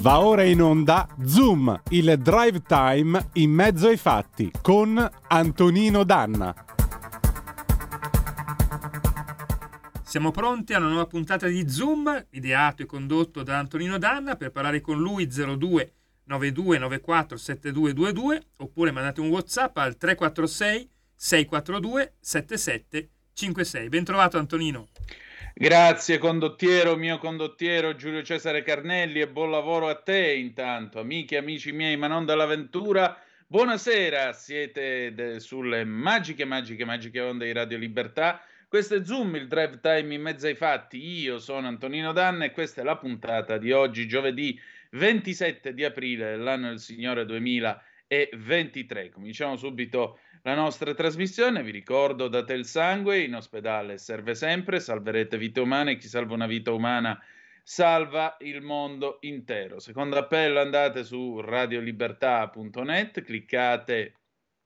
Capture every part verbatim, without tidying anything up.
Va ora in onda Zoom, il drive time in mezzo ai fatti con Antonino Danna. Siamo pronti a una nuova puntata di Zoom, ideato e condotto da Antonino Danna. Per parlare con lui zero due nove due nove quattro sette due due due oppure mandate un WhatsApp al tre quattro sei sei quattro due sette sette cinque sei. Ben trovato Antonino. Grazie condottiero, mio condottiero Giulio Cesare Carnelli, e buon lavoro a te intanto, amiche e amici miei, ma non dall'avventura. Buonasera, siete de- sulle magiche, magiche, magiche onde di Radio Libertà. Questo è Zoom, il drive time in mezzo ai fatti. Io sono Antonino Danna e questa è la puntata di oggi, giovedì ventisette di aprile dell'anno del Signore duemilaventitré. Cominciamo subito la nostra trasmissione. Vi ricordo, date il sangue, in ospedale serve sempre, salverete vite umane, chi salva una vita umana salva il mondo intero. Secondo appello, andate su radiolibertà punto net, cliccate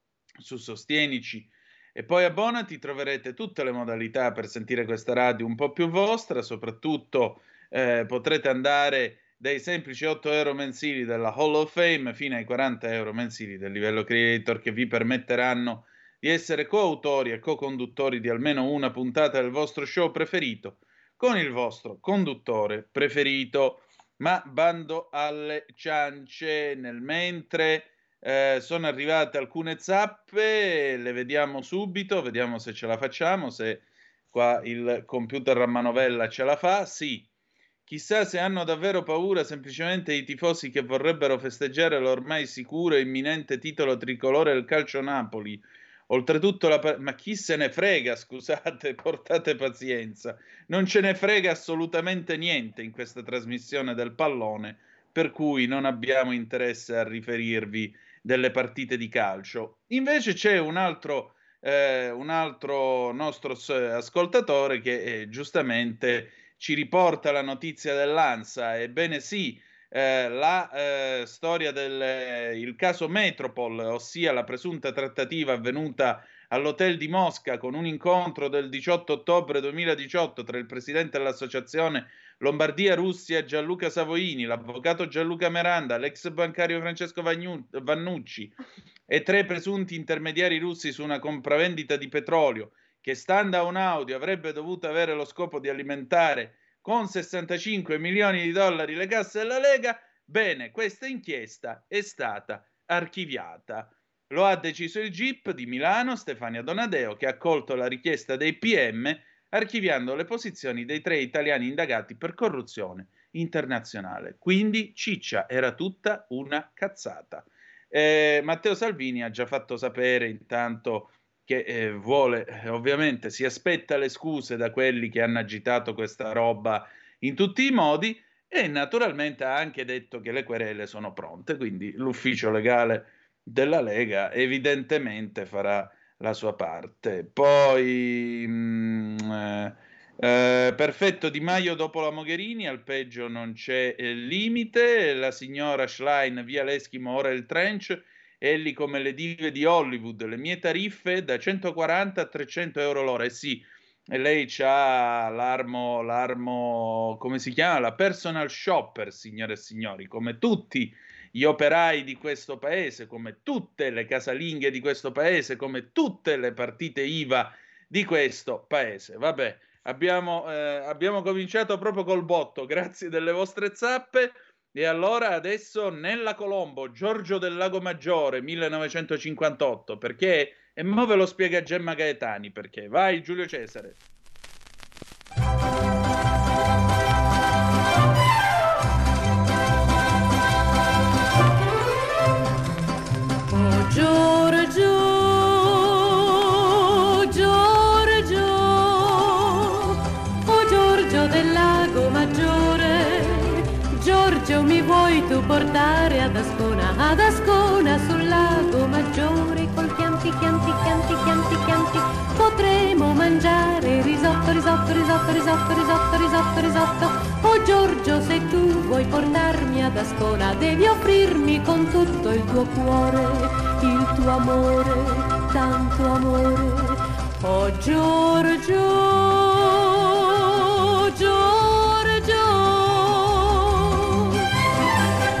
su Sostienici e poi abbonati, troverete tutte le modalità per sentire questa radio un po' più vostra, soprattutto eh, potrete andare dai semplici otto euro mensili della Hall of Fame fino ai quaranta euro mensili del livello creator, che vi permetteranno di essere coautori e co-conduttori di almeno una puntata del vostro show preferito con il vostro conduttore preferito. Ma bando alle ciance, nel mentre eh, sono arrivate alcune zappe, le vediamo subito, vediamo se ce la facciamo, se qua il computer a manovella ce la fa. Sì. Chissà se hanno davvero paura semplicemente i tifosi che vorrebbero festeggiare l'ormai sicuro e imminente titolo tricolore del calcio Napoli. Oltretutto, la pa- ma chi se ne frega, scusate, portate pazienza. Non ce ne frega assolutamente niente in questa trasmissione del pallone, per cui non abbiamo interesse a riferirvi delle partite di calcio. Invece c'è un altro, eh, un altro nostro ascoltatore che eh, giustamente ci riporta la notizia dell'ANSA. Ebbene sì, eh, la eh, storia del eh, il caso Metropol, ossia la presunta trattativa avvenuta all'hotel di Mosca con un incontro del diciotto ottobre duemiladiciotto tra il presidente dell'associazione Lombardia-Russia Gianluca Savoini, l'avvocato Gianluca Meranda, l'ex bancario Francesco Vagnu- Vannucci e tre presunti intermediari russi su una compravendita di petrolio, che stando a un audio avrebbe dovuto avere lo scopo di alimentare con sessantacinque milioni di dollari le casse della Lega. Bene, questa inchiesta è stata archiviata. Lo ha deciso il G I P di Milano, Stefania Donadeo, che ha accolto la richiesta dei P M, archiviando le posizioni dei tre italiani indagati per corruzione internazionale. Quindi ciccia, era tutta una cazzata. Eh, Matteo Salvini ha già fatto sapere intanto che eh, vuole, eh, ovviamente si aspetta le scuse da quelli che hanno agitato questa roba in tutti i modi, e naturalmente ha anche detto che le querele sono pronte, quindi l'ufficio legale della Lega evidentemente farà la sua parte. Poi mh, eh, eh, perfetto Di Maio dopo la Mogherini, al peggio non c'è eh, limite, la signora Schlein via l'Eschimo, ora il trench. Elli come le dive di Hollywood, le mie tariffe da centoquaranta a trecento euro l'ora. E sì, e lei c'ha l'armo, l'armo, come si chiama? La personal shopper, signore e signori, come tutti gli operai di questo paese, come tutte le casalinghe di questo paese, come tutte le partite I V A di questo paese. Vabbè, abbiamo, eh, abbiamo cominciato proprio col botto, grazie delle vostre zappe. E allora adesso Nella Colombo, Giorgio del Lago Maggiore, millenovecentocinquantotto, perché? E mo ve lo spiega Gemma Gaetani perché. Vai Giulio Cesare. Oh Giorgio, Giorgio, oh Giorgio del Lago Maggiore, Giorgio mi vuoi tu portare ad Ascona, ad Ascona sul Lago Maggiore, col chianti, chianti, chianti, chianti, chianti, potremo mangiare risotto, risotto, risotto, risotto, risotto, risotto, risotto. Oh Giorgio, se tu vuoi portarmi ad Ascona, devi offrirmi con tutto il tuo cuore, il tuo amore, tanto amore. Oh Giorgio, Giorgio.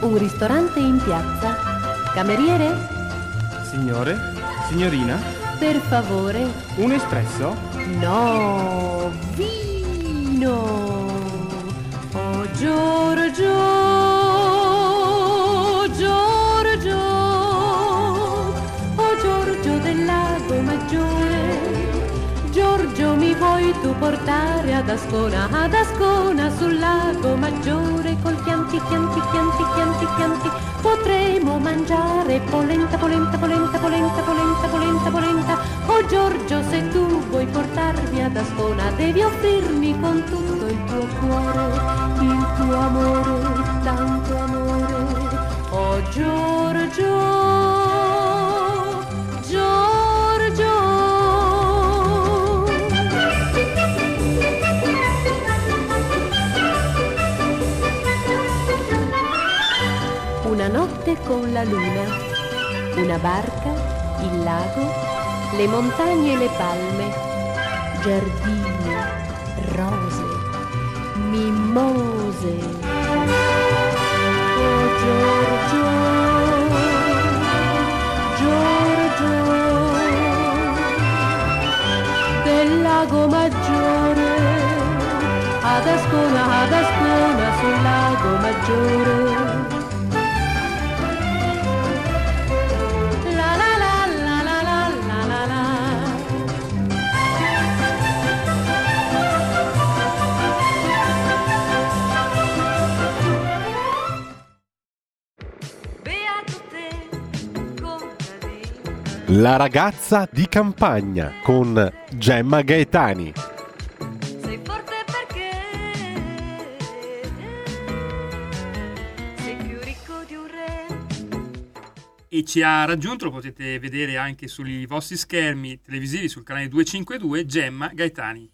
un ristorante in piazza. Cameriere? Signore? Signorina? Per favore. Un espresso? No, vino. Oh Giorgio, Giorgio, oh Giorgio del Lago Maggiore, Giorgio mi vuoi tu portare ad Ascona, ad Ascona sul Lago Maggiore, col Chianti, Chianti, Chianti, Chianti, Chianti, potremo mangiare polenta, polenta, polenta, polenta, polenta, polenta, polenta. Oh Giorgio, se tu vuoi portarmi ad Ascona, devi offrirmi con tutto il tuo cuore, il tuo amore, tanto amore. Oh Giorgio, Giorgio. Una notte con la luna, una barca, il lago, le montagne e le palme, giardini, rose, mimose. Oh Giorgio, Giorgio, del Lago Maggiore, ad Ascona, ad Ascona sul Lago Maggiore. La ragazza di campagna con Gemma Gaetani. Sei forte perché sei più ricco di un re. E ci ha raggiunto, lo potete vedere anche sui vostri schermi televisivi sul canale duecentocinquantadue, Gemma Gaetani.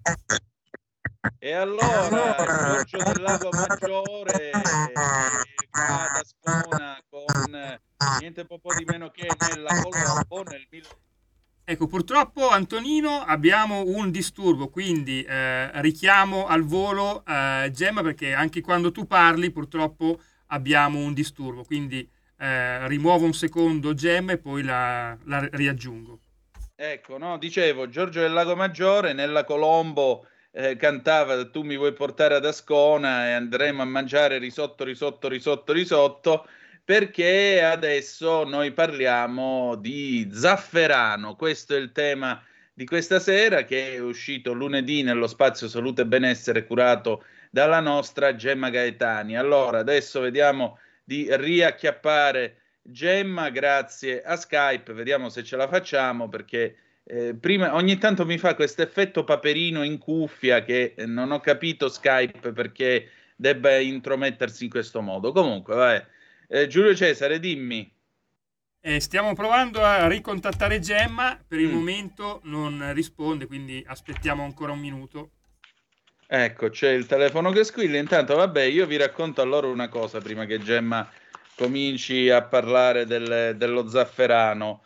E allora Giorgio del Lago Maggiore va ad Ascona con niente po' di meno che nella Colombo nel mille... Ecco, purtroppo Antonino abbiamo un disturbo, quindi eh, richiamo al volo eh, Gemma, perché anche quando tu parli purtroppo abbiamo un disturbo, quindi eh, rimuovo un secondo Gemma e poi la, la riaggiungo. Ecco, no, dicevo, Giorgio del Lago Maggiore nella Colombo eh, cantava Tu mi vuoi portare ad Ascona e andremo a mangiare risotto, risotto, risotto, risotto, perché adesso noi parliamo di zafferano. Questo è il tema di questa sera, che è uscito lunedì nello spazio Salute e Benessere curato dalla nostra Gemma Gaetani. Allora, adesso vediamo di riacchiappare Gemma grazie a Skype, vediamo se ce la facciamo, perché eh, prima ogni tanto mi fa questo effetto Paperino in cuffia che eh, non ho capito Skype perché debba intromettersi in questo modo. Comunque, vabbè. Eh, Giulio Cesare, dimmi. Eh, stiamo provando a ricontattare Gemma, per il Mm. momento non risponde, quindi aspettiamo ancora un minuto. Ecco, c'è il telefono che squilla. Intanto, vabbè, io vi racconto allora una cosa prima che Gemma cominci a parlare del- dello zafferano.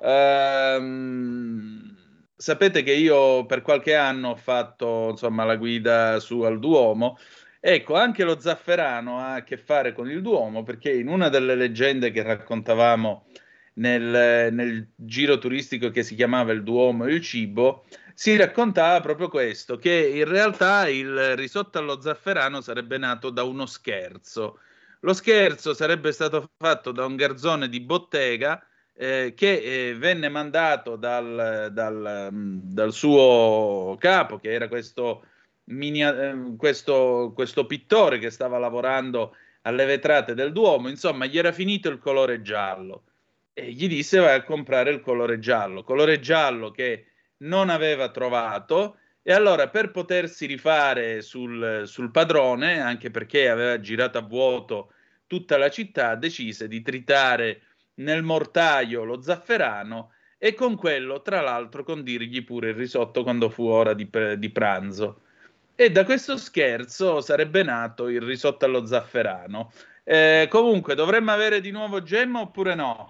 Ehm, sapete che io per qualche anno ho fatto, insomma, la guida su al Duomo. Ecco, anche lo zafferano ha a che fare con il Duomo, perché in una delle leggende che raccontavamo nel, nel giro turistico che si chiamava Il Duomo e il cibo, si raccontava proprio questo, che in realtà il risotto allo zafferano sarebbe nato da uno scherzo. Lo scherzo sarebbe stato fatto da un garzone di bottega eh, che eh, venne mandato dal, dal, mh, dal suo capo, che era questo, minia- eh, questo, questo pittore che stava lavorando alle vetrate del Duomo. Insomma, gli era finito il colore giallo e gli disse vai a comprare il colore giallo, colore giallo che non aveva trovato. E allora, per potersi rifare sul, sul padrone, anche perché aveva girato a vuoto tutta la città, decise di tritare nel mortaio lo zafferano e con quello, tra l'altro, condirgli pure il risotto quando fu ora di, di pranzo. E da questo scherzo sarebbe nato il risotto allo zafferano. Eh, comunque, dovremmo avere di nuovo Gemma oppure no?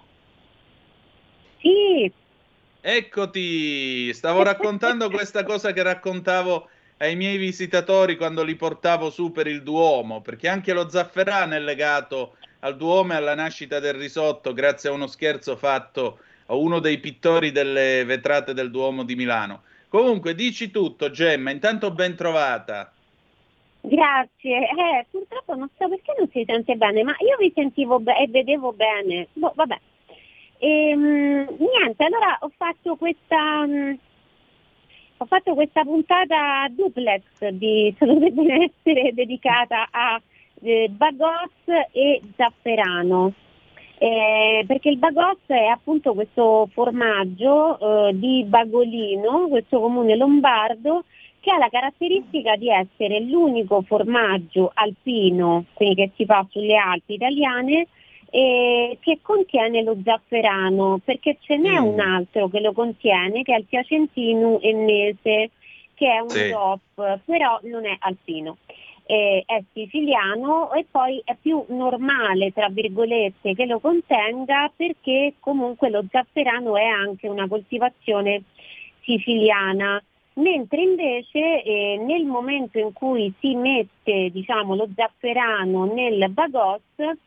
Sì, Eccoti, stavo raccontando questa cosa che raccontavo ai miei visitatori quando li portavo su per il Duomo, perché anche lo zafferano è legato al Duomo e alla nascita del risotto grazie a uno scherzo fatto a uno dei pittori delle vetrate del Duomo di Milano. Comunque, dici tutto, Gemma, intanto ben trovata. Grazie, eh, purtroppo non so perché non si sente bene, ma io vi sentivo be- e vedevo bene. Boh, vabbè. Ehm, niente, allora ho fatto questa mh, ho fatto questa puntata duplex di Salute e Benessere dedicata a eh, Bagos e Zafferano. Eh, perché il Bagos è appunto questo formaggio eh, di Bagolino, questo comune lombardo, che ha la caratteristica di essere l'unico formaggio alpino, quindi che si fa sulle Alpi italiane, eh, che contiene lo zafferano, perché ce n'è Mm. un altro che lo contiene, che è il Piacentino Ennese, che è un Sì. D O P, però non è alpino. Eh, è siciliano e poi è più normale, tra virgolette, che lo contenga, perché comunque lo zafferano è anche una coltivazione siciliana, mentre invece eh, nel momento in cui si mette, diciamo, lo zafferano nel Bagos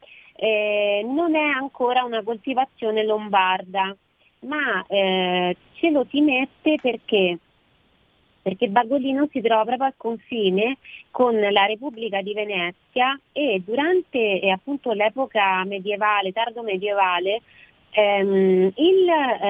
eh, non è ancora una coltivazione lombarda, ma eh, ce lo si mette perché? Perché Bagolino si trova proprio al confine con la Repubblica di Venezia e durante eh, appunto l'epoca medievale, tardo medievale, ehm, il,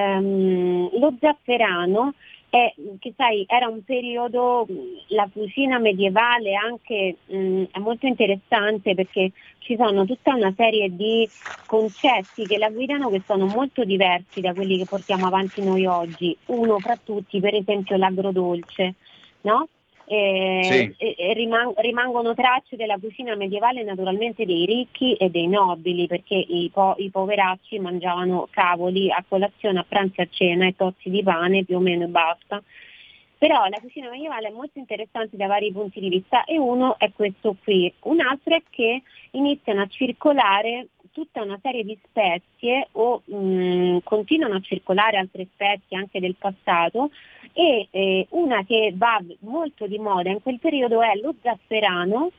ehm, lo zafferano è, che sai, era un periodo, la cucina medievale anche mh, è molto interessante perché ci sono tutta una serie di concetti che la guidano che sono molto diversi da quelli che portiamo avanti noi oggi. Uno fra tutti, per esempio, l'agrodolce, no? E, Sì. e- e riman- rimangono tracce della cucina medievale naturalmente dei ricchi e dei nobili, perché i, po- i poveracci mangiavano cavoli a colazione, a pranzo e a cena e tozzi di pane più o meno e basta. Però la cucina medievale è molto interessante da vari punti di vista e uno è questo qui. Un altro è che iniziano a circolare tutta una serie di spezie o mh, continuano a circolare altre spezie anche del passato e eh, una che va molto di moda in quel periodo è lo zafferano,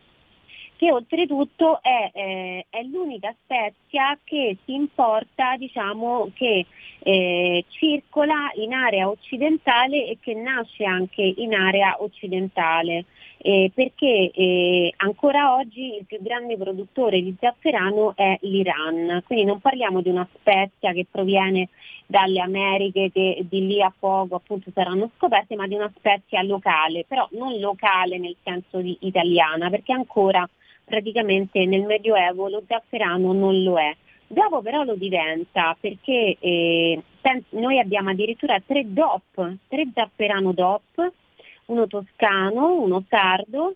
che oltretutto è, eh, è l'unica spezia che si importa, diciamo, che eh, circola in area occidentale e che nasce anche in area occidentale, eh, perché eh, ancora oggi il più grande produttore di zafferano è l'Iran, quindi non parliamo di una spezia che proviene dalle Americhe che di lì a poco appunto saranno scoperte, ma di una spezia locale, però non locale nel senso di italiana, perché ancora praticamente nel Medioevo lo zafferano non lo è. Dopo però lo diventa, perché eh, pens- noi abbiamo addirittura tre D O P, tre zafferano D O P, uno toscano, uno sardo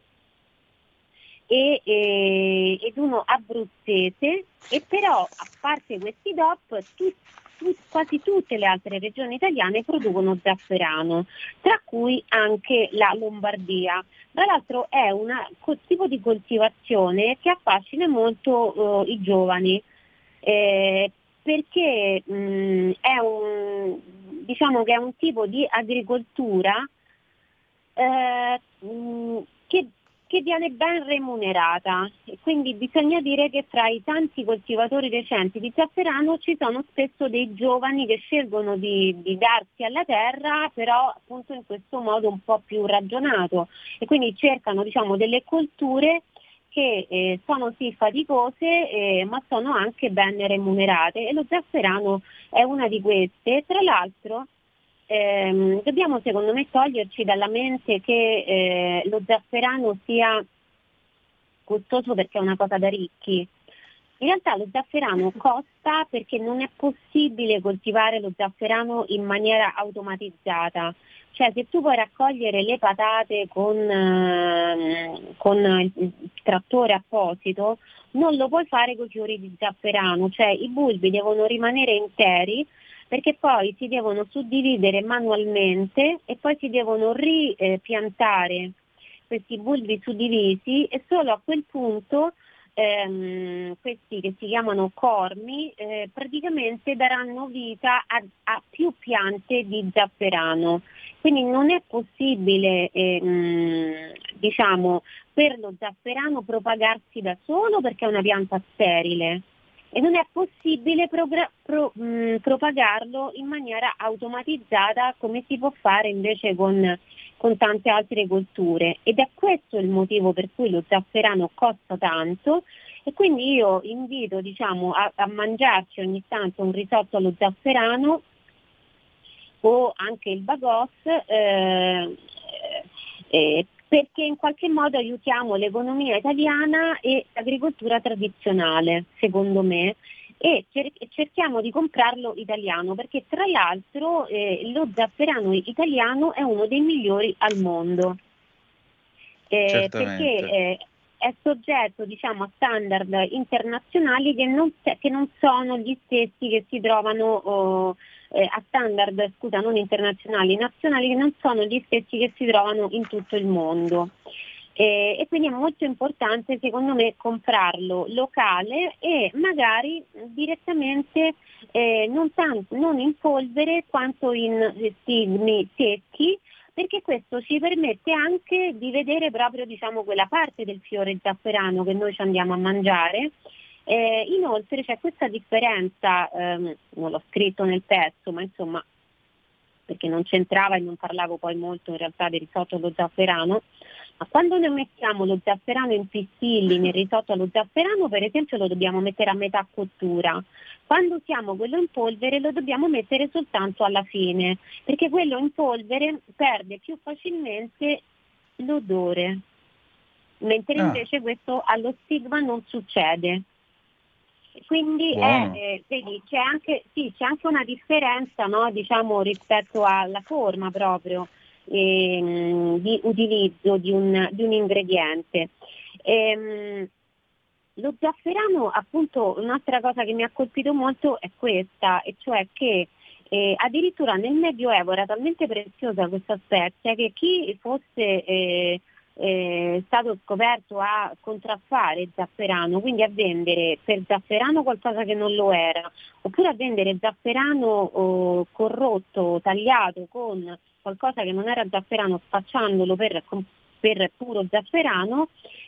e, e- ed uno abruzzese, e però a parte questi D O P tu- tu- quasi tutte le altre regioni italiane producono zafferano, tra cui anche la Lombardia. Tra l'altro è un tipo di coltivazione che affascina molto eh, i giovani, eh, perché mh, è un, diciamo che è un tipo di agricoltura eh, mh, che, che viene ben remunerata, e quindi bisogna dire che fra i tanti coltivatori recenti di zafferano ci sono spesso dei giovani che scelgono di, di darsi alla terra, però appunto in questo modo un po' più ragionato, e quindi cercano, diciamo, delle colture che eh, sono sì faticose eh, ma sono anche ben remunerate, e lo zafferano è una di queste. Tra l'altro ehm, dobbiamo secondo me toglierci dalla mente che eh, lo zafferano sia costoso perché è una cosa da ricchi. In realtà lo zafferano costa perché non è possibile coltivare lo zafferano in maniera automatizzata. Cioè, se tu puoi raccogliere le patate con, eh, con il trattore apposito, non lo puoi fare con i fiori di zafferano, cioè i bulbi devono rimanere interi perché poi si devono suddividere manualmente e poi si devono ripiantare questi bulbi suddivisi, e solo a quel punto ehm, questi che si chiamano cormi eh, praticamente daranno vita a, a più piante di zafferano. Quindi non è possibile ehm, diciamo, per lo zafferano propagarsi da solo perché è una pianta sterile e non è possibile progra- pro- mh, propagarlo in maniera automatizzata come si può fare invece con, con tante altre colture, ed è questo il motivo per cui lo zafferano costa tanto. E quindi io invito, diciamo, a, a mangiarci ogni tanto un risotto allo zafferano o anche il bagos, eh, eh, perché in qualche modo aiutiamo l'economia italiana e l'agricoltura tradizionale, secondo me, e cer- cerchiamo di comprarlo italiano, perché tra l'altro eh, lo zafferano italiano è uno dei migliori al mondo, eh, perché eh, è soggetto, diciamo, a standard internazionali che non, che non sono gli stessi che si trovano oh, eh, a standard, scusa, non internazionali, nazionali, che non sono gli stessi che si trovano in tutto il mondo. Eh, e quindi è molto importante, secondo me, comprarlo locale e magari direttamente eh, non, tanto, non in polvere quanto in stigmi secchi, perché questo ci permette anche di vedere proprio, diciamo, quella parte del fiore zafferano che noi ci andiamo a mangiare. Eh, inoltre c'è questa differenza, ehm, non l'ho scritto nel pezzo, ma insomma, perché non c'entrava e non parlavo poi molto in realtà del risotto allo zafferano, ma quando noi mettiamo lo zafferano in pistilli nel risotto allo zafferano, per esempio, lo dobbiamo mettere a metà cottura. Quando usiamo quello in polvere lo dobbiamo mettere soltanto alla fine, perché quello in polvere perde più facilmente l'odore, mentre Ah. invece questo allo stigma non succede. Quindi è, eh, vedi, c'è anche, sì, c'è anche una differenza, no, diciamo, rispetto alla forma proprio ehm, di utilizzo di un, di un ingrediente. Ehm, lo zafferano, appunto, un'altra cosa che mi ha colpito molto è questa, e cioè che eh, addirittura nel Medioevo era talmente preziosa questa spezia che chi fosse eh, eh, stato scoperto a contraffare zafferano, quindi a vendere per zafferano qualcosa che non lo era, oppure a vendere zafferano oh, corrotto, tagliato con qualcosa che non era zafferano, spacciandolo per, per puro zafferano,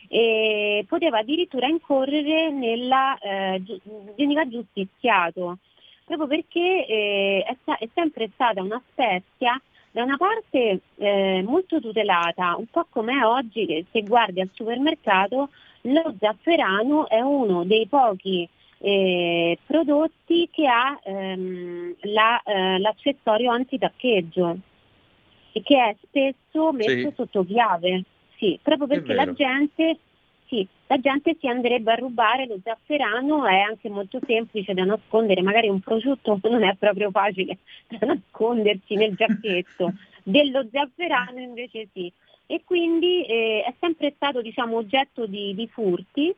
e poteva addirittura incorrere nella eh, veniva giustiziato, proprio perché eh, è, sta- è sempre stata una spezia da una parte eh, molto tutelata, un po' come oggi che se guardi al supermercato lo zafferano è uno dei pochi eh, prodotti che ha ehm, la, eh, l'accessorio antitaccheggio e che è spesso messo Sì. sotto chiave, sì, proprio perché la gente, sì, la gente si andrebbe a rubare lo zafferano, è anche molto semplice da nascondere, magari un prosciutto non è proprio facile da nascondersi nel giacchetto, dello zafferano invece sì, e quindi eh, è sempre stato, diciamo, oggetto di, di furti.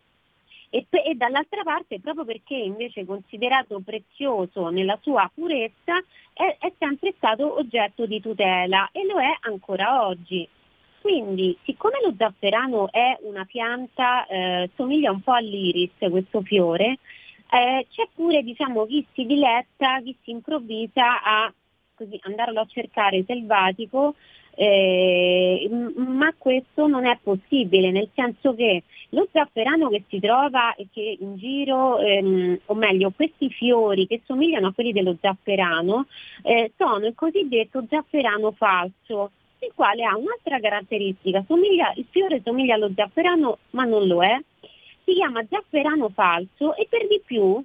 E, e dall'altra parte, proprio perché invece considerato prezioso nella sua purezza, è, è sempre stato oggetto di tutela e lo è ancora oggi. Quindi, siccome lo zafferano è una pianta, eh, somiglia un po' all'iris, questo fiore, eh, c'è pure, diciamo, chi si diletta, chi si improvvisa a così andarlo a cercare selvatico, eh, ma questo non è possibile, nel senso che lo zafferano che si trova e che in giro, ehm, o meglio questi fiori che somigliano a quelli dello zafferano, eh, sono il cosiddetto zafferano falso, il quale ha un'altra caratteristica, somiglia, il fiore somiglia allo zafferano ma non lo è, si chiama zafferano falso e per di più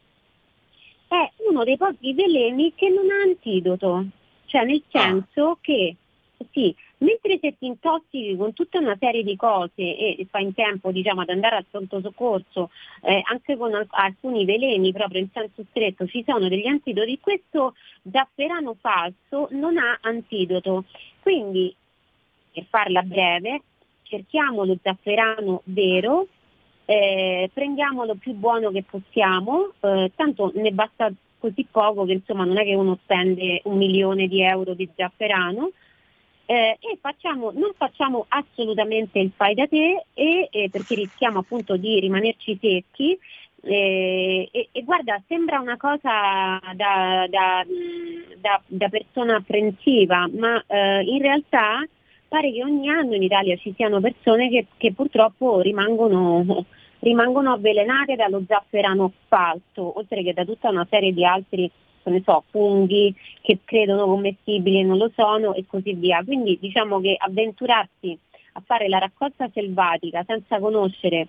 è uno dei pochi veleni che non ha antidoto, cioè nel senso che sì, mentre se ti intossichi con tutta una serie di cose e fai in tempo, diciamo, ad andare al pronto soccorso, eh, anche con al- alcuni veleni proprio in senso stretto ci sono degli antidoti, questo zafferano falso non ha antidoto. Quindi, per farla breve, cerchiamo lo zafferano vero, eh, prendiamolo più buono che possiamo, eh, tanto ne basta così poco che insomma non è che uno spende un milione di euro di zafferano, eh, e facciamo, non facciamo assolutamente il fai da te e, eh, perché rischiamo appunto di rimanerci secchi. Eh, e, e guarda, sembra una cosa da, da, da, da persona apprensiva, ma eh, in realtà pare che ogni anno in Italia ci siano persone che, che purtroppo rimangono, rimangono avvelenate dallo zafferano falso, oltre che da tutta una serie di altri, ne so, funghi che credono commestibili e non lo sono e così via. Quindi diciamo che avventurarsi a fare la raccolta selvatica senza conoscere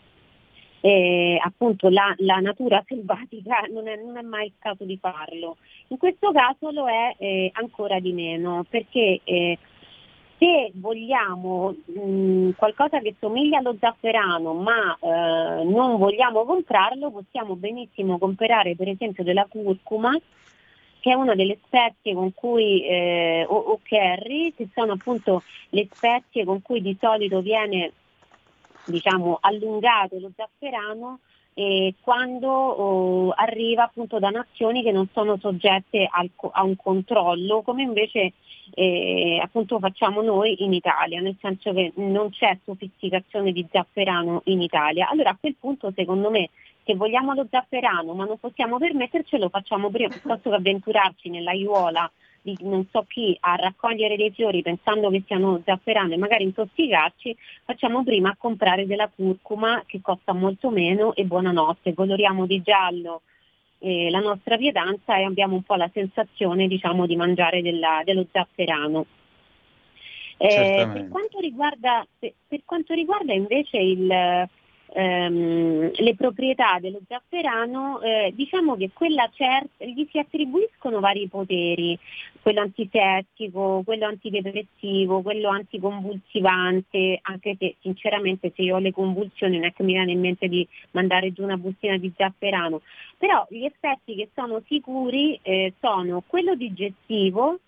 Eh, appunto la, la natura selvatica non è, non è mai il caso di farlo. In questo caso lo è eh, ancora di meno, perché eh, se vogliamo mh, qualcosa che somiglia allo zafferano ma eh, non vogliamo comprarlo, possiamo benissimo comprare per esempio della curcuma, che è una delle spezie con cui eh, o, o curry, che sono appunto le spezie con cui di solito viene, diciamo, allungato lo zafferano eh, quando oh, arriva appunto da nazioni che non sono soggette al, a un controllo, come invece eh, appunto facciamo noi in Italia, nel senso che non c'è sofisticazione di zafferano in Italia. Allora a quel punto, secondo me, se vogliamo lo zafferano ma non possiamo permettercelo, facciamo prima, piuttosto che avventurarci nell'aiuola di non so chi a raccogliere dei fiori pensando che siano zafferano e magari intossicarci, facciamo prima a comprare della curcuma che costa molto meno e buonanotte, coloriamo di giallo eh, la nostra pietanza e abbiamo un po' la sensazione, diciamo, di mangiare della, dello zafferano. Eh, per quanto riguarda, per, per quanto riguarda invece il Ehm, le proprietà dello zafferano, eh, diciamo che quella certa, gli si attribuiscono vari poteri, quello antisettico, quello antidepressivo, quello anticonvulsivante, anche se sinceramente se io ho le convulsioni non è che mi viene in mente di mandare giù una bustina di zafferano, però gli effetti che sono sicuri eh, sono quello digestivo.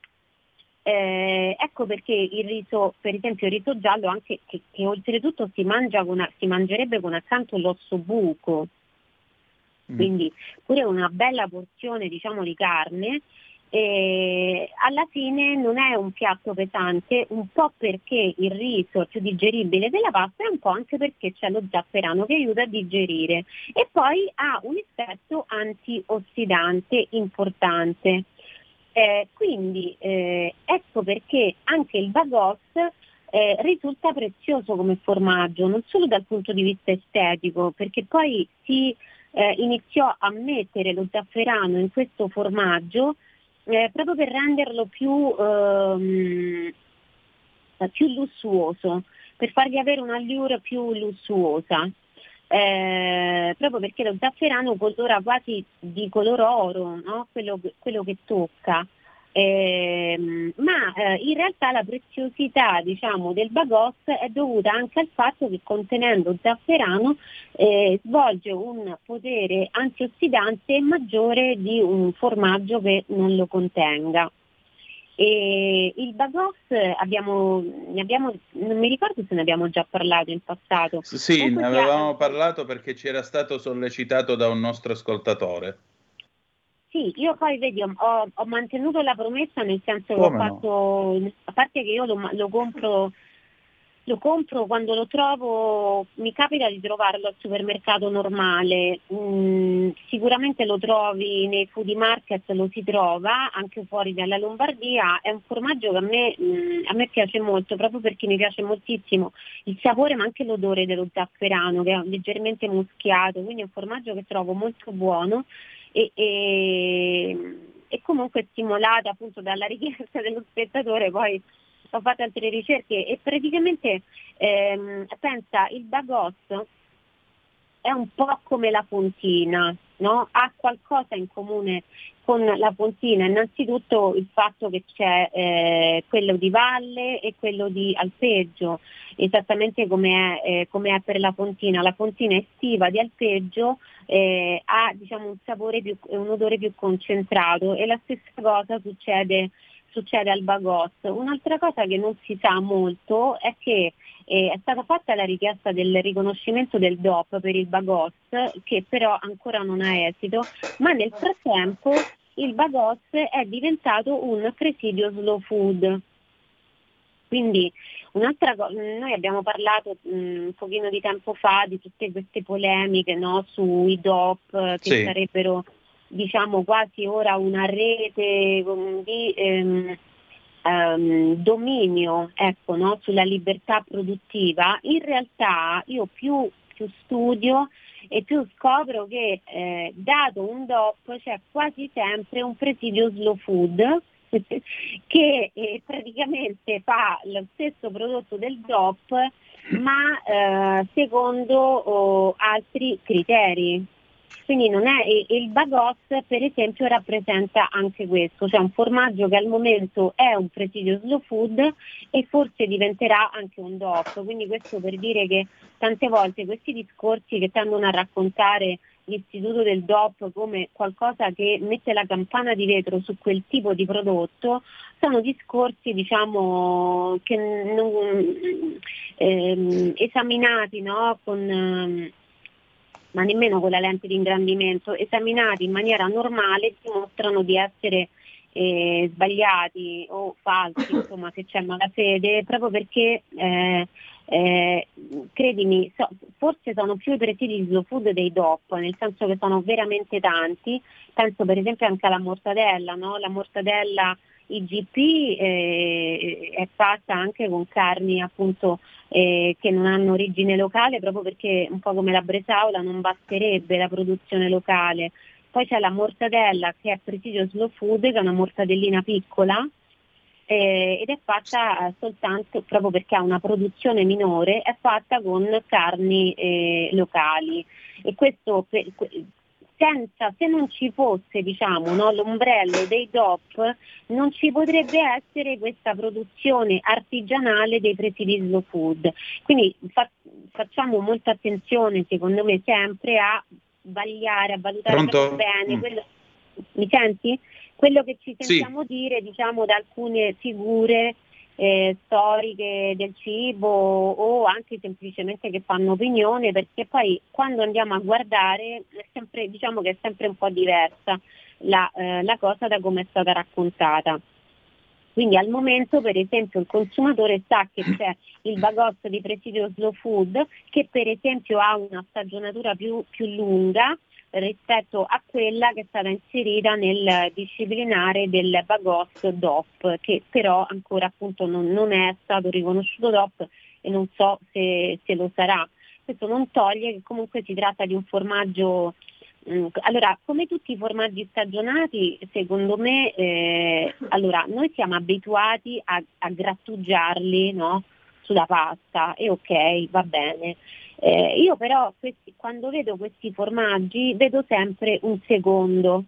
Eh, ecco perché il riso, per esempio il riso giallo, anche che, che oltretutto si mangia con, si mangerebbe con accanto l'ossobuco, mm. quindi pure una bella porzione, diciamo, di carne, eh, alla fine non è un piatto pesante, un po' perché il riso è più digeribile della pasta e un po' anche perché c'è lo zafferano che aiuta a digerire, e poi ha un effetto antiossidante importante. Eh, quindi eh, ecco perché anche il Bagos eh, risulta prezioso come formaggio, non solo dal punto di vista estetico, perché poi si eh, iniziò a mettere lo zafferano in questo formaggio eh, proprio per renderlo più, ehm, più lussuoso, per fargli avere un'allure più lussuosa. Eh, proprio perché lo zafferano colora quasi di color oro, no? quello, quello che tocca, eh, ma eh, in realtà la preziosità, diciamo, del Bagos è dovuta anche al fatto che contenendo zafferano eh, svolge un potere antiossidante maggiore di un formaggio che non lo contenga. E il Bagos abbiamo, ne abbiamo, non mi ricordo se ne abbiamo già parlato in passato. Sì, Comunque ne avevamo ha... parlato perché ci era stato sollecitato da un nostro ascoltatore. Sì, io poi vedi, ho, ho mantenuto la promessa, nel senso che ho Come fatto, no? a parte che io lo, lo compro Lo compro quando lo trovo, mi capita di trovarlo al supermercato normale, mm, sicuramente lo trovi nei foodie market, lo si trova anche fuori dalla Lombardia. È un formaggio che a me, mm, a me piace molto, proprio perché mi piace moltissimo il sapore ma anche l'odore dello zafferano, che è leggermente muschiato, quindi è un formaggio che trovo molto buono e, e, e comunque stimolata appunto dalla richiesta dello spettatore. Poi ho fatto altre ricerche e praticamente ehm, pensa, il Bagos è un po' come la fontina, no? Ha qualcosa in comune con la fontina, innanzitutto il fatto che c'è eh, quello di valle e quello di alpeggio, esattamente come è, eh, come è per la fontina. La fontina estiva di alpeggio eh, ha, diciamo, un sapore più, un odore più concentrato, e la stessa cosa succede succede al Bagos. Un'altra cosa che non si sa molto è che eh, è stata fatta la richiesta del riconoscimento del D O P per il Bagos, che però ancora non ha esito, ma nel frattempo il Bagos è diventato un presidio slow food. Quindi un'altra cosa, noi abbiamo parlato mh, un pochino di tempo fa di tutte queste polemiche, no, sui D O P che Sì. sarebbero, diciamo, quasi ora una rete di, ehm, um, dominio, ecco, no, sulla libertà produttiva, in realtà io più, più studio e più scopro che eh, dato un D O P c'è quasi sempre un presidio slow food che eh, praticamente fa lo stesso prodotto del D O P ma eh, secondo oh, altri criteri. Quindi non è, il Bagos per esempio rappresenta anche questo, cioè un formaggio che al momento è un presidio slow food e forse diventerà anche un D O P, quindi questo per dire che tante volte questi discorsi che tendono a raccontare l'istituto del D O P come qualcosa che mette la campana di vetro su quel tipo di prodotto sono discorsi diciamo che non, ehm, esaminati no, con... Ehm, ma nemmeno con la lente di ingrandimento, esaminati in maniera normale dimostrano di essere eh, sbagliati o falsi, insomma se c'è malafede, proprio perché eh, eh, credimi, so, forse sono più i presidi slow food dei D O P, nel senso che sono veramente tanti, penso per esempio anche alla mortadella, no? La mortadella I G P eh, è fatta anche con carni appunto eh, che non hanno origine locale, proprio perché un po' come la bresaola non basterebbe la produzione locale. Poi c'è la mortadella che è presidio slow food, che è una mortadellina piccola eh, ed è fatta soltanto proprio perché ha una produzione minore, è fatta con carni eh, locali e questo per, senza, se non ci fosse diciamo, no, l'ombrello dei D O P non ci potrebbe essere questa produzione artigianale dei presidi slow food. Quindi fa, facciamo molta attenzione secondo me sempre a vagliare, a valutare bene. Mm. Quello, mi senti? Quello che ci sentiamo sì. dire diciamo da alcune figure Eh, storiche del cibo o anche semplicemente che fanno opinione, perché poi quando andiamo a guardare è sempre, diciamo che è sempre un po' diversa la, eh, la cosa da come è stata raccontata. Quindi al momento per esempio il consumatore sa che c'è il Bagos di presidio slow food che per esempio ha una stagionatura più, più lunga rispetto a quella che è stata inserita nel disciplinare del Bagos D O P, che però ancora appunto non, non è stato riconosciuto D O P e non so se, se lo sarà. Questo non toglie che comunque si tratta di un formaggio. Allora, come tutti i formaggi stagionati, secondo me, eh, allora, noi siamo abituati a, a grattugiarli, no? Sulla pasta e ok, va bene. Eh, io però questi, quando vedo questi formaggi vedo sempre un secondo.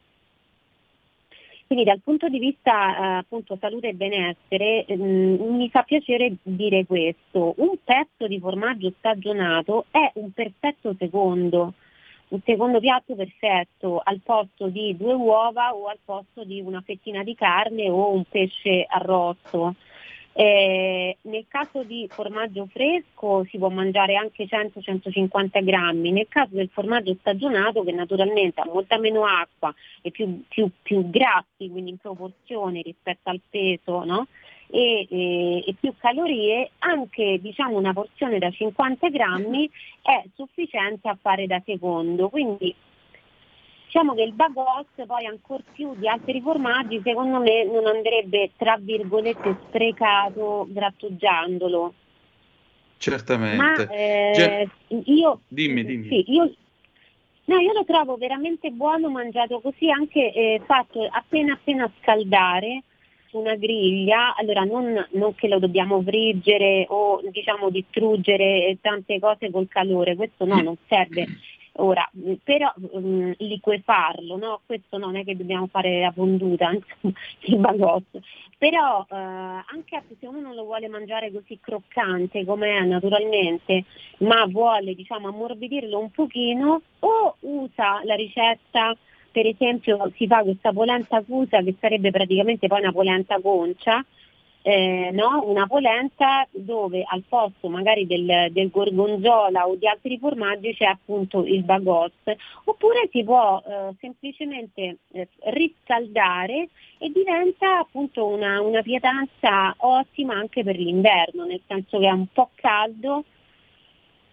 Quindi dal punto di vista eh, appunto salute e benessere ehm, mi fa piacere dire questo. Un pezzo di formaggio stagionato è un perfetto secondo. Un secondo piatto perfetto al posto di due uova o al posto di una fettina di carne o un pesce arrosto. Eh, nel caso di formaggio fresco si può mangiare anche cento centocinquanta grammi, nel caso del formaggio stagionato che naturalmente ha molta meno acqua e più, più, più grassi, quindi in proporzione rispetto al peso, no? E, e, e più calorie, anche diciamo una porzione da cinquanta grammi è sufficiente a fare da secondo, quindi diciamo che il Bagos poi ancor più di altri formaggi secondo me non andrebbe tra virgolette sprecato grattugiandolo. Certamente. Ma eh, Gen- io, dimmi, dimmi. Sì, io No, io lo trovo veramente buono mangiato così, anche eh, fatto appena appena scaldare su una griglia. Allora non, non che lo dobbiamo friggere o diciamo distruggere tante cose col calore, questo no, non serve. Ora, però um, liquefarlo, no? Questo non è che dobbiamo fare la fonduta, insomma, il Bagos. Però eh, anche se uno non lo vuole mangiare così croccante come è naturalmente, ma vuole diciamo ammorbidirlo un pochino, o usa la ricetta, per esempio si fa questa polenta fusa che sarebbe praticamente poi una polenta concia, Eh, no? Una polenta dove al posto magari del, del gorgonzola o di altri formaggi c'è appunto il Bagos, oppure si può eh, semplicemente eh, riscaldare e diventa appunto una, una pietanza ottima anche per l'inverno, nel senso che è un po' caldo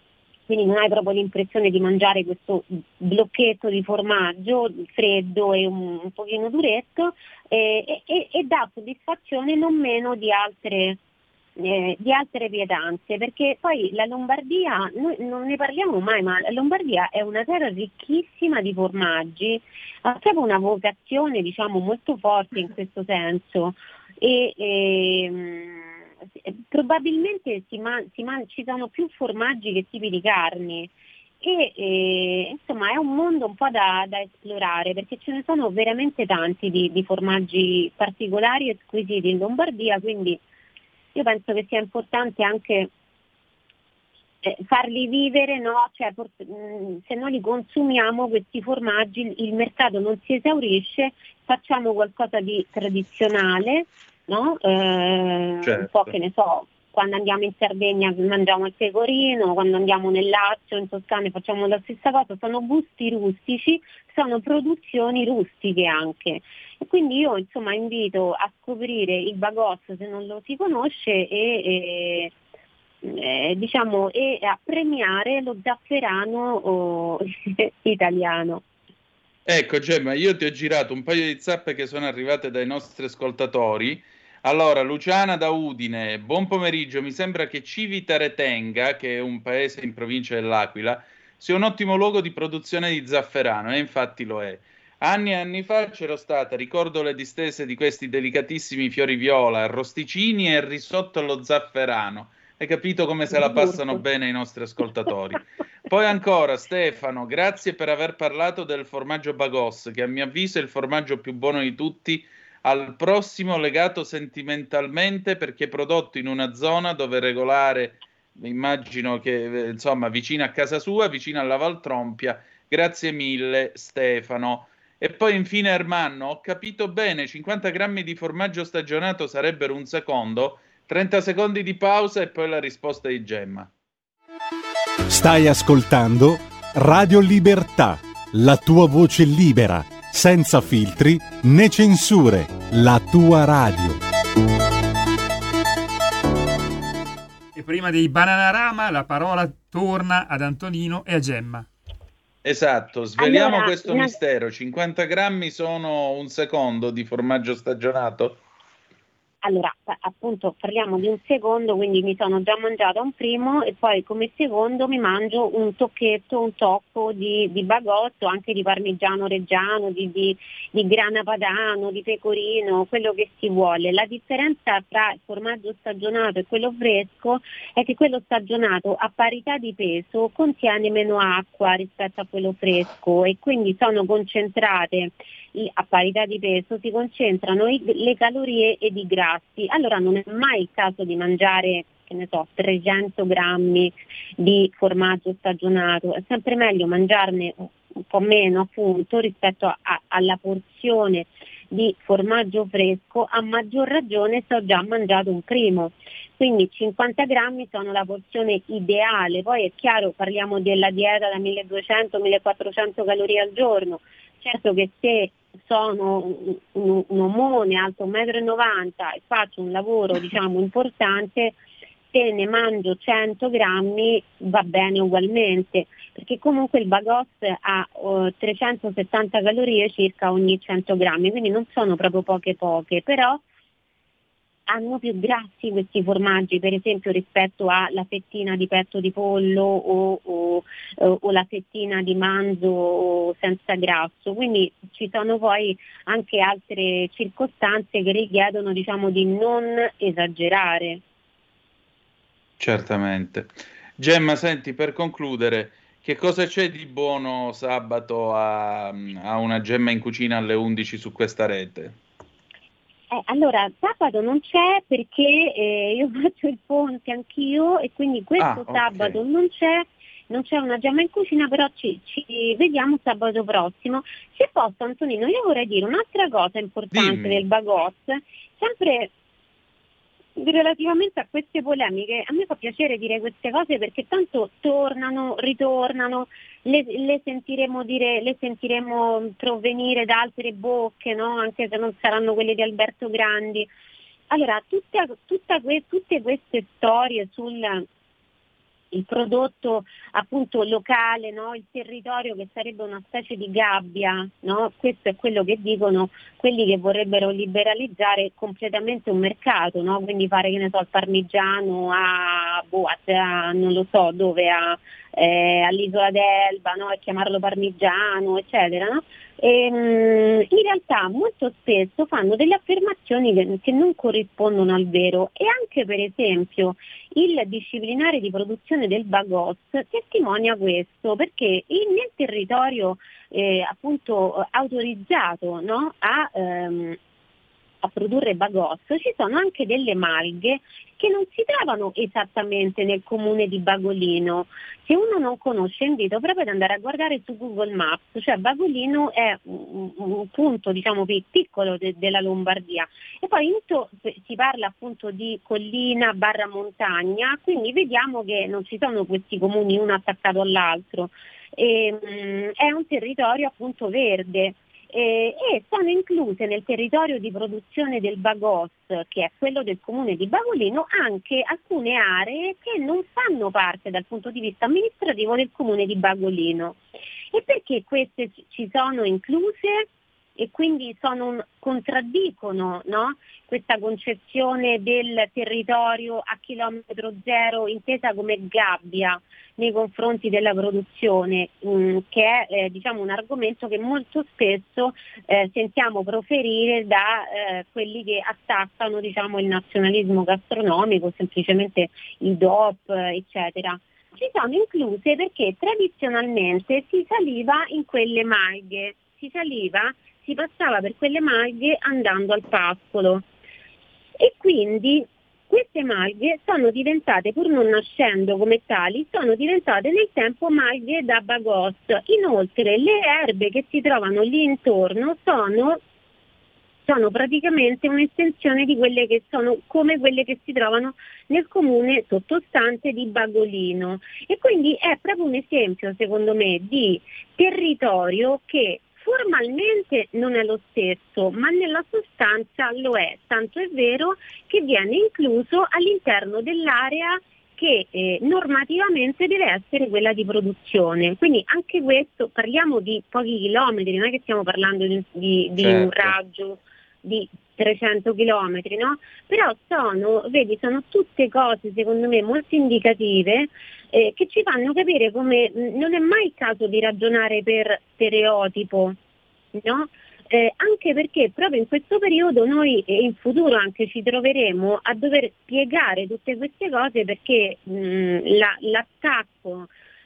quindi non hai proprio l'impressione di mangiare questo blocchetto di formaggio freddo e un, un pochino duretto, e, e, e dà soddisfazione non meno di altre Eh, di altre pietanze, perché poi la Lombardia, noi non ne parliamo mai, ma la Lombardia è una terra ricchissima di formaggi, ha proprio una vocazione, diciamo, molto forte in questo senso, e, e mh, probabilmente si man- si man- ci sono più formaggi che tipi di carni. E, e insomma è un mondo un po' da, da esplorare, perché ce ne sono veramente tanti di, di formaggi particolari e squisiti in Lombardia, quindi io penso che sia importante anche eh, farli vivere, no? Cioè, port- mh, se noi li consumiamo questi formaggi, il, il mercato non si esaurisce, facciamo qualcosa di tradizionale, no? Eh, Certo. Un po', che ne so, quando andiamo in Sardegna mangiamo il pecorino, quando andiamo nel Lazio, in Toscana facciamo la stessa cosa, sono gusti rustici, sono produzioni rustiche anche. E quindi io insomma invito a scoprire il Bagos se non lo si conosce e, e, e, diciamo, e a premiare lo zafferano oh, italiano. Ecco Gemma, io ti ho girato un paio di zappe che sono arrivate dai nostri ascoltatori. Allora, Luciana da Udine, buon pomeriggio, mi sembra che Civitaretenga, che è un paese in provincia dell'Aquila, sia un ottimo luogo di produzione di zafferano, e infatti lo è. Anni e anni fa c'ero stata, ricordo le distese di questi delicatissimi fiori viola, arrosticini e risotto allo zafferano. Hai capito come se la passano bene i nostri ascoltatori. Poi ancora Stefano, grazie per aver parlato del formaggio Bagos, che a mio avviso è il formaggio più buono di tutti, al prossimo legato sentimentalmente perché prodotto in una zona dove regolare, immagino che eh, insomma vicino a casa sua, vicino alla Valtrompia. Grazie mille Stefano. E poi infine Ermanno, ho capito bene, cinquanta grammi di formaggio stagionato sarebbero un secondo, trenta secondi di pausa e poi la risposta di Gemma. Stai ascoltando Radio Libertà, la tua voce libera, senza filtri né censure, la tua radio. E prima dei Bananarama la parola torna ad Antonino e a Gemma. Esatto, sveliamo Allora, questo una- mistero. cinquanta grammi sono un secondo di formaggio stagionato? Allora, pa- appunto parliamo di un secondo, quindi mi sono già mangiata un primo e poi come secondo mi mangio un tocchetto, un tocco di, di bagotto, anche di parmigiano reggiano, di, di, di grana padano, di pecorino, quello che si vuole. La differenza tra il formaggio stagionato e quello fresco è che quello stagionato a parità di peso contiene meno acqua rispetto a quello fresco e quindi sono concentrate a parità di peso, si concentrano i, le calorie ed i grassi. Allora non è mai il caso di mangiare, che ne so, trecento grammi di formaggio stagionato, è sempre meglio mangiarne un po' meno appunto rispetto a, a, alla porzione di formaggio fresco, a maggior ragione se ho già mangiato un primo. Quindi cinquanta grammi sono la porzione ideale, poi è chiaro parliamo della dieta da milleduecento millequattrocento calorie al giorno. Certo che se sono un, un, un omone alto un metro e novanta e faccio un lavoro diciamo importante, se ne mangio cento grammi va bene ugualmente, perché comunque il Bagos ha uh, trecentosettanta calorie circa ogni cento grammi, quindi non sono proprio poche poche, però hanno più grassi questi formaggi, per esempio rispetto alla fettina di petto di pollo o, o, o la fettina di manzo senza grasso, quindi ci sono poi anche altre circostanze che richiedono diciamo di non esagerare. Certamente. Gemma, senti, per concludere, che cosa c'è di buono sabato a, a una Gemma in cucina alle undici su questa rete? Eh, allora, sabato non c'è perché eh, io faccio il ponte anch'io e quindi questo Ah, ok. sabato non c'è, non c'è una Gemma in cucina, però ci, ci vediamo sabato prossimo. Se posso, Antonino, io vorrei dire un'altra cosa importante Dimmi. del Bagos, sempre relativamente a queste polemiche. A me fa piacere dire queste cose perché tanto tornano, ritornano, le, le sentiremo dire, le sentiremo provenire da altre bocche, no? Anche se non saranno quelle di Alberto Grandi. Allora, tutte, tutta que, tutte queste storie sul il prodotto appunto locale, no? Il territorio che sarebbe una specie di gabbia, no? Questo è quello che dicono quelli che vorrebbero liberalizzare completamente un mercato, no? Quindi fare, che ne so, il parmigiano a, boh, a non lo so dove, a, eh, all'isola d'Elba, no? E chiamarlo parmigiano, eccetera, no? E, mh, in realtà molto spesso fanno delle affermazioni che, che non corrispondono al vero, e anche per esempio il disciplinare di produzione del Bagos testimonia questo, perché in, nel territorio eh, appunto autorizzato, no, a, ehm, a produrre Bagos ci sono anche delle malghe che non si trovano esattamente nel comune di Bagolino. Se uno non conosce, invito proprio ad andare a guardare su Google Maps, cioè Bagolino è un, un punto diciamo piccolo de, della Lombardia, e poi intanto si parla appunto di collina barra montagna, quindi vediamo che non ci sono questi comuni uno attaccato all'altro, e, um, è un territorio appunto verde. Eh, e sono incluse nel territorio di produzione del Bagos, che è quello del comune di Bagolino, anche alcune aree che non fanno parte dal punto di vista amministrativo del comune di Bagolino. E perché queste ci sono incluse? E quindi sono, contraddicono, no? Questa concezione del territorio a chilometro zero intesa come gabbia nei confronti della produzione, mh, che è eh, diciamo un argomento che molto spesso eh, sentiamo proferire da eh, quelli che attaccano diciamo il nazionalismo gastronomico, semplicemente il D O P, eccetera. Ci sono incluse perché tradizionalmente si saliva in quelle malghe, si saliva si passava per quelle malghe andando al pascolo, e quindi queste malghe sono diventate, pur non nascendo come tali, sono diventate nel tempo malghe da Bagos. Inoltre le erbe che si trovano lì intorno sono, sono praticamente un'estensione di quelle che sono come quelle che si trovano nel comune sottostante di Bagolino, e quindi è proprio un esempio secondo me di territorio che formalmente non è lo stesso, ma nella sostanza lo è, tanto è vero che viene incluso all'interno dell'area che eh, normativamente deve essere quella di produzione. Quindi anche questo, parliamo di pochi chilometri, non è che stiamo parlando di, di, di certo. un raggio di trecento chilometri, no? Però sono, vedi, sono tutte cose secondo me molto indicative eh, che ci fanno capire come mh, non è mai il caso di ragionare per stereotipo, no? Eh, anche perché proprio in questo periodo noi e in futuro anche ci troveremo a dover spiegare tutte queste cose, perché mh, la, l'attacco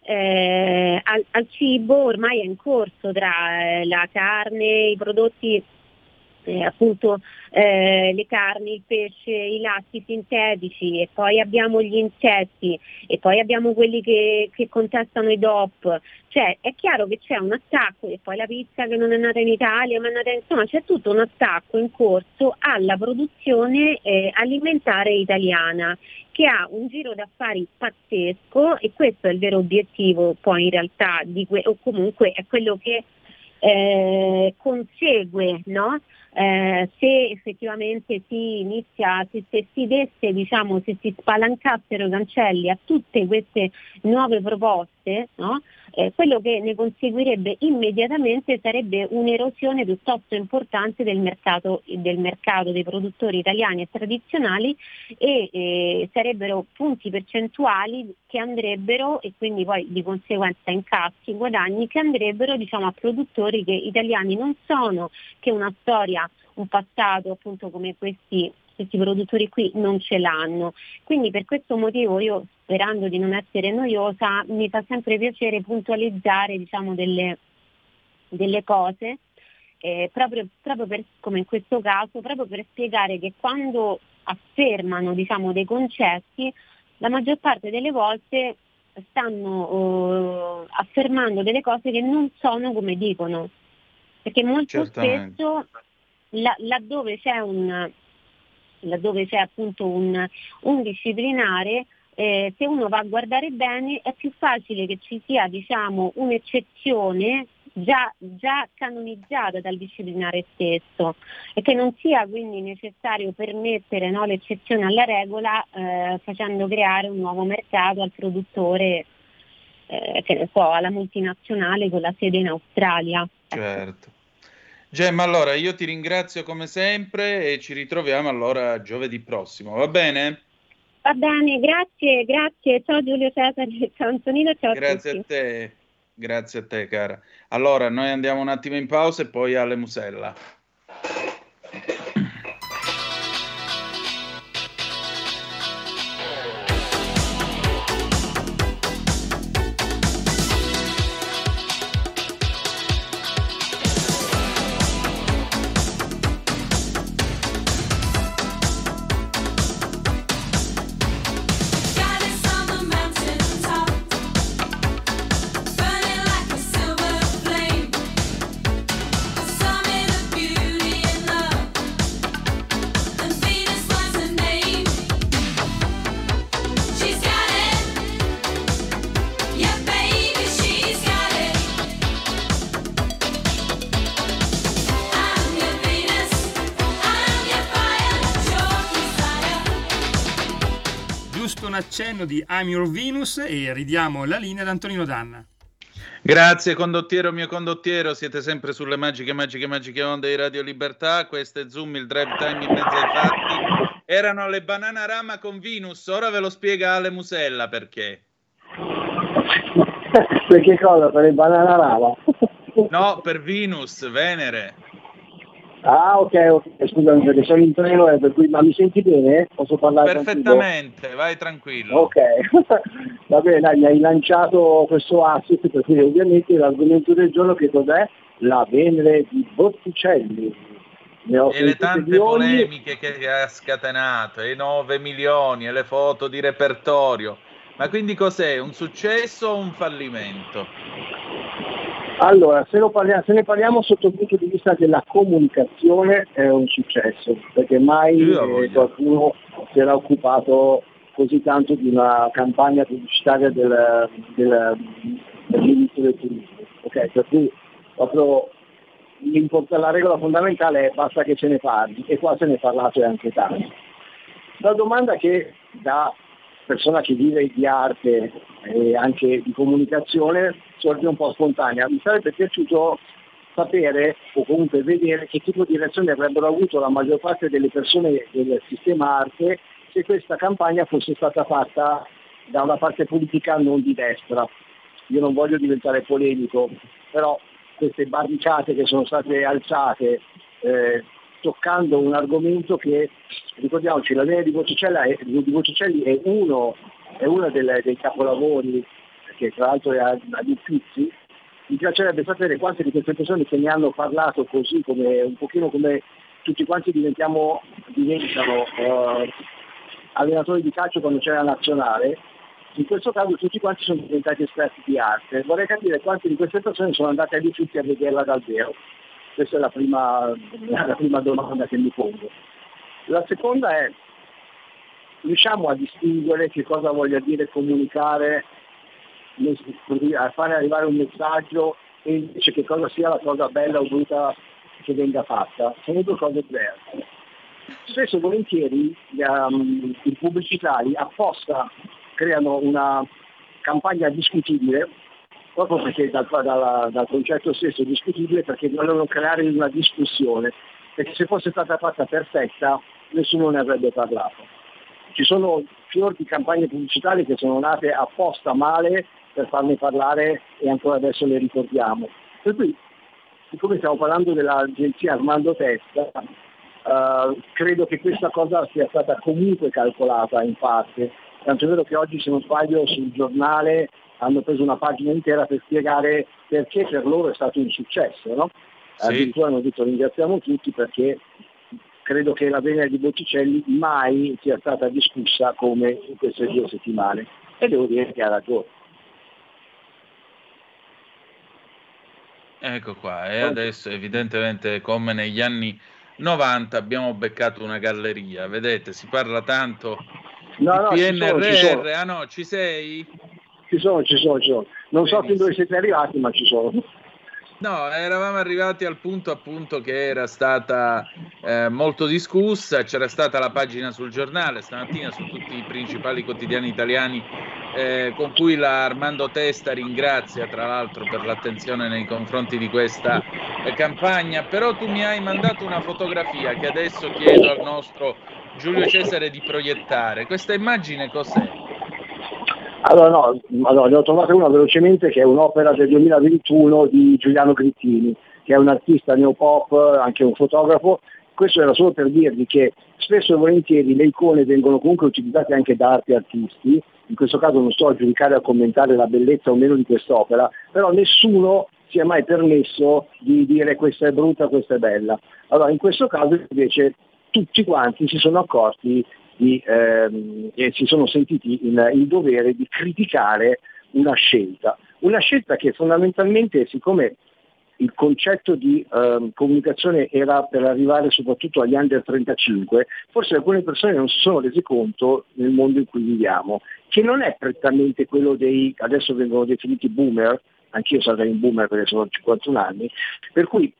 eh, al, al cibo ormai è in corso tra eh, la carne, i prodotti Eh, appunto eh, le carni, il pesce, i latti sintetici, e poi abbiamo gli insetti, e poi abbiamo quelli che, che contestano i D O P, cioè è chiaro che c'è un attacco, e poi la pizza che non è nata in Italia ma è nata, insomma c'è tutto un attacco in corso alla produzione eh, alimentare italiana, che ha un giro d'affari pazzesco, e questo è il vero obiettivo poi in realtà di que- o comunque è quello che eh, consegue, no? Eh, se effettivamente si inizia, se, se si desse, diciamo, se si spalancassero i cancelli a tutte queste nuove proposte, no? Eh, quello che ne conseguirebbe immediatamente sarebbe un'erosione piuttosto importante del mercato, del mercato dei produttori italiani e tradizionali, e eh, sarebbero punti percentuali che andrebbero, e quindi poi di conseguenza incassi, guadagni che andrebbero diciamo a produttori che italiani non sono, che una storia, un passato appunto come questi questi produttori qui non ce l'hanno. Quindi per questo motivo io, sperando di non essere noiosa, mi fa sempre piacere puntualizzare diciamo delle, delle cose eh, proprio, proprio per, come in questo caso, proprio per spiegare che quando affermano diciamo dei concetti, la maggior parte delle volte stanno uh, affermando delle cose che non sono come dicono, perché molto Certamente. spesso la, laddove c'è un laddove c'è appunto un, un disciplinare, eh, se uno va a guardare bene è più facile che ci sia diciamo un'eccezione già, già canonizzata dal disciplinare stesso, e che non sia quindi necessario permettere, no, l'eccezione alla regola, eh, facendo creare un nuovo mercato al produttore, eh, che ne so, alla multinazionale con la sede in Australia. Certo. Gemma, allora io ti ringrazio come sempre e ci ritroviamo allora giovedì prossimo, va bene? Va bene, grazie, grazie, ciao Giulio Cesare, ciao Antonino, ciao Grazie a tutti. a te, grazie a te cara. Allora noi andiamo un attimo in pausa e poi alle Musella. Un accenno di I'm Your Venus e ridiamo la linea ad Antonino Danna. Grazie condottiero, mio condottiero, siete sempre sulle magiche, magiche, magiche onde di Radio Libertà. Questo è Zoom, il drive time in mezzo ai fatti. Erano le Bananarama con Venus, ora ve lo spiega Ale Musella perché. Perché cosa? Per le Bananarama? No, per Venus, Venere. Ah, ok, ok, scusami perché sono in treno e per cui, ma mi senti bene? Posso parlare perfettamente, tranquillo? vai tranquillo. Ok, va bene, dai, mi hai lanciato questo asset, per cui ovviamente l'argomento del giorno che cos'è? La Venere di Botticelli. Ne ho e le tante milioni. polemiche che ha scatenato, e i nove milioni, e le foto di repertorio. Ma quindi cos'è? Un successo o un fallimento? Allora, se, lo parliamo, se ne parliamo sotto il punto di vista della comunicazione è un successo, perché mai eh, qualcuno si era occupato così tanto di una campagna pubblicitaria del, del, del Ministro del Turismo. Okay? Per cui proprio la regola fondamentale è basta che ce ne parli, e qua se ne è parlato e anche tanto. La domanda che da persona che vive di arte e anche di comunicazione sorge un po' spontanea. Mi sarebbe piaciuto sapere o comunque vedere che tipo di reazione avrebbero avuto la maggior parte delle persone del sistema arte se questa campagna fosse stata fatta da una parte politica non di destra. Io non voglio diventare polemico, però queste barricate che sono state alzate eh, toccando un argomento che, ricordiamoci, la Venere di Botticelli è, di Botticelli è uno, è uno delle, dei capolavori, che tra l'altro è agli Uffizi. Mi piacerebbe sapere quante di queste persone che ne hanno parlato così, come un pochino come tutti quanti diventiamo, diventano eh, allenatori di calcio quando c'è la nazionale, in questo caso tutti quanti sono diventati esperti di arte. Vorrei capire quante di queste persone sono andate agli Uffizi a vederla dal vero. Questa è la prima, la prima domanda che mi pongo. La seconda è, riusciamo a distinguere che cosa voglia dire comunicare, a fare arrivare un messaggio, e invece che cosa sia la cosa bella o brutta che venga fatta? Sono due cose diverse. Spesso e volentieri um, i pubblicitari apposta creano una campagna discutibile, proprio perché dal, dal, dal concetto stesso è discutibile, perché vogliono creare una discussione, perché se fosse stata fatta perfetta nessuno ne avrebbe parlato. Ci sono fior di campagne pubblicitarie che sono nate apposta male per farne parlare e ancora adesso le ricordiamo. Per cui, siccome stiamo parlando dell'agenzia Armando Testa, eh, credo che questa cosa sia stata comunque calcolata in parte, tanto è vero che oggi, se non sbaglio, sul giornale hanno preso una pagina intera per spiegare perché per loro è stato un successo, no? Sì. Addirittura hanno detto ringraziamo tutti, perché credo che la Venere di Botticelli mai sia stata discussa come in queste due settimane, e devo dire che ha ragione. Ecco qua, e adesso evidentemente come negli anni novanta abbiamo beccato una galleria, vedete, si parla tanto no, di no, P N R R, ci sono, ci sono. Ah no, ci sei? Ci sono, ci sono, ci sono. Non Benissimo. So fin dove siete arrivati, ma ci sono. No, eravamo arrivati al punto appunto che era stata eh, molto discussa, c'era stata la pagina sul giornale stamattina su tutti i principali quotidiani italiani eh, con cui la Armando Testa ringrazia tra l'altro per l'attenzione nei confronti di questa eh, campagna, però tu mi hai mandato una fotografia che adesso chiedo al nostro Giulio Cesare di proiettare. Questa immagine cos'è? Allora no, allora, ne ho trovata una velocemente che è un'opera del duemilaventuno di Giuliano Grittini, che è un artista neopop, anche un fotografo. Questo era solo per dirvi che spesso e volentieri le icone vengono comunque utilizzate anche da altri artisti, in questo caso non sto a giudicare o a commentare la bellezza o meno di quest'opera, però nessuno si è mai permesso di dire questa è brutta, questa è bella. Allora in questo caso invece tutti quanti si sono accorti di, ehm, e si sono sentiti in, il dovere di criticare una scelta, una scelta che fondamentalmente, siccome il concetto di eh, comunicazione era per arrivare soprattutto agli under trentacinque, forse alcune persone non si sono resi conto nel mondo in cui viviamo, che non è prettamente quello dei, adesso vengono definiti boomer, anch'io sarei un boomer perché sono cinquantuno anni, per cui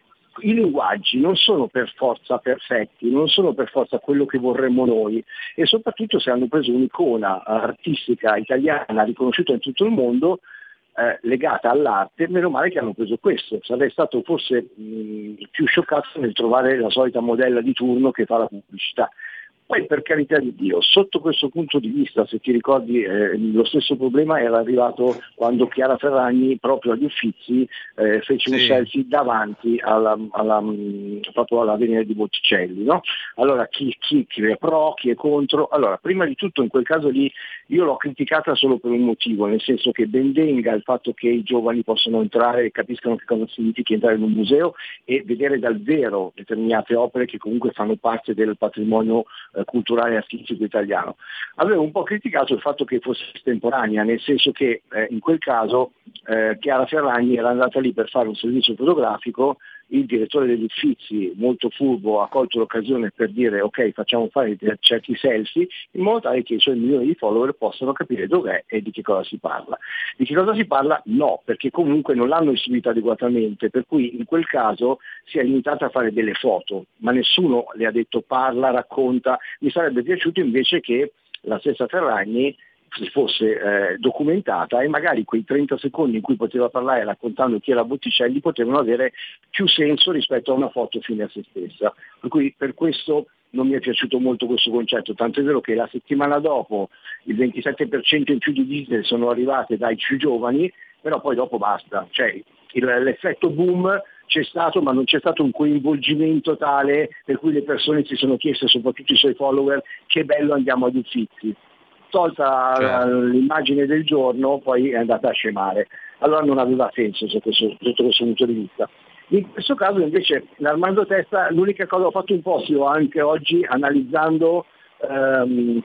i linguaggi non sono per forza perfetti, non sono per forza quello che vorremmo noi, e soprattutto se hanno preso un'icona artistica italiana riconosciuta in tutto il mondo, eh, legata all'arte, meno male che hanno preso questo. Sarei stato forse mh, più scioccato nel trovare la solita modella di turno che fa la pubblicità. Poi per carità di Dio, sotto questo punto di vista, se ti ricordi, eh, lo stesso problema era arrivato quando Chiara Ferragni proprio agli Uffizi eh, fece sì. un selfie davanti alla, alla, proprio alla Venere di Botticelli, no? Allora chi, chi, chi è pro, chi è contro? Allora, prima di tutto in quel caso lì io l'ho criticata solo per un motivo, nel senso che ben venga il fatto che i giovani possano entrare e capiscano che cosa significa entrare in un museo e vedere dal vero determinate opere che comunque fanno parte del patrimonio culturale e artistico italiano. Avevo un po' criticato il fatto che fosse estemporanea, nel senso che eh, in quel caso eh, Chiara Ferragni era andata lì per fare un servizio fotografico, il direttore degli Uffizi, molto furbo, ha colto l'occasione per dire ok, facciamo fare certi selfie, in modo tale che i suoi milioni di follower possano capire dov'è e di che cosa si parla. Di che cosa si parla? No, perché comunque non l'hanno istruito adeguatamente, per cui in quel caso si è limitata a fare delle foto, ma nessuno le ha detto parla, racconta. Mi sarebbe piaciuto invece che la stessa Ferragni si fosse eh, documentata e magari quei trenta secondi in cui poteva parlare raccontando chi era Botticelli potevano avere più senso rispetto a una foto fine a se stessa. Per cui per questo non mi è piaciuto molto questo concetto, tanto è vero che la settimana dopo il ventisette per cento in più di visite sono arrivate dai più giovani, però poi dopo basta, cioè il, l'effetto boom c'è stato, ma non c'è stato un coinvolgimento tale per cui le persone si sono chieste, soprattutto i suoi follower, che bello andiamo agli Uffizi. Tolta certo. l'immagine del giorno, poi è andata a scemare. Allora non aveva senso sotto questo, sotto questo punto di vista. In questo caso invece l'Armando Testa, l'unica cosa ho fatto un po' sì, anche oggi analizzando ehm,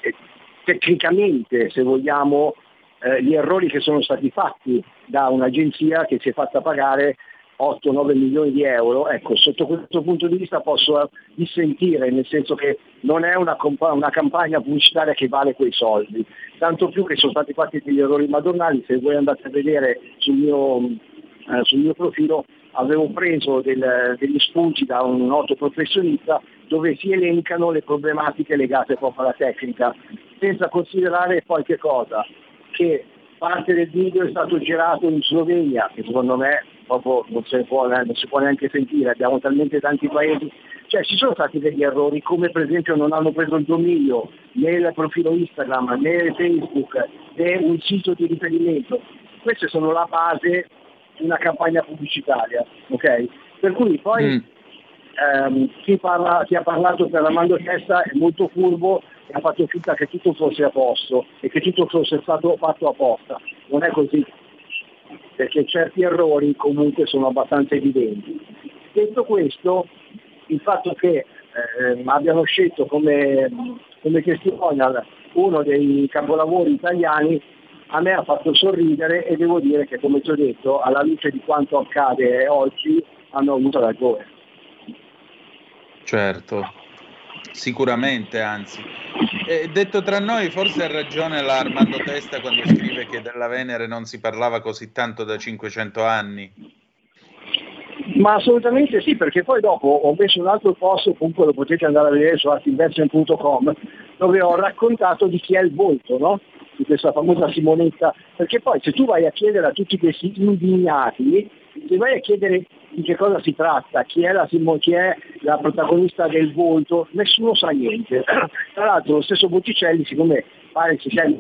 tecnicamente, se vogliamo, eh, gli errori che sono stati fatti da un'agenzia che si è fatta pagare otto nove milioni di euro, ecco, sotto questo punto di vista posso dissentire, nel senso che non è una, comp- una campagna pubblicitaria che vale quei soldi, tanto più che sono stati fatti degli errori madornali. Se voi andate a vedere sul mio, eh, sul mio profilo avevo preso del, degli spunti da un noto professionista dove si elencano le problematiche legate proprio alla tecnica, senza considerare poi che cosa? Che parte del video è stato girato in Slovenia, che secondo me proprio non si può, non si può neanche sentire, abbiamo talmente tanti paesi, cioè ci sono stati degli errori, come per esempio non hanno preso il dominio né il profilo Instagram né Facebook né un sito di riferimento. Queste sono la base di una campagna pubblicitaria, ok? Per cui poi mm. ehm, chi, parla, chi ha parlato per Armando Testa è molto furbo e ha fatto finta che tutto fosse a posto e che tutto fosse stato fatto apposta. Non è così, perché certi errori comunque sono abbastanza evidenti. Detto questo, il fatto che eh, abbiano scelto come, come testimonial uno dei capolavori italiani a me ha fatto sorridere, e devo dire che, come ti ho detto, alla luce di quanto accade oggi hanno avuto ragione. Certo, sicuramente, anzi. Eh, detto tra noi, forse ha ragione la Armando Testa quando scrive che della Venere non si parlava così tanto da cinquecento anni. Ma assolutamente sì, perché poi dopo ho messo un altro post, comunque lo potete andare a vedere su artinvestment punto com, dove ho raccontato di chi è il volto, no? Di questa famosa Simonetta, perché poi se tu vai a chiedere a tutti questi indignati, se vai a chiedere di che cosa si tratta, chi è la, chi è la protagonista del volto, nessuno sa niente. Tra l'altro lo stesso Botticelli, siccome pare che sia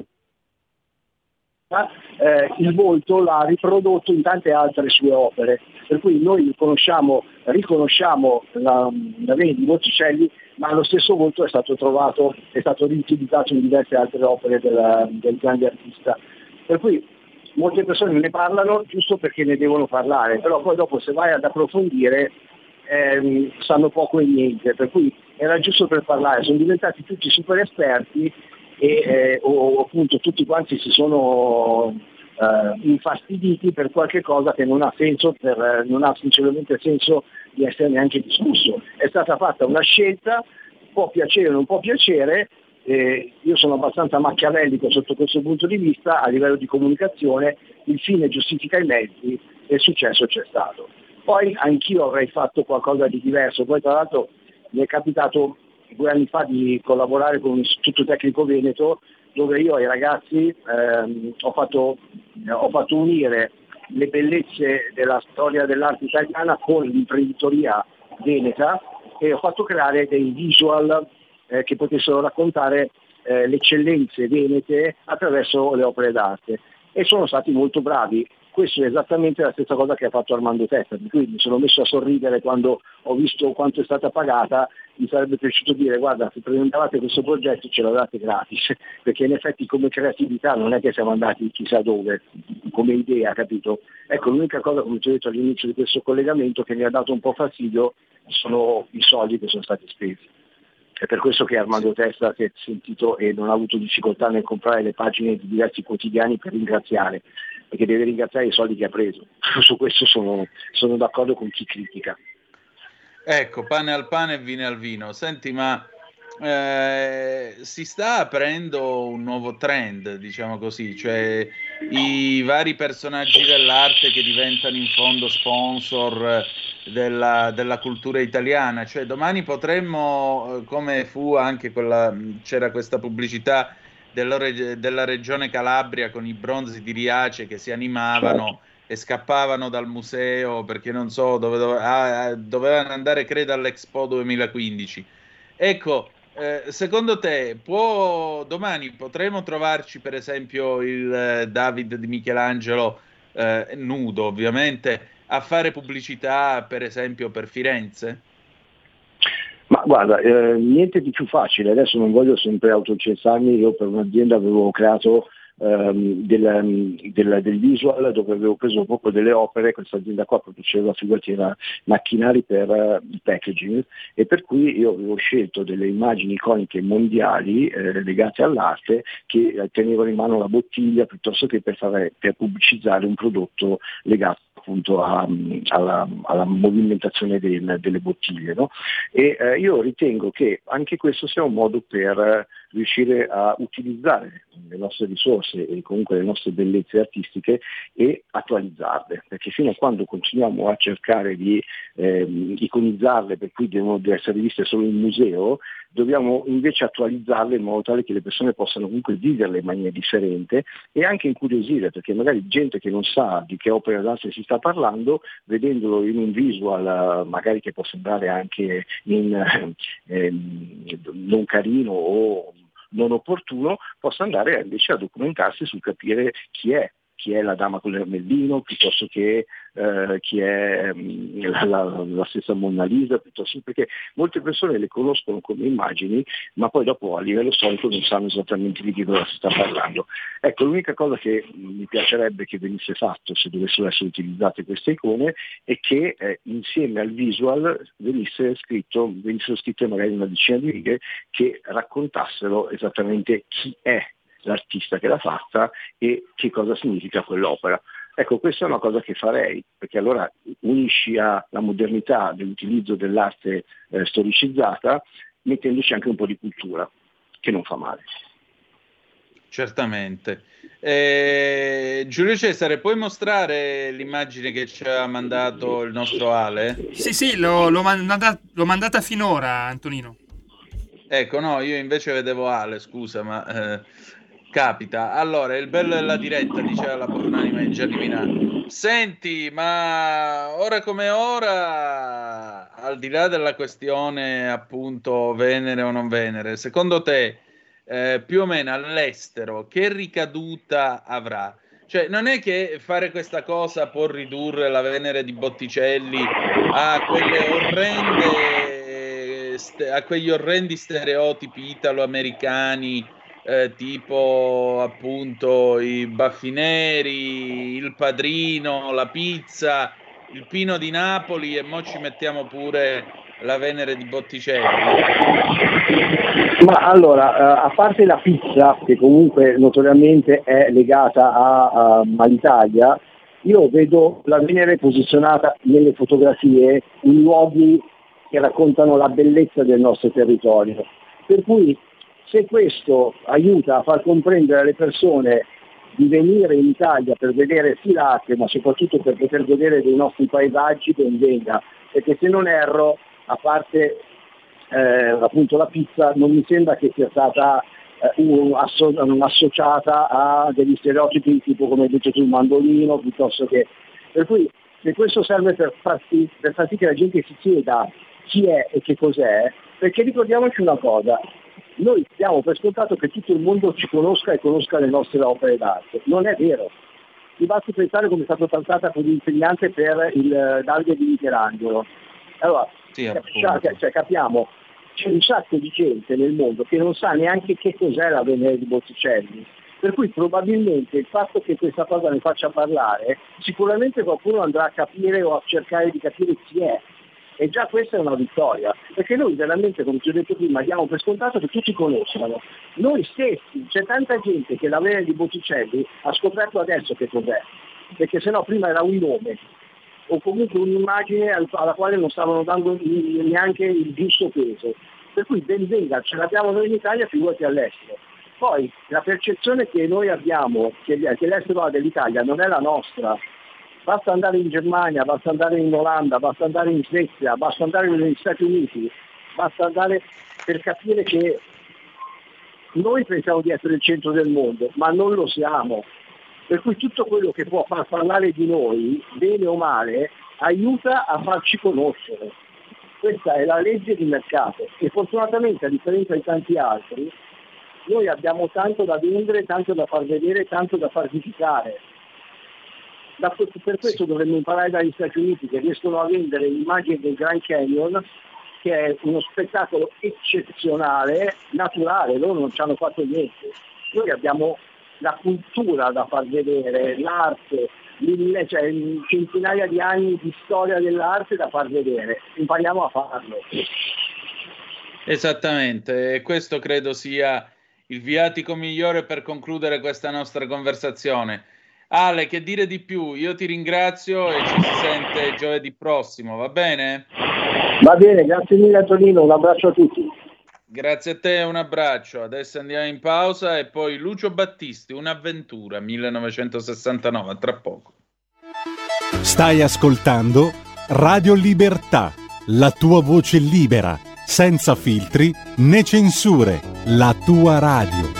Eh, il volto l'ha riprodotto in tante altre sue opere, per cui noi riconosciamo, riconosciamo la, la vena di Botticelli, ma lo stesso volto è stato trovato, è stato riutilizzato in diverse altre opere della, del grande artista. Per cui molte persone ne parlano giusto perché ne devono parlare, però poi dopo se vai ad approfondire ehm, sanno poco e niente, per cui era giusto per parlare, sono diventati tutti super esperti e eh, o appunto tutti quanti si sono eh, infastiditi per qualche cosa che non ha senso, per, eh, non ha sinceramente senso di essere neanche discusso. È stata fatta una scelta, può piacere o non può piacere, eh, io sono abbastanza machiavellico sotto questo punto di vista, a livello di comunicazione il fine giustifica i mezzi e il successo c'è stato. Poi anch'io avrei fatto qualcosa di diverso, poi tra l'altro mi è capitato due anni fa di collaborare con un istituto tecnico veneto dove io ai ragazzi ehm, ho, fatto, eh, ho fatto unire le bellezze della storia dell'arte italiana con l'imprenditoria veneta e ho fatto creare dei visual eh, che potessero raccontare eh, le eccellenze venete attraverso le opere d'arte e sono stati molto bravi. Questo è esattamente la stessa cosa che ha fatto Armando Testa, per cui mi sono messo a sorridere quando ho visto quanto è stata pagata, mi sarebbe piaciuto dire guarda se presentavate questo progetto ce lo date gratis, perché in effetti come creatività non è che siamo andati chissà dove, come idea, capito? Ecco, l'unica cosa, come ti ho detto all'inizio di questo collegamento, che mi ha dato un po' fastidio sono i soldi che sono stati spesi. È per questo che Armando Testa si è sentito e non ha avuto difficoltà nel comprare le pagine di diversi quotidiani per ringraziare, perché deve ringraziare i soldi che ha preso. Su questo sono, sono d'accordo con chi critica. Ecco, pane al pane e vino al vino. Senti, ma eh, si sta aprendo un nuovo trend, diciamo così, cioè i vari personaggi dell'arte che diventano in fondo sponsor della, della cultura italiana, cioè domani potremmo, come fu anche quella, c'era questa pubblicità della, della regione Calabria con i bronzi di Riace che si animavano e scappavano dal museo perché non so dove, dove ah, dovevano andare, credo, all'Expo duemilaquindici. Ecco, eh, secondo te può domani potremo trovarci per esempio il eh, David di Michelangelo eh, nudo ovviamente a fare pubblicità per esempio per Firenze? Ma guarda, eh, niente di più facile, adesso non voglio sempre autocensarmi, io per un'azienda avevo creato ehm, del, del, del visual dove avevo preso proprio delle opere, questa azienda qua produceva figurati era macchinari per uh, il packaging e per cui io avevo scelto delle immagini iconiche mondiali eh, legate all'arte che eh, tenevano in mano la bottiglia piuttosto che per, fare, per pubblicizzare un prodotto legato appunto a, alla, alla movimentazione del, delle bottiglie, no? E eh, io ritengo che anche questo sia un modo per eh, riuscire a utilizzare le nostre risorse e comunque le nostre bellezze artistiche e attualizzarle, perché fino a quando continuiamo a cercare di eh, iconizzarle per cui devono essere viste solo in museo, dobbiamo invece attualizzarle in modo tale che le persone possano comunque viverle in maniera differente e anche incuriosire, perché magari gente che non sa di che opera d'arte si sta parlando, vedendolo in un visual magari che può sembrare anche in, eh, non carino o non opportuno, possa andare invece a documentarsi sul capire chi è, chi è la dama con l'ermellino, piuttosto che eh, chi è mh, la, la, la stessa Monna Lisa, piuttosto perché molte persone le conoscono come immagini, ma poi dopo a livello storico non sanno esattamente di che cosa si sta parlando. Ecco, l'unica cosa che mi piacerebbe che venisse fatto se dovessero essere utilizzate queste icone è che eh, insieme al visual venisse scritto, venissero scritte magari una decina di righe che raccontassero esattamente chi è l'artista che l'ha fatta e che cosa significa quell'opera. Ecco, questa è una cosa che farei, perché allora unisci alla modernità dell'utilizzo dell'arte eh, storicizzata, mettendoci anche un po' di cultura, che non fa male. certamente. Eh, Giulio Cesare, puoi mostrare l'immagine che ci ha mandato il nostro Ale? Sì, sì, l'ho, l'ho, mandata, l'ho mandata finora, Antonino. Ecco, no, io invece vedevo Ale, scusa, ma eh, capita. Allora, il bello della diretta, diceva la buonanima di Gianni Minà. Senti, ma ora come ora, al di là della questione appunto Venere o non Venere, secondo te eh, più o meno all'estero che ricaduta avrà? Cioè, non è che fare questa cosa può ridurre la Venere di Botticelli a quelle orrende, a quegli orrendi stereotipi italo-americani, eh, tipo appunto i baffi neri, il padrino, la pizza, il Pino di Napoli, e mo ci mettiamo pure la Venere di Botticelli. Ma allora, a parte la pizza, che comunque notoriamente è legata a, a, all'Italia, io vedo la Venere posizionata nelle fotografie in luoghi che raccontano la bellezza del nostro territorio. Per cui se questo aiuta a far comprendere alle persone di venire in Italia per vedere sì l'arte, ma soprattutto per poter godere dei nostri paesaggi, ben venga. Perché se non erro, a parte eh, appunto la pizza, non mi sembra che sia stata eh, un, asso- associata a degli stereotipi tipo, come hai detto tu, il mandolino, piuttosto che... Per cui se questo serve per far sì, per far sì che la gente si chieda chi è e che cos'è, perché ricordiamoci una cosa, noi diamo per scontato che tutto il mondo ci conosca e conosca le nostre opere d'arte. Non è vero. Mi basti pensare come è stato trattata con l'insegnante per il Davide di Michelangelo. Allora, sì, cioè, cioè, capiamo, c'è un sacco di gente nel mondo che non sa neanche che cos'è la Venere di Botticelli. Per cui probabilmente il fatto che questa cosa ne faccia parlare, sicuramente qualcuno andrà a capire o a cercare di capire chi è. E già questa è una vittoria, perché noi veramente, come ti ho detto prima, diamo per scontato che tutti conoscano. Noi stessi, c'è tanta gente che la Venere di Botticelli ha scoperto adesso che cos'è, perché sennò prima era un nome, o comunque un'immagine alla quale non stavano dando neanche il giusto peso. Per cui ben venga, ce l'abbiamo noi in Italia, figurati all'estero. Poi la percezione che noi abbiamo, che l'estero ha dell'Italia, non è la nostra. Basta andare in Germania, basta andare in Olanda, basta andare in Svezia, basta andare negli Stati Uniti, basta andare per capire che noi pensiamo di essere il centro del mondo, ma non lo siamo. Per cui tutto quello che può far parlare di noi, bene o male, aiuta a farci conoscere. Questa è la legge di mercato e fortunatamente, a differenza di tanti altri, noi abbiamo tanto da vendere, tanto da far vedere, tanto da far visitare. Da, per questo dovremmo imparare dagli Stati Uniti, che riescono a vendere l'immagine del Grand Canyon, che è uno spettacolo eccezionale, naturale, loro non ci hanno fatto niente. Noi abbiamo la cultura da far vedere, l'arte, mille, cioè centinaia di anni di storia dell'arte da far vedere, impariamo a farlo. Esattamente, e questo credo sia il viatico migliore per concludere questa nostra conversazione. Ale, che dire di più? Io ti ringrazio e ci si sente giovedì prossimo, va bene? Va bene, grazie mille Antonino, un abbraccio a tutti. Grazie a te, un abbraccio. Adesso andiamo in pausa e poi Lucio Battisti, Un'avventura, millenovecentosessantanove, tra poco. Stai ascoltando Radio Libertà, la tua voce libera, senza filtri né censure, la tua radio.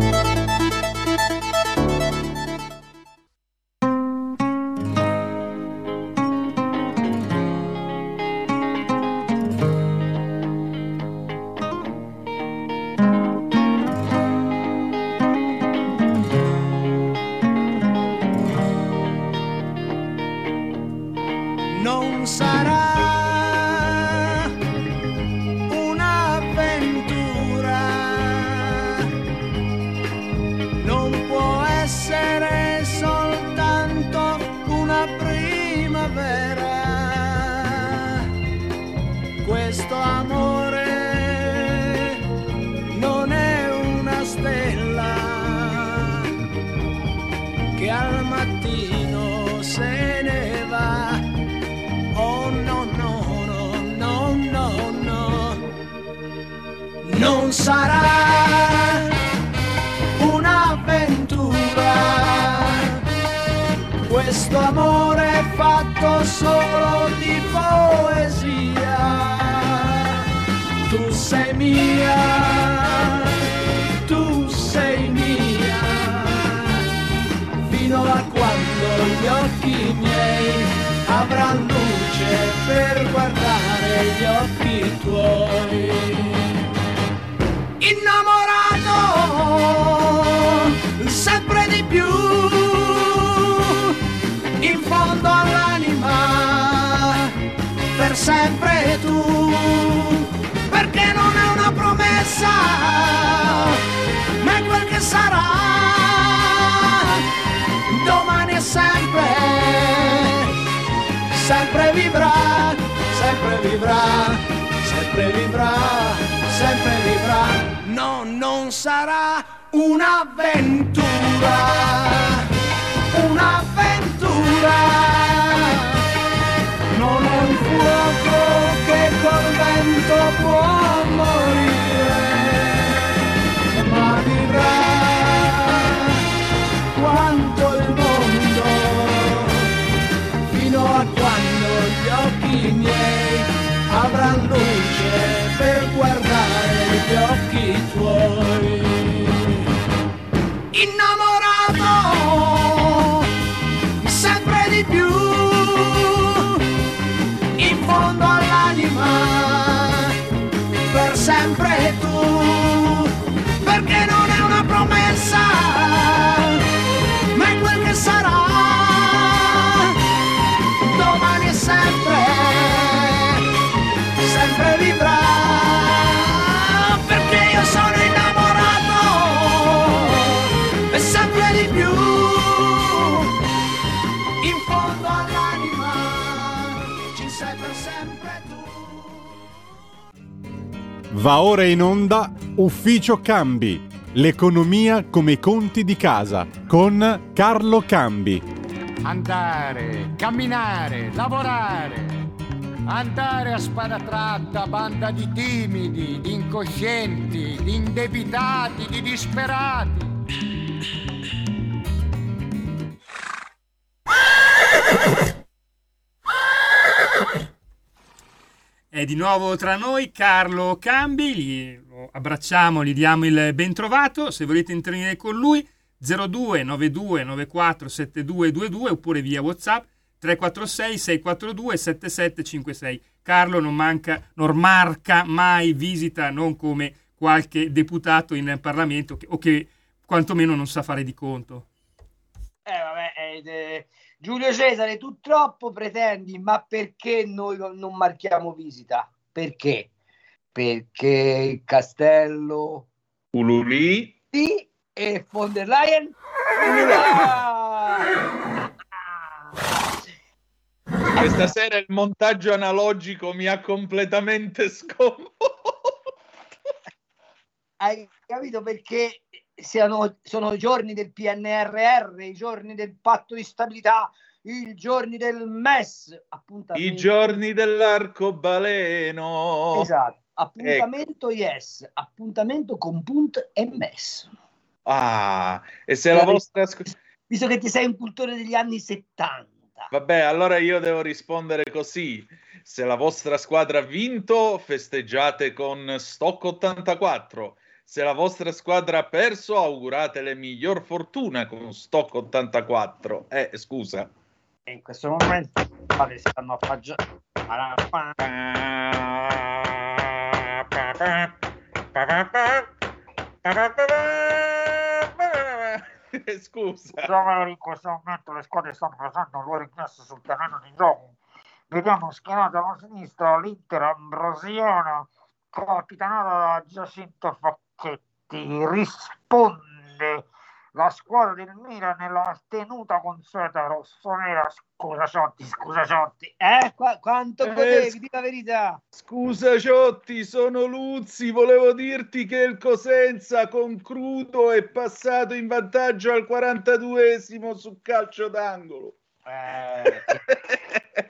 Non sarà un'avventura, non può essere soltanto una primavera. Questo amore non è una stella che al mattino se ne va. Oh no, no, no, no, no, no. Non sarà una questo amore è fatto solo di poesia. Tu sei mia, tu sei mia, fino a quando gli occhi miei avranno luce per guardare gli occhi tuoi. Innamorato sempre di più, in fondo all'anima, per sempre tu, perché non è una promessa, ma è quel che sarà, domani e sempre, sempre vivrà, sempre vivrà, sempre vivrà, sempre vivrà. No, non sarà un'avventura, un'avventura, non è un fuoco che col vento può morire, ma vivrà quanto il mondo, fino a quando gli occhi miei avranno luce per guardare gli occhi tuoi. Innamorato sempre di più, in fondo all'anima, per sempre tu, perché non è una promessa, ma è quel che sarà, domani e sempre, sempre vivrà, perché io sono innamorato e sempre di più, in fondo all'anima ci sei per sempre tu. Va ora in onda Ufficio Cambi, l'economia come i conti di casa, con Carlo Cambi. Andare, camminare, lavorare. Andare a spada tratta, banda di timidi, di incoscienti, di indebitati, di disperati. È di nuovo tra noi Carlo Cambi, gli abbracciamo, gli diamo il ben trovato. Se volete intervenire con lui, zero due nove due nove quattro sette due due due oppure via WhatsApp tre quattro sei sei quattro due sette sette cinque sei. Carlo non manca, non marca mai visita, non come qualche deputato in Parlamento che, o che quantomeno non sa fare di conto. Eh vabbè, eh, eh, Giulio Cesare, tu troppo pretendi, ma perché noi non marchiamo visita? Perché? Perché il Castello Ululi sì, e von der Leyen Ulula! Questa sera il montaggio analogico mi ha completamente sconvolto. Hai capito perché siano, sono i giorni del P N R R, i giorni del patto di stabilità, i giorni del M E S, i giorni dell'arcobaleno. Esatto, appuntamento ecco. Yes, appuntamento con Punt e M E S. Ah, e se la vostra... Visto che ti sei un cultore degli anni settanta. Vabbè, allora io devo rispondere così. Se la vostra squadra ha vinto, festeggiate con Stock ottantaquattro. Se la vostra squadra ha perso, auguratele miglior fortuna con Stock ottantaquattro. Eh, scusa. E in questo momento stanno affaggiando. Scusa. In questo momento le squadre stanno facendo il loro ingresso sul terreno di gioco. Vediamo schierata alla sinistra l'Inter Ambrosiana, capitanata da Giacinto Facchetti. Risponde la squadra del Milan nella tenuta consueta rossonera. Scusa Ciotti, scusa Ciotti. Eh, Qu- quanto Eh, potevi, sc- di la verità. Scusa Ciotti, sono Luzzi, volevo dirti che il Cosenza con Crudo è passato in vantaggio al quarantaduesimo su calcio d'angolo. Eh,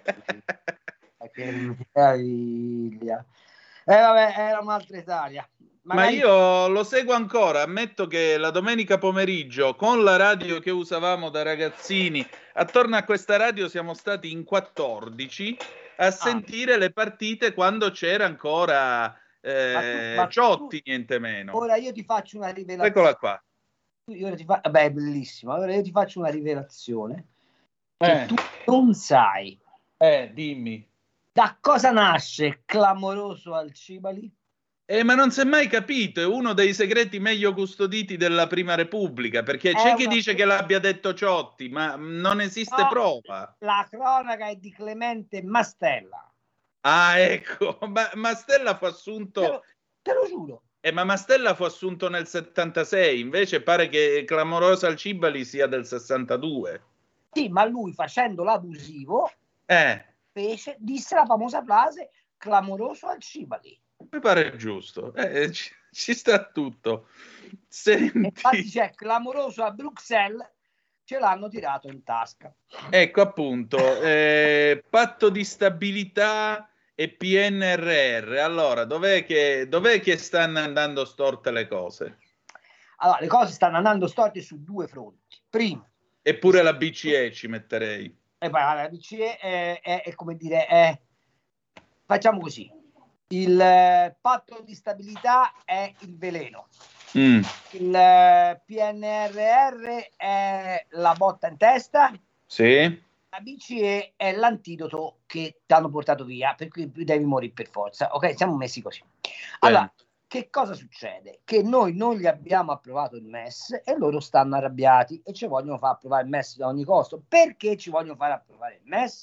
che meraviglia. Eh vabbè, era un'altra Italia. magari... Ma io lo seguo ancora, ammetto che la domenica pomeriggio con la radio che usavamo da ragazzini, attorno a questa radio siamo stati in quattordici a sentire ah. le partite quando c'era ancora eh, ma tu, ma Ciotti, tu... niente meno. Ora io ti faccio una rivelazione. Eccola qua. Io ti fa... Beh, è bellissimo. Allora io ti faccio una rivelazione che eh. tu non sai. Eh, dimmi. Da cosa nasce Clamoroso Alcibali? Eh, ma non si è mai capito, è uno dei segreti meglio custoditi della Prima Repubblica, perché c'è è chi una... dice che l'abbia detto Ciotti, ma non esiste no, prova. La cronaca è di Clemente Mastella. Ah, ecco, ma Mastella fu assunto... Te lo, te lo giuro. Eh, ma Mastella fu assunto nel settantasei, invece pare che Clamoroso Alcibali sia del sessantadue. Sì, ma lui facendo l'abusivo eh. fece, disse la famosa frase Clamoroso Alcibali. Mi pare giusto, eh, ci, ci sta tutto. Senti... Infatti c'è Clamoroso a Bruxelles, ce l'hanno tirato in tasca. Ecco appunto, eh, patto di stabilità e P N R R. Allora, dov'è che, dov'è che stanno andando storte le cose? Allora, le cose stanno andando storte su due fronti. Primo. Eppure la B C E ci metterei. E poi la B C E è, è, è come dire, è... facciamo così. Il eh, patto di stabilità è il veleno, mm. il eh, P N R R è la botta in testa, sì. La B C E è l'antidoto che ti hanno portato via, per cui devi morire per forza. Ok, siamo messi così. Allora, eh. che cosa succede? Che noi non gli abbiamo approvato il M E S e loro stanno arrabbiati e ci vogliono far approvare il M E S a ogni costo. Perché ci vogliono far approvare il M E S?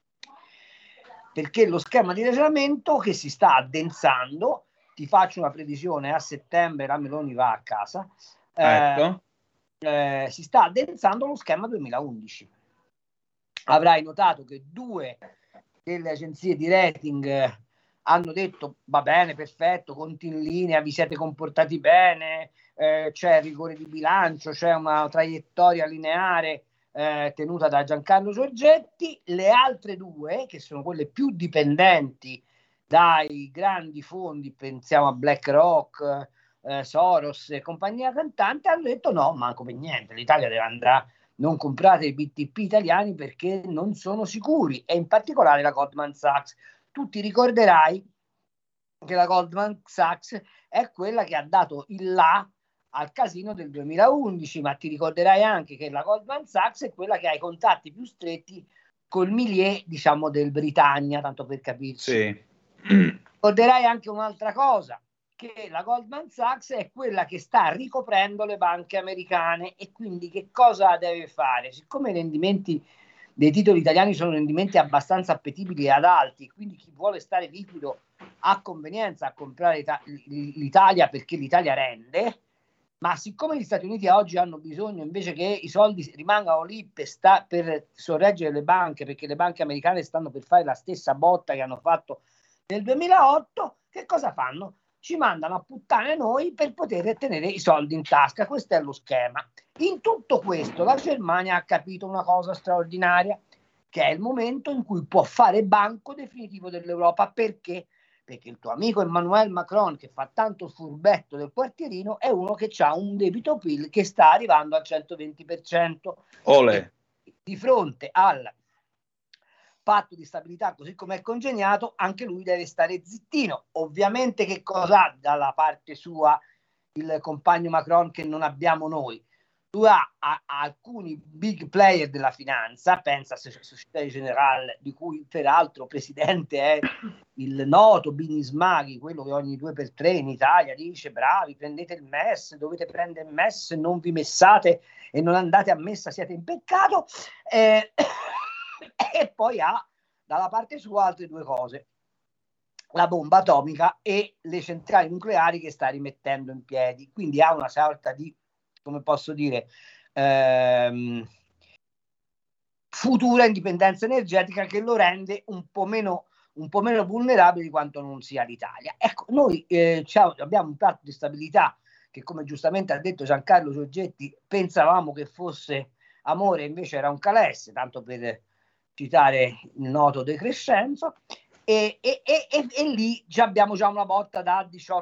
Perché lo schema di ragionamento che si sta addensando, ti faccio una previsione, a settembre la Meloni va a casa, eh, ecco. eh, si sta addensando lo schema duemilaundici. Avrai notato che due delle agenzie di rating eh, hanno detto va bene, perfetto, conti in linea, vi siete comportati bene, eh, c'è rigore di bilancio, c'è una traiettoria lineare Eh, tenuta da Giancarlo Giorgetti. Le altre due, che sono quelle più dipendenti dai grandi fondi, pensiamo a BlackRock, eh, Soros e compagnia cantante, hanno detto no, manco per niente, l'Italia deve andare, non comprate i B T P italiani perché non sono sicuri, e in particolare la Goldman Sachs. Tu ti ricorderai che la Goldman Sachs è quella che ha dato il là al casino del duemilaundici, ma ti ricorderai anche che la Goldman Sachs è quella che ha i contatti più stretti col milieu, diciamo, del Britannia, tanto per capirci. Sì. Ricorderai anche un'altra cosa, che la Goldman Sachs è quella che sta ricoprendo le banche americane, e quindi che cosa deve fare? Siccome i rendimenti dei titoli italiani sono rendimenti abbastanza appetibili e ad alti, quindi chi vuole stare liquido ha convenienza a comprare l'Italia perché l'Italia rende. Ma siccome gli Stati Uniti oggi hanno bisogno invece che i soldi rimangano lì per, sta, per sorreggere le banche, perché le banche americane stanno per fare la stessa botta che hanno fatto nel duemilaotto, che cosa fanno? Ci mandano a puttane noi per poter tenere i soldi in tasca. Questo è lo schema. In tutto questo la Germania ha capito una cosa straordinaria, che è il momento in cui può fare banco definitivo dell'Europa. Perché? Perché il tuo amico Emmanuel Macron, che fa tanto furbetto del quartierino, è uno che ha un debito P I L che sta arrivando al centoventi per cento. Ole. Di fronte al patto di stabilità così come è congegnato, anche lui deve stare zittino. Ovviamente che cosa ha dalla parte sua il compagno Macron che non abbiamo noi? Tu ha, ha, ha alcuni big player della finanza, pensa a Société Générale, di cui peraltro presidente è il noto Bini Smaghi, quello che ogni due per tre in Italia dice bravi, prendete il M E S, dovete prendere il M E S, non vi messate e non andate a messa, siete in peccato. Eh, e poi ha dalla parte sua altre due cose: la bomba atomica e le centrali nucleari che sta rimettendo in piedi. Quindi ha una sorta di, come posso dire, ehm, futura indipendenza energetica che lo rende un po' meno, un po' meno vulnerabile di quanto non sia l'Italia. Ecco, noi eh, abbiamo un patto di stabilità che, come giustamente ha detto Giancarlo Giorgetti, pensavamo che fosse amore, invece era un calesse, tanto per citare il noto De Crescenzo, e, e, e, e, e lì già abbiamo già una botta da diciotto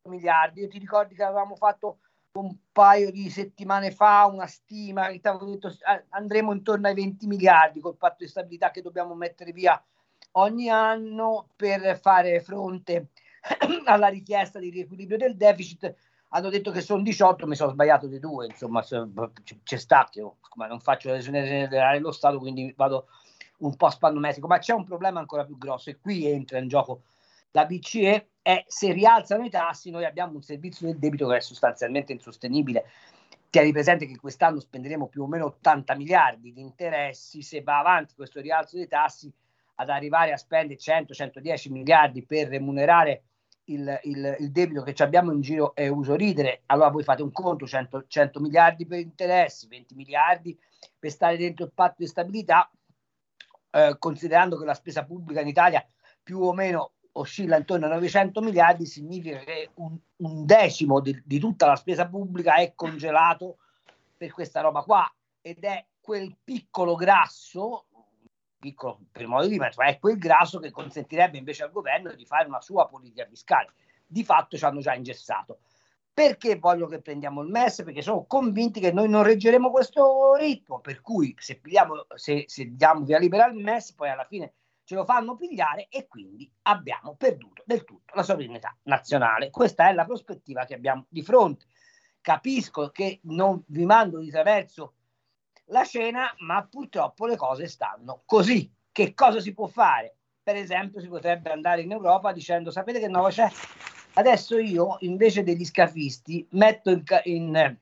miliardi. Io ti ricordi che avevamo fatto un paio di settimane fa una stima che ti avevo detto andremo intorno ai venti miliardi col patto di stabilità che dobbiamo mettere via ogni anno per fare fronte alla richiesta di riequilibrio del deficit. Hanno detto che sono diciotto, mi sono sbagliato di due, insomma c'è sta che io, ma non faccio la lesione generale dello Stato, quindi vado un po' spannomesico, ma c'è un problema ancora più grosso e qui entra in gioco la B C E. È se rialzano i tassi noi abbiamo un servizio del debito che è sostanzialmente insostenibile. Tieni presente che quest'anno spenderemo più o meno ottanta miliardi di interessi, se va avanti questo rialzo dei tassi ad arrivare a spendere cento centodieci miliardi per remunerare il, il, il debito che abbiamo in giro è uso ridere. Allora voi fate un conto, cento, cento miliardi per interessi, venti miliardi per stare dentro il patto di stabilità, eh, considerando che la spesa pubblica in Italia più o meno oscilla intorno a novecento miliardi, significa che un, un decimo di, di tutta la spesa pubblica è congelato per questa roba qua, ed è quel piccolo grasso, piccolo per modo di dire, è quel grasso che consentirebbe invece al governo di fare una sua politica fiscale. Di fatto ci hanno già ingessato. Perché voglio che prendiamo il M E S? Perché sono convinti che noi non reggeremo questo ritmo, per cui se, pigliamo, se, se diamo via libera al M E S poi alla fine ce lo fanno pigliare e quindi abbiamo perduto del tutto la sovranità nazionale. Questa è la prospettiva che abbiamo di fronte. Capisco che non vi mando di traverso la cena, ma purtroppo le cose stanno così. Che cosa si può fare? Per esempio si potrebbe andare in Europa dicendo: sapete che nuovo c'è? Adesso io invece degli scafisti metto in, in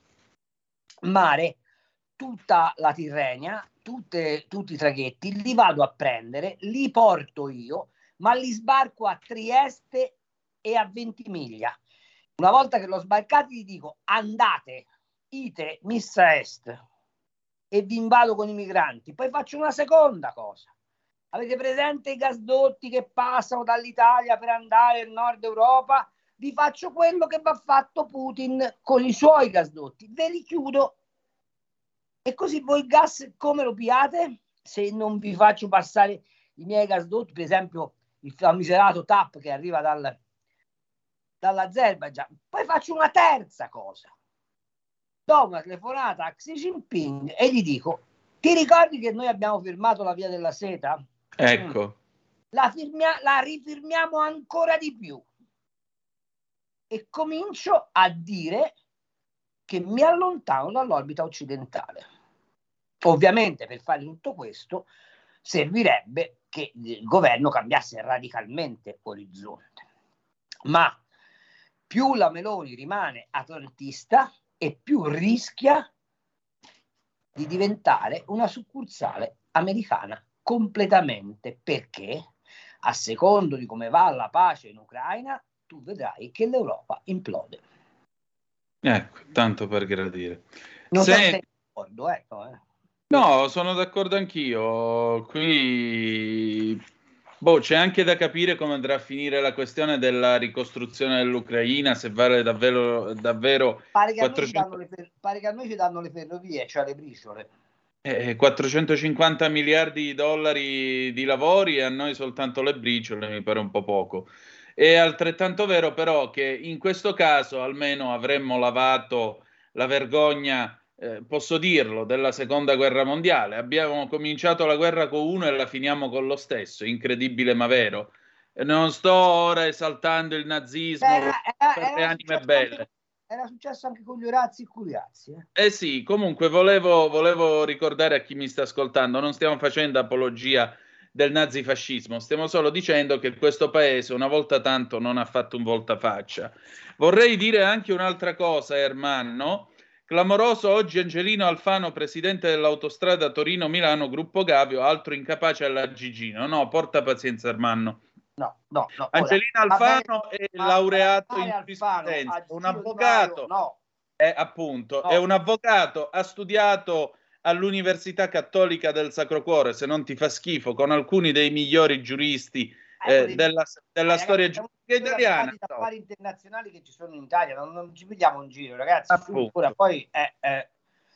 mare tutta la Tirrenia, tutte, tutti i traghetti, li vado a prendere, li porto io, ma li sbarco a Trieste e a Ventimiglia. Una volta che l'ho sbarcati gli dico: andate, ite missa est, e vi invado con i migranti. Poi faccio una seconda cosa. Avete presente i gasdotti che passano dall'Italia per andare nel nord Europa? Vi faccio quello che va fatto Putin con i suoi gasdotti, ve li chiudo. E così voi il gas come lo piate? Se non vi faccio passare i miei gasdotti, per esempio il famigerato T A P che arriva dal, dall'Azerbaijan. Poi faccio una terza cosa. Do una telefonata a Xi Jinping e gli dico: ti ricordi che noi abbiamo firmato la via della seta? Ecco. La, firmia- la rifirmiamo ancora di più. E comincio a dire che mi allontano dall'orbita occidentale. Ovviamente per fare tutto questo servirebbe che il governo cambiasse radicalmente orizzonte. Ma più la Meloni rimane atlantista e più rischia di diventare una succursale americana completamente, perché a secondo di come va la pace in Ucraina tu vedrai che l'Europa implode. Ecco, tanto per gradire. Non Se... so se sei d'accordo, ecco, eh. No, sono d'accordo anch'io. Qui boh, c'è anche da capire come andrà a finire la questione della ricostruzione dell'Ucraina, se vale davvero, davvero pare che, quattrocento... a noi ci danno le fer- pare che a noi ci danno le ferrovie, cioè le briciole. Eh, quattrocentocinquanta miliardi di dollari di lavori e a noi soltanto le briciole, mi pare un po' poco. È altrettanto vero però che in questo caso almeno avremmo lavato la vergogna, eh, posso dirlo, della seconda guerra mondiale. Abbiamo cominciato la guerra con uno e la finiamo con lo stesso, incredibile ma vero. E non sto ora esaltando il nazismo. Beh, era, era, per le anime belle. Anche, era successo anche con gli Orazzi e Curiazzi. Eh? eh sì, comunque volevo, volevo ricordare a chi mi sta ascoltando, non stiamo facendo apologia del nazifascismo, stiamo solo dicendo che questo paese una volta tanto non ha fatto un voltafaccia. Vorrei dire anche un'altra cosa, Ermanno. Clamoroso oggi Angelino Alfano, presidente dell'autostrada Torino-Milano, gruppo Gavio, altro incapace alla Gigino. No, porta pazienza, Ermanno. No, no, no. Angelino ora, Alfano bene, è laureato in giurisprudenza, un avvocato, no. è appunto, no. è un avvocato, ha studiato all'Università Cattolica del Sacro Cuore, se non ti fa schifo, con alcuni dei migliori giuristi eh, della, della storia giuridica italiana. Gli affari internazionali che ci sono in Italia, non, non ci vediamo in giro, ragazzi. Ora poi è, è...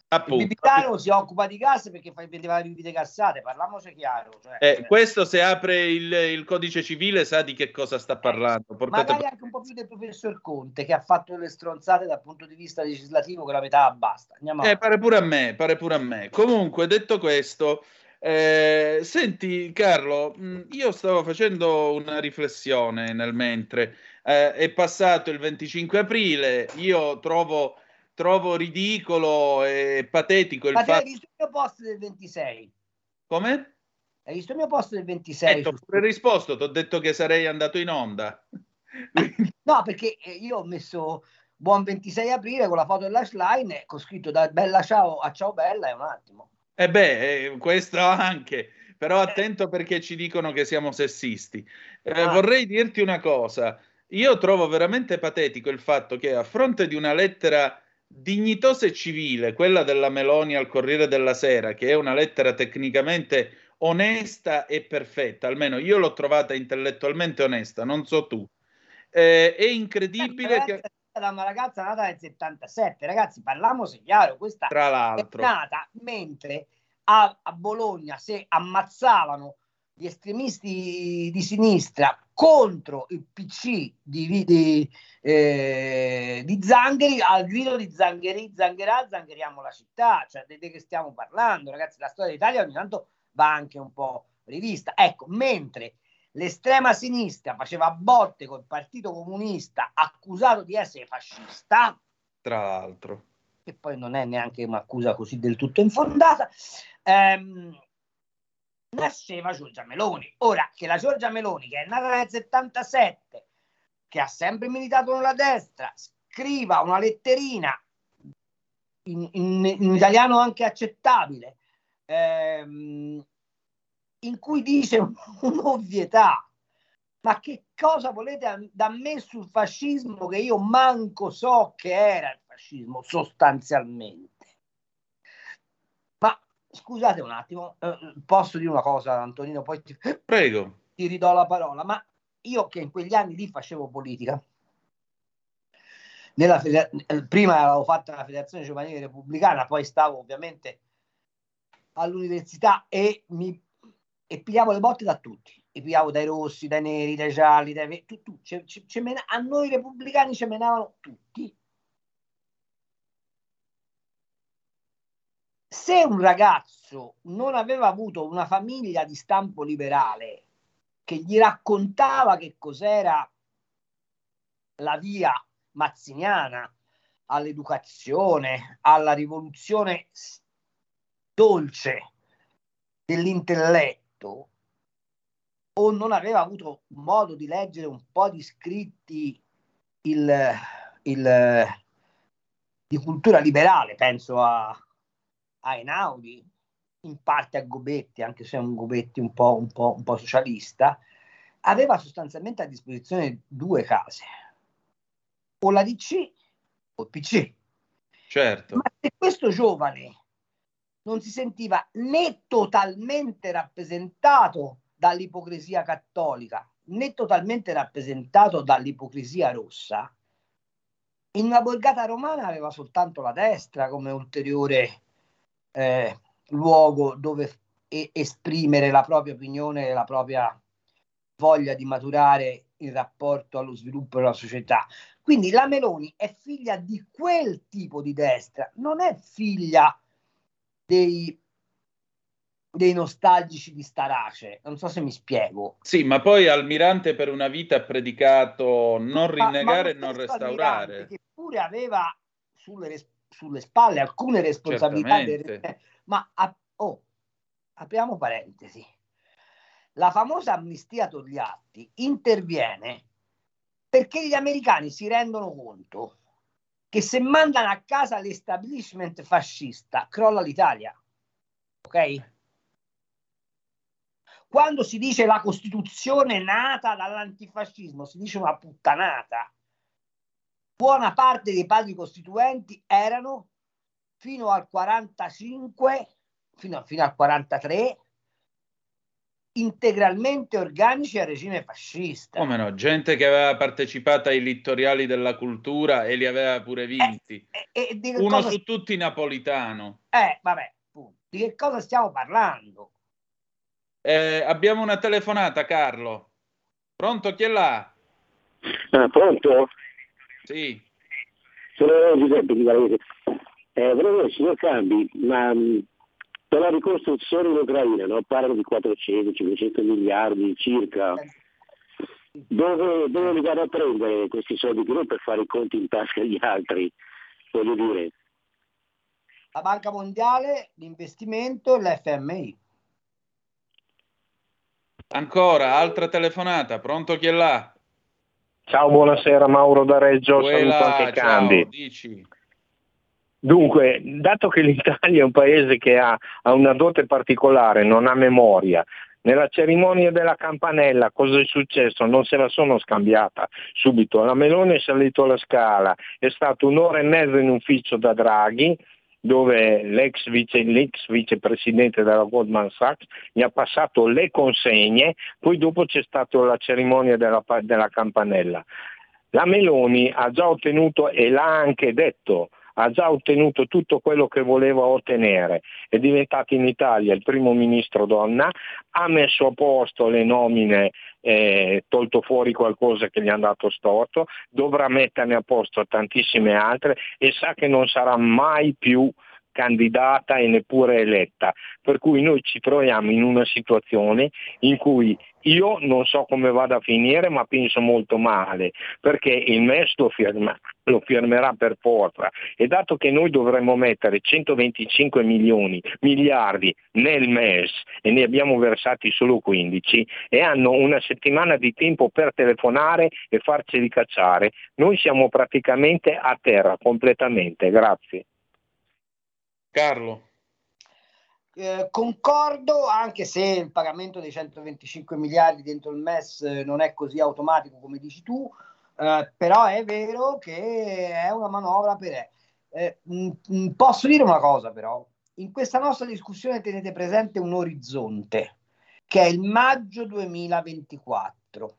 Appunto. Il Bibitano si occupa di gas perché fa- vendeva le bibite gassate, parliamoci chiaro. Cioè, Eh, questo se apre il, il codice civile sa di che cosa sta parlando. Portate... magari anche un po' più del professor Conte, che ha fatto delle stronzate dal punto di vista legislativo che la metà basta. Andiamo Eh, pare pure a me, pare pure a me. Comunque, detto questo, eh, senti Carlo, mh, io stavo facendo una riflessione nel mentre. Eh, è passato il venticinque aprile, io trovo, trovo ridicolo e patetico il Ma te hai fatto... visto il mio post del ventisei? Come? Hai visto il mio post del ventisei? Eh, t'ho pure risposto, ti ho detto che sarei andato in onda. No, perché eh, io ho messo buon ventisei aprile con la foto dell'Ashline, con scritto da bella ciao a ciao bella, è un attimo. Eh beh, eh, questo anche, però attento perché ci dicono che siamo sessisti. Eh, Ah. Vorrei dirti una cosa, io trovo veramente patetico il fatto che a fronte di una lettera dignitosa e civile, quella della Meloni al Corriere della Sera, che è una lettera tecnicamente onesta e perfetta, almeno io l'ho trovata intellettualmente onesta, non so tu. Eh, è incredibile che... Da una ragazza nata nel settantasette, ragazzi, parliamoci chiaro, questa Tra l'altro, è nata mentre a, a Bologna se ammazzavano gli estremisti di sinistra contro il P C di, di, eh, di Zangheri, al grido di Zangheri, Zangherà, zangheriamo la città, cioè di che stiamo parlando, ragazzi, la storia d'Italia ogni tanto va anche un po' rivista. Ecco, mentre l'estrema sinistra faceva botte col Partito Comunista accusato di essere fascista, tra l'altro, che poi non è neanche un'accusa così del tutto infondata, ehm, nasceva Giorgia Meloni. Ora, che la Giorgia Meloni, che è nata nel settantasette, che ha sempre militato nella destra, scriva una letterina in, in, in italiano anche accettabile, ehm, in cui dice un'ovvietà. Ma che cosa volete da me sul fascismo che io manco so che era il fascismo sostanzialmente? Ma scusate un attimo, eh, posso dire una cosa, Antonino, poi ti, prego, ti ridò la parola, ma io che in quegli anni lì facevo politica, nella feder- prima avevo fatto la Federazione Giovanile Repubblicana, poi stavo ovviamente all'università e mi e pigliavo le botte da tutti, e pigliavo dai rossi, dai neri, dai gialli, dai tu, tu, ce, ce, ce mena- a noi repubblicani ci menavano tutti. Se un ragazzo non aveva avuto una famiglia di stampo liberale che gli raccontava che cos'era la via mazziniana all'educazione, alla rivoluzione dolce dell'intelletto, o non aveva avuto modo di leggere un po' di scritti il, il, di cultura liberale, penso a, a Einaudi, in parte a Gobetti, anche se è un Gobetti un po', un po', un po' socialista, aveva sostanzialmente a disposizione due case, o la D C o il P C. Certo. Ma se questo giovane non si sentiva né totalmente rappresentato dall'ipocrisia cattolica, né totalmente rappresentato dall'ipocrisia rossa, in una borgata romana aveva soltanto la destra come ulteriore eh, luogo dove e- esprimere la propria opinione e la propria voglia di maturare in rapporto allo sviluppo della società. Quindi la Meloni è figlia di quel tipo di destra, non è figlia dei dei nostalgici di Starace, non so se mi spiego. Sì, ma poi Almirante per una vita ha predicato non rinnegare ma, ma e non restaurare. Che pure aveva sulle, res- sulle spalle alcune responsabilità, del, ma a, oh, apriamo parentesi. La famosa amnistia Togliatti interviene perché gli americani si rendono conto che se mandano a casa l'establishment fascista crolla l'Italia, ok? Quando si dice la Costituzione nata dall'antifascismo, si dice una puttanata. Buona parte dei padri costituenti erano fino al quarantacinque, fino, fino al quarantatré, integralmente organici al regime fascista. Come no? Gente che aveva partecipato ai littoriali della cultura e li aveva pure vinti. Eh, eh, eh, di che Uno cosa- su tutti napolitano. Eh, vabbè, appunto. Di che cosa stiamo parlando? Eh, abbiamo una telefonata, Carlo. Pronto? Chi è là? Ah, pronto? Sì. Sono Giuseppe di Varese. Eh, volevo, signor Cambi, ma mh, per la ricostruzione in Ucraina, no? Parlano di quattrocento cinquecento miliardi circa. Dove, dove li vanno a prendere questi soldi che non per fare i conti in tasca agli altri? Voglio dire. La Banca Mondiale, l'investimento e l'F M I. Ancora, altra telefonata. Pronto? Chi è là? Ciao, buonasera, Mauro da Reggio, Quella, saluto anche Cambi. ciao, dici. Dunque, dato che l'Italia è un paese che ha, ha una dote particolare, non ha memoria, nella cerimonia della campanella cosa è successo? Non se la sono scambiata subito, la Meloni è salito alla Scala, è stato un'ora e mezza in ufficio da Draghi, dove l'ex, vice, l'ex vicepresidente della Goldman Sachs gli ha passato le consegne, poi dopo c'è stata la cerimonia della, della campanella. La Meloni ha già ottenuto, e l'ha anche detto, ha già ottenuto tutto quello che voleva ottenere, è diventata in Italia il primo ministro donna, ha messo a posto le nomine, eh, tolto fuori qualcosa che gli è andato storto, dovrà metterne a posto tantissime altre e sa che non sarà mai più candidata e neppure eletta, per cui noi ci troviamo in una situazione in cui io non so come vada a finire, ma penso molto male, perché il M E S lo, firma, lo firmerà per forza, e dato che noi dovremmo mettere centoventicinque milioni, miliardi nel M E S e ne abbiamo versati solo quindici e hanno una settimana di tempo per telefonare e farceli cacciare, noi siamo praticamente a terra completamente. Grazie. Carlo. Eh, concordo, anche se il pagamento dei centoventicinque miliardi dentro il M E S non è così automatico come dici tu, eh, però è vero che è una manovra per... Eh, mh, mh, posso dire una cosa però, in questa nostra discussione tenete presente un orizzonte, che è il maggio duemilaventiquattro.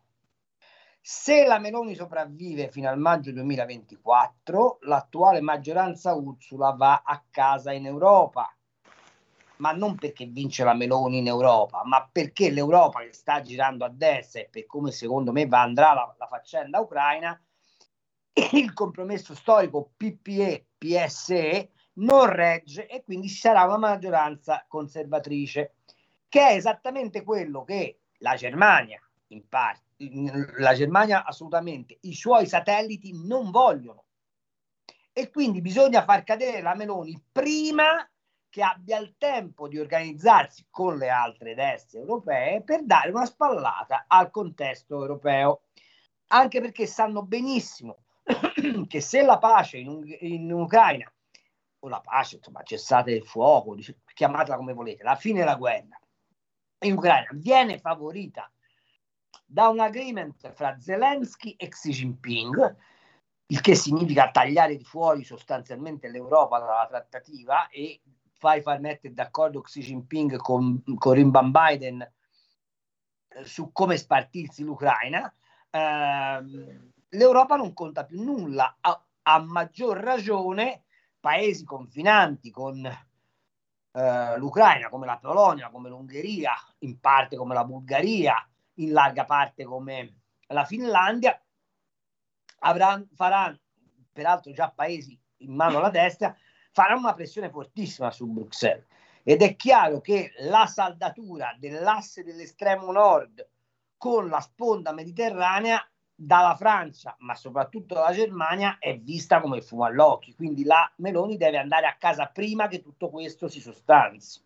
Se la Meloni sopravvive fino al maggio duemilaventiquattro, l'attuale maggioranza Ursula va a casa in Europa. Ma non perché vince la Meloni in Europa, ma perché l'Europa che sta girando a destra e per come secondo me va andrà la, la faccenda ucraina, il compromesso storico P P E P S E non regge e quindi ci sarà una maggioranza conservatrice, che è esattamente quello che la Germania, in parte, la Germania assolutamente, i suoi satelliti non vogliono. E quindi bisogna far cadere la Meloni prima che abbia il tempo di organizzarsi con le altre destre europee per dare una spallata al contesto europeo, anche perché sanno benissimo che se la pace in, in Ucraina, o la pace, insomma, cessate il fuoco, chiamatela come volete, la fine della guerra in Ucraina viene favorita da un agreement fra Zelensky e Xi Jinping, il che significa tagliare di fuori sostanzialmente l'Europa dalla trattativa e fai far mettere d'accordo Xi Jinping con, con Rimban Biden eh, su come spartirsi l'Ucraina, eh, l'Europa non conta più nulla, a, a maggior ragione paesi confinanti con eh, l'Ucraina come la Polonia, come l'Ungheria, in parte come la Bulgaria, in larga parte come la Finlandia, avranno, faranno, peraltro già paesi in mano alla destra, faranno una pressione fortissima su Bruxelles. Ed è chiaro che la saldatura dell'asse dell'estremo nord con la sponda mediterranea dalla Francia, ma soprattutto dalla Germania, è vista come il fumo all'occhio. Quindi la Meloni deve andare a casa prima che tutto questo si sostanzi.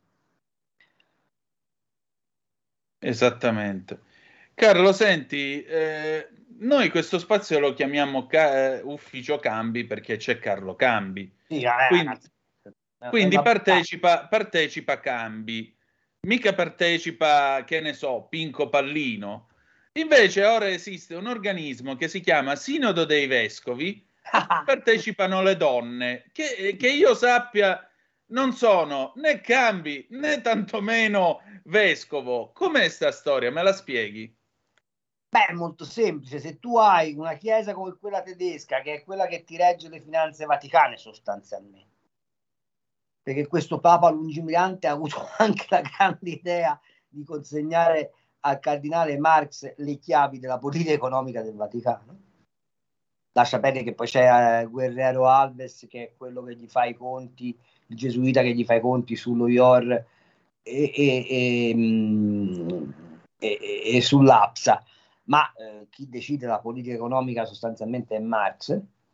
Esattamente. Carlo, senti, eh, noi questo spazio lo chiamiamo ca- ufficio cambi perché c'è Carlo Cambi. Sì, eh, quindi quindi partecipa, partecipa Cambi, mica partecipa, che ne so, Pinco Pallino. Invece ora esiste un organismo che si chiama Sinodo dei Vescovi, partecipano le donne, che, che io sappia non sono né Cambi né tantomeno vescovo. Com'è sta storia? Me la spieghi? Beh, è molto semplice. Se tu hai una chiesa come quella tedesca, che è quella che ti regge le finanze vaticane sostanzialmente, perché questo Papa lungimirante ha avuto anche la grande idea di consegnare al cardinale Marx le chiavi della politica economica del Vaticano. Lascia perdere che poi c'è eh, Guerrero Alves, che è quello che gli fa i conti, il gesuita che gli fa i conti sullo I O R e, e, e, mh, e, e sull'Apsa. Ma eh, chi decide la politica economica sostanzialmente è Marx.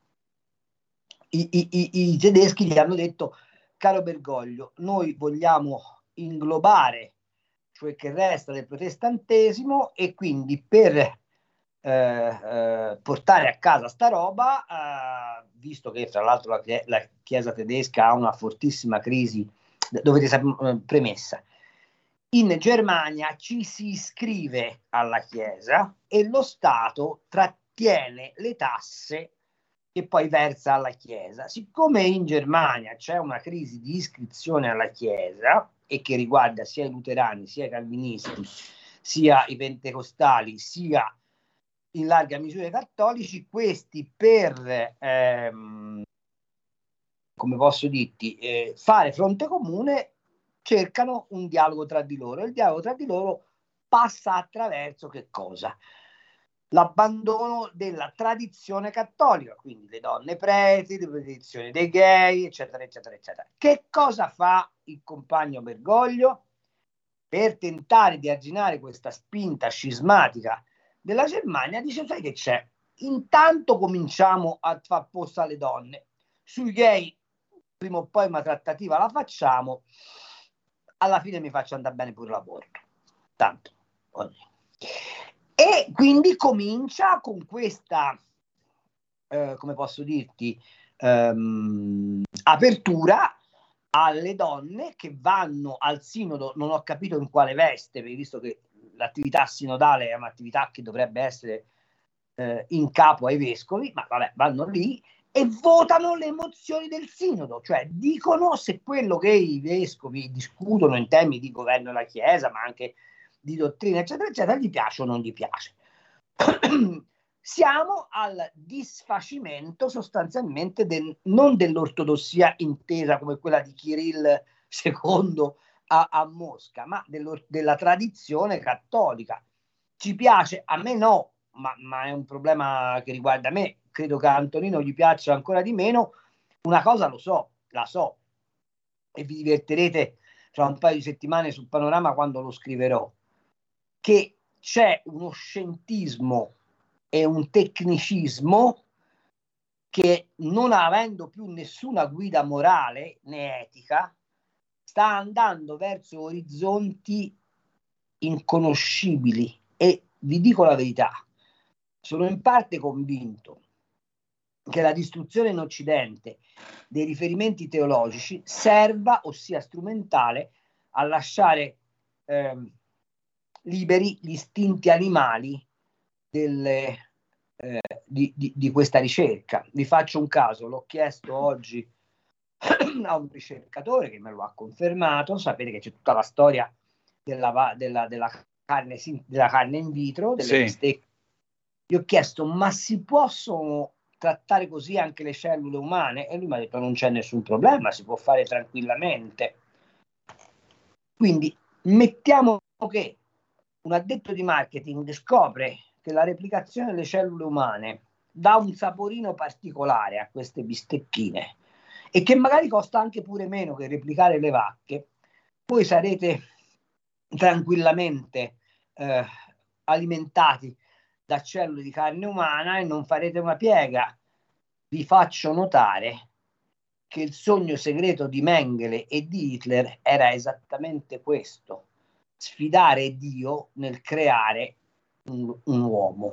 I, i, i, i tedeschi gli hanno detto: caro Bergoglio, noi vogliamo inglobare ciò che resta del protestantesimo, e quindi per eh, eh, portare a casa sta roba, eh, visto che tra l'altro la, la Chiesa tedesca ha una fortissima crisi, dovete sapere, premessa, in Germania ci si iscrive alla Chiesa e lo Stato trattiene le tasse che poi versa alla Chiesa. Siccome in Germania c'è una crisi di iscrizione alla Chiesa, e che riguarda sia i luterani, sia i calvinisti, sia i pentecostali, sia in larga misura i cattolici, questi per, ehm, come posso dirti, eh, fare fronte comune cercano un dialogo tra di loro. Il dialogo tra di loro passa attraverso che cosa? L'abbandono della tradizione cattolica, quindi le donne preti, le tradizioni dei gay, eccetera, eccetera, eccetera. Che cosa fa il compagno Bergoglio? Per tentare di arginare questa spinta scismatica della Germania, dice: sai che c'è? Intanto cominciamo a far posto alle donne. Sui gay, prima o poi una trattativa la facciamo, alla fine mi faccio andare bene pure l'aborto. Tanto. E quindi comincia con questa, eh, come posso dirti, ehm, apertura alle donne che vanno al sinodo. Non ho capito in quale veste, perché visto che l'attività sinodale è un'attività che dovrebbe essere eh, in capo ai vescovi, ma vabbè, vanno lì e votano le mozioni del sinodo, cioè dicono se quello che i vescovi discutono in termini di governo della Chiesa, ma anche di dottrina, eccetera, eccetera, gli piace o non gli piace. Siamo al disfacimento sostanzialmente del, non dell'ortodossia intesa come quella di Kirill secondo a, a Mosca, ma della tradizione cattolica. Ci piace? A me no, ma, ma è un problema che riguarda me. Credo che a Antonino gli piaccia ancora di meno. Una cosa lo so, la so, e vi divertirete tra un paio di settimane sul Panorama quando lo scriverò, che c'è uno scientismo e un tecnicismo che, non avendo più nessuna guida morale né etica, sta andando verso orizzonti inconoscibili. E vi dico la verità, sono in parte convinto che la distruzione in Occidente dei riferimenti teologici serva o sia strumentale a lasciare ehm, liberi gli istinti animali delle, eh, di, di, di questa ricerca. Vi faccio un caso: l'ho chiesto oggi a un ricercatore che me lo ha confermato. Sapete che c'è tutta la storia della, della, della, carne, della carne in vitro, delle sì. bistecche. Gli ho chiesto: ma si possono trattare così anche le cellule umane? E lui mi ha detto: non c'è nessun problema, si può fare tranquillamente. Quindi mettiamo che un addetto di marketing scopre che la replicazione delle cellule umane dà un saporino particolare a queste bistecchine e che magari costa anche pure meno che replicare le vacche. Voi sarete tranquillamente eh, alimentati da cellule di carne umana e non farete una piega. Vi faccio notare che il sogno segreto di Mengele e di Hitler era esattamente questo: sfidare Dio nel creare un, un uomo.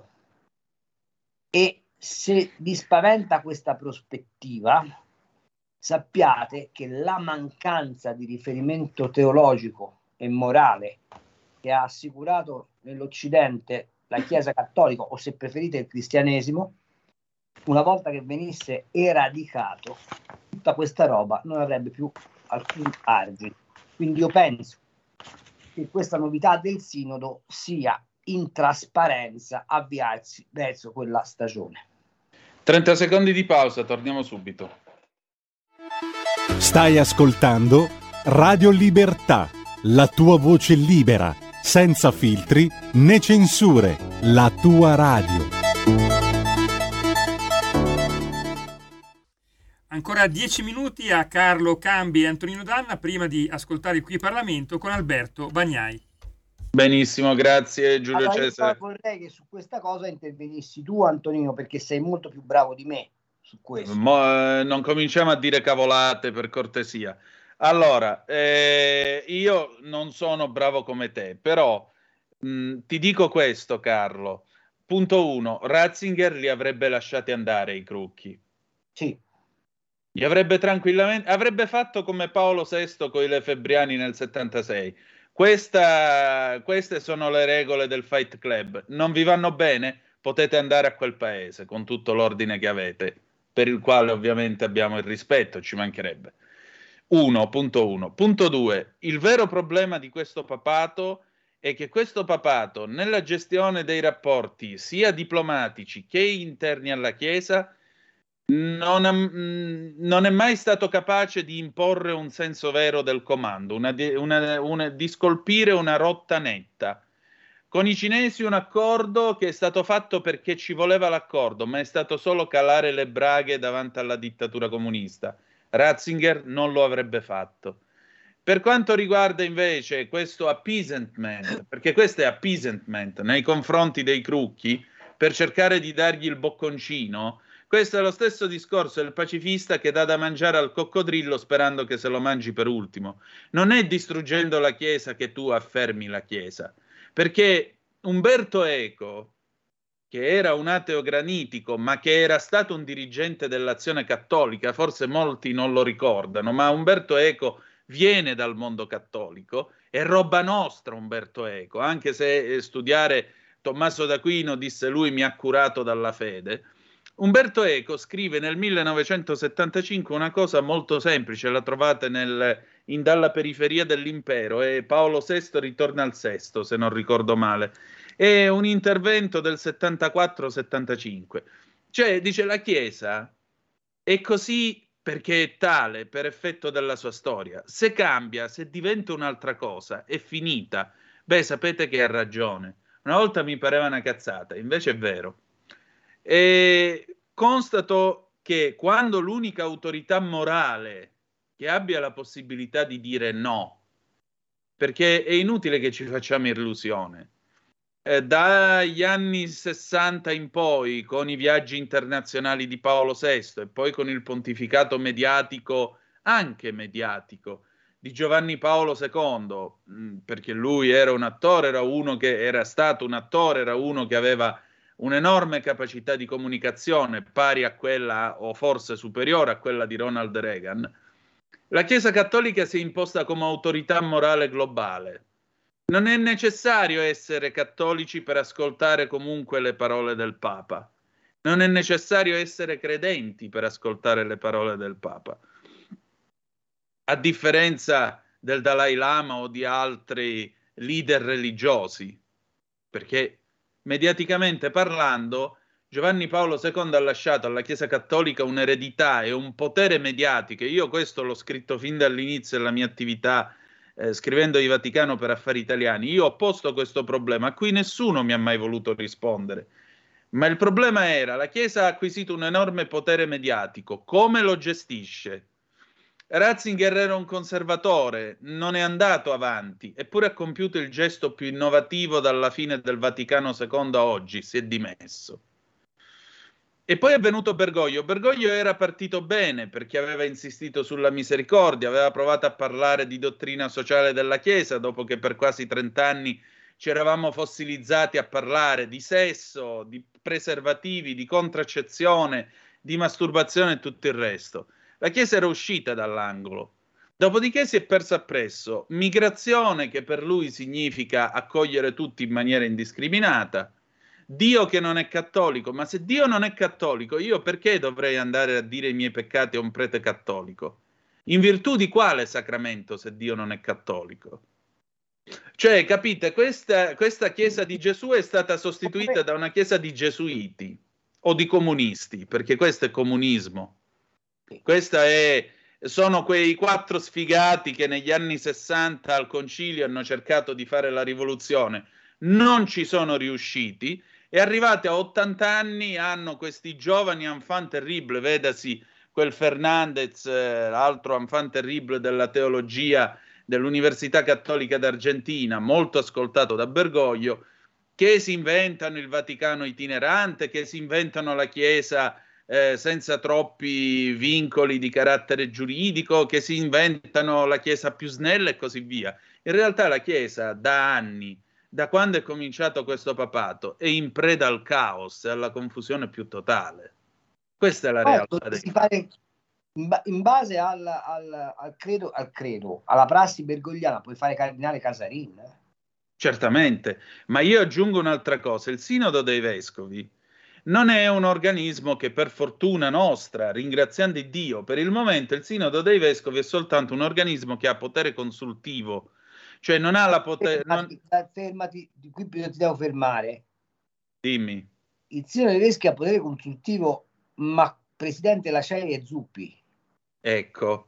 E se vi spaventa questa prospettiva, sappiate che la mancanza di riferimento teologico e morale che ha assicurato nell'Occidente la Chiesa cattolica, o se preferite il cristianesimo, una volta che venisse eradicato, tutta questa roba non avrebbe più alcun argine. Quindi io penso che questa novità del sinodo sia in trasparenza avviarsi verso quella stagione. trenta secondi di pausa, torniamo subito. Stai ascoltando Radio Libertà, la tua voce libera, senza filtri né censure, la tua radio. Ancora dieci minuti a Carlo Cambi e Antonino Danna prima di ascoltare il Qui Parlamento con Alberto Bagnai. Benissimo, grazie Giulio allora, Cesare. Io vorrei che su questa cosa intervenissi tu, Antonino, perché sei molto più bravo di me su questo. Mo, eh, non cominciamo a dire cavolate, per cortesia. Allora, eh, io non sono bravo come te, però mh, ti dico questo, Carlo. Punto uno, Ratzinger li avrebbe lasciati andare i Crucchi. Sì. Li avrebbe tranquillamente, avrebbe fatto come Paolo sesto con i Lefebvriani nel settantasei. Questa, queste sono le regole del Fight Club. Non vi vanno bene? Potete andare a quel paese con tutto l'ordine che avete, per il quale ovviamente abbiamo il rispetto, ci mancherebbe. Uno, punto uno. Punto due, il vero problema di questo papato è che questo papato, nella gestione dei rapporti sia diplomatici che interni alla Chiesa, Non, ha, non è mai stato capace di imporre un senso vero del comando, una, una, una, di scolpire una rotta netta. Con i cinesi un accordo che è stato fatto perché ci voleva l'accordo, ma è stato solo calare le braghe davanti alla dittatura comunista. Ratzinger non lo avrebbe fatto. Per quanto riguarda invece questo appeasement, perché questo è appeasement nei confronti dei Crucchi, per cercare di dargli il bocconcino, questo è lo stesso discorso del pacifista che dà da mangiare al coccodrillo sperando che se lo mangi per ultimo. Non è distruggendo la Chiesa che tu affermi la Chiesa, perché Umberto Eco, che era un ateo granitico, ma che era stato un dirigente dell'Azione Cattolica, forse molti non lo ricordano, ma Umberto Eco viene dal mondo cattolico, è roba nostra Umberto Eco, anche se studiare Tommaso d'Aquino, disse lui, mi ha curato dalla fede. Umberto Eco scrive nel millenovecentosettantacinque una cosa molto semplice, la trovate nel, in Dalla periferia dell'impero, e Paolo sesto ritorna al sesto, se non ricordo male. È un intervento del settantaquattro settantacinque. Cioè, dice, la Chiesa è così perché è tale, per effetto della sua storia. Se cambia, se diventa un'altra cosa, è finita. Beh, sapete che ha ragione. Una volta mi pareva una cazzata, invece è vero. E constato che quando l'unica autorità morale che abbia la possibilità di dire no, perché è inutile che ci facciamo illusione, eh, dagli anni sessanta in poi, con i viaggi internazionali di Paolo sesto e poi con il pontificato mediatico, anche mediatico, di Giovanni Paolo secondo, mh, perché lui era un attore, era uno che era stato un attore, era uno che aveva un'enorme capacità di comunicazione pari a quella, o forse superiore a quella di Ronald Reagan. La Chiesa Cattolica si è imposta come autorità morale globale. Non è necessario essere cattolici per ascoltare comunque le parole del Papa. Non è necessario essere credenti per ascoltare le parole del Papa. A differenza del Dalai Lama o di altri leader religiosi, perché mediaticamente parlando, Giovanni Paolo secondo ha lasciato alla Chiesa Cattolica un'eredità e un potere mediatico. Io questo l'ho scritto fin dall'inizio della mia attività eh, scrivendo di Vaticano per Affari Italiani. Io ho posto questo problema a cui nessuno mi ha mai voluto rispondere. Ma il problema era: la Chiesa ha acquisito un enorme potere mediatico. Come lo gestisce? Ratzinger era un conservatore, non è andato avanti, eppure ha compiuto il gesto più innovativo dalla fine del Vaticano secondo a oggi, si è dimesso. E poi è venuto Bergoglio. Bergoglio era partito bene perché aveva insistito sulla misericordia, aveva provato a parlare di dottrina sociale della Chiesa, dopo che per quasi trent'anni ci eravamo fossilizzati a parlare di sesso, di preservativi, di contraccezione, di masturbazione e tutto il resto. La Chiesa era uscita dall'angolo. Dopodiché si è persa appresso migrazione, che per lui significa accogliere tutti in maniera indiscriminata, Dio che non è cattolico. Ma se Dio non è cattolico, io perché dovrei andare a dire i miei peccati a un prete cattolico? In virtù di quale sacramento se Dio non è cattolico? Cioè, capite, questa, questa chiesa di Gesù è stata sostituita da una chiesa di gesuiti o di comunisti, perché questo è comunismo. Questa è, sono quei quattro sfigati che negli anni sessanta al concilio hanno cercato di fare la rivoluzione, non ci sono riusciti e arrivati a ottanta anni hanno questi giovani enfant terrible, vedasi quel Fernandez, eh, altro enfant terrible della teologia dell'Università Cattolica d'Argentina, molto ascoltato da Bergoglio, che si inventano il Vaticano itinerante, che si inventano la Chiesa eh, senza troppi vincoli di carattere giuridico, che si inventano la Chiesa più snella e così via. In realtà la Chiesa da anni, da quando è cominciato questo papato, è in preda al caos e alla confusione più totale. Questa è la realtà. Si fare in base al, al, al, credo, al credo, alla prassi bergogliana, puoi fare cardinale Casarin. Eh? Certamente, ma io aggiungo un'altra cosa, il Sinodo dei Vescovi non è un organismo che per fortuna nostra, ringraziando Dio, per il momento il Sinodo dei Vescovi è soltanto un organismo che ha potere consultivo, cioè non ha la potere... Fermati, non... fermati, di qui ti devo fermare. Dimmi. Il Sinodo dei Vescovi ha potere consultivo, ma presidente la C E I è Zuppi. Ecco,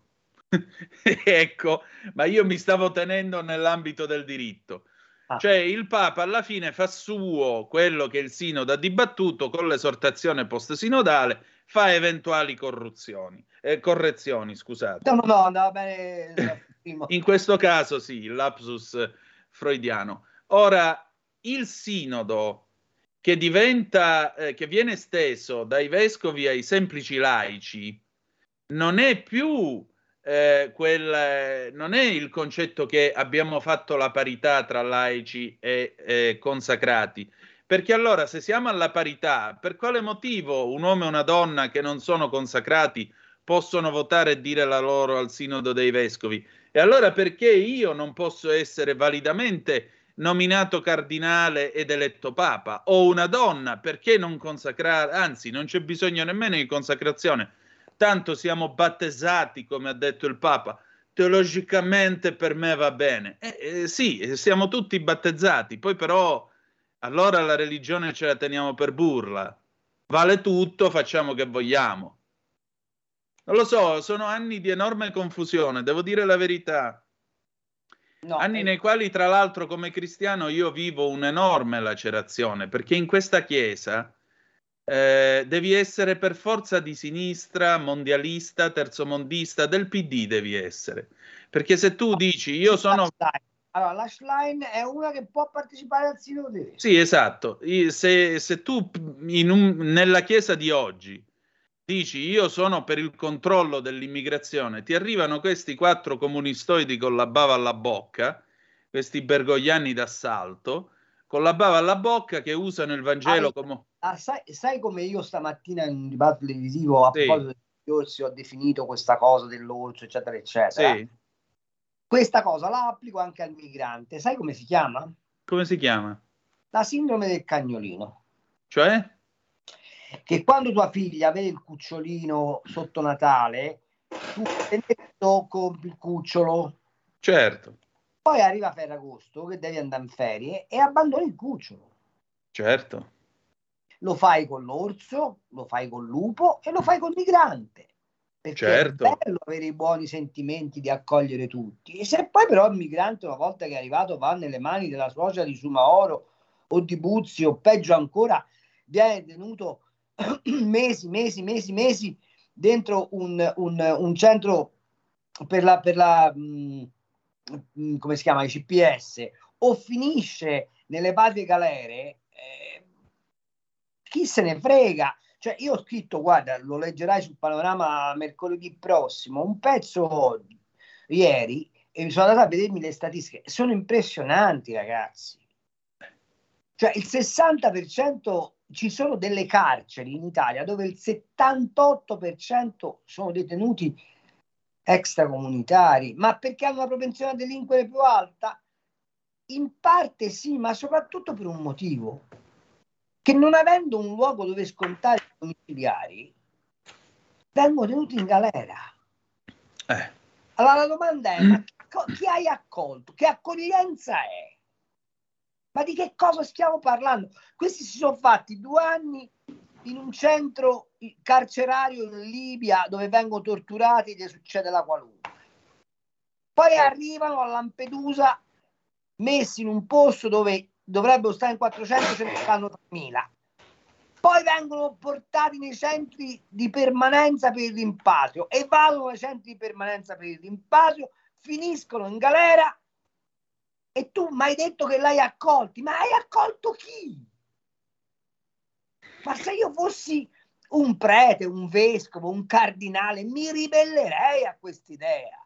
ecco, ma io mi stavo tenendo nell'ambito del diritto. Ah. Cioè il Papa alla fine fa suo quello che il Sinodo ha dibattuto con l'esortazione post-sinodale, fa eventuali corruzioni, eh, correzioni, scusate. No, no, andava bene. In questo caso sì, il lapsus freudiano. Ora, il Sinodo che diventa, eh, che viene esteso dai vescovi ai semplici laici, non è più eh, quel, non è il concetto che abbiamo fatto la parità tra laici e eh, consacrati, perché allora se siamo alla parità, per quale motivo un uomo e una donna che non sono consacrati possono votare e dire la loro al Sinodo dei Vescovi? E allora perché io non posso essere validamente nominato cardinale ed eletto papa? O una donna, perché non consacrare? Anzi, non c'è bisogno nemmeno di consacrazione, tanto siamo battezzati, come ha detto il Papa, teologicamente per me va bene. Eh, eh, sì, siamo tutti battezzati, poi però allora la religione ce la teniamo per burla, vale tutto, facciamo che vogliamo. Non lo so, sono anni di enorme confusione, devo dire la verità. No, anni eh... nei quali, tra l'altro, come cristiano io vivo un'enorme lacerazione, perché in questa chiesa eh, devi essere per forza di sinistra, mondialista, terzomondista, del P D devi essere. Perché se tu dici io sono... Allora, l'Ashline è una che può partecipare al Sinodo. Sì, esatto. Se, se tu in un, nella chiesa di oggi dici io sono per il controllo dell'immigrazione, ti arrivano questi quattro comunistoidi con la bava alla bocca, questi bergogliani d'assalto, con la bava alla bocca, che usano il Vangelo allora, come... ah, sai, sai come io stamattina in un dibattito televisivo a sì. proposito degli orsi ho definito questa cosa dell'orso, eccetera, eccetera. Sì. Questa cosa la applico anche al migrante. Sai come si chiama? Come si chiama? La sindrome del cagnolino. Cioè? Che quando tua figlia vede il cucciolino sotto Natale, tu te compri il cucciolo. Certo. Poi arriva Ferragosto, che devi andare in ferie, e abbandoni il cucciolo. Certo. Lo fai con l'orso, lo fai col lupo e lo fai col migrante. Perché certo. È bello avere i buoni sentimenti di accogliere tutti. E se poi però il migrante, una volta che è arrivato, va nelle mani della suocera di Sumaoro o di Buzzi, o peggio ancora, viene tenuto mesi, mesi, mesi, mesi dentro un, un, un centro per la, per la mh, mh, come si chiama, i C P S, o finisce nelle patrie galere, eh, chi se ne frega. Cioè io ho scritto, guarda, lo leggerai sul Panorama mercoledì prossimo, un pezzo ieri, e mi sono andato a vedermi le statistiche, sono impressionanti, ragazzi. Cioè il sessanta per cento, ci sono delle carceri in Italia dove il settantotto per cento sono detenuti extracomunitari, ma perché hanno una propensione a delinquere più alta? In parte sì, ma soprattutto per un motivo, che non avendo un luogo dove scontare i domiciliari, vengono tenuti in galera. Eh. Allora la domanda è, ma chi hai accolto? Che accoglienza è? Ma di che cosa stiamo parlando? Questi si sono fatti due anni in un centro carcerario in Libia dove vengono torturati e gli succede la qualunque. Poi arrivano a Lampedusa messi in un posto dove dovrebbero stare in quattrocento, ce ne stanno tremila. Poi vengono portati nei centri di permanenza per il rimpatrio e vanno nei centri di permanenza per il rimpatrio, finiscono in galera e tu mi hai detto che l'hai accolti. Ma hai accolto chi? Ma se io fossi un prete, un vescovo, un cardinale, mi ribellerei a quest'idea.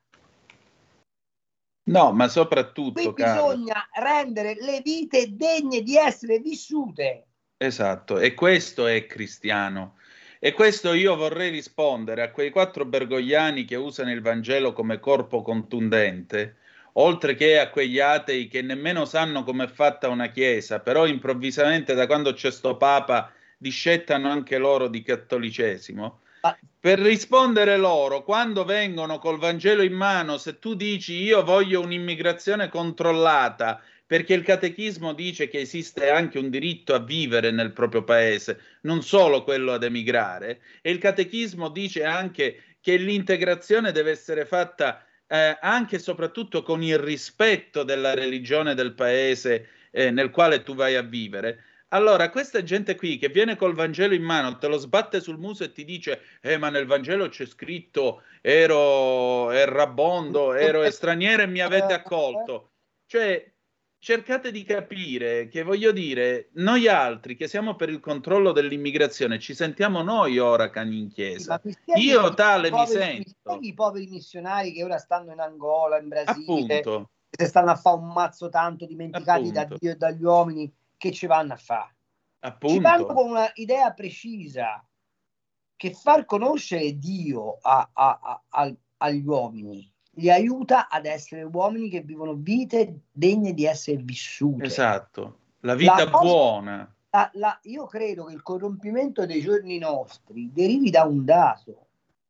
No, ma soprattutto, Qui Carlo, bisogna rendere le vite degne di essere vissute. esatto, e questo è cristiano. E questo io vorrei rispondere a quei quattro bergogliani che usano il Vangelo come corpo contundente, oltre che a quegli atei che nemmeno sanno com'è fatta una chiesa, però improvvisamente da quando c'è sto Papa discettano anche loro di cattolicesimo. Per rispondere loro, quando vengono col Vangelo in mano, se tu dici io voglio un'immigrazione controllata, perché il catechismo dice che esiste anche un diritto a vivere nel proprio paese, non solo quello ad emigrare, e il catechismo dice anche che l'integrazione deve essere fatta eh, anche e soprattutto con il rispetto della religione del paese eh, nel quale tu vai a vivere. Allora, questa gente qui che viene col Vangelo in mano, te lo sbatte sul muso e ti dice eh, ma nel Vangelo c'è scritto ero errabondo, ero straniero e mi avete accolto. Cioè, cercate di capire che, voglio dire, noi altri che siamo per il controllo dell'immigrazione ci sentiamo noi ora cani in chiesa. Io tale mi sento. I poveri missionari che ora stanno in Angola, in Brasile, Appunto. che stanno a fare un mazzo tanto dimenticati Appunto. da Dio e dagli uomini, che ci vanno a fare? Appunto. Ci vanno con una idea precisa che far conoscere Dio a, a, a, a, agli uomini li aiuta ad essere uomini che vivono vite degne di essere vissute. Esatto, la vita La cosa- buona. La- la- io credo che il corrompimento dei giorni nostri derivi da un dato.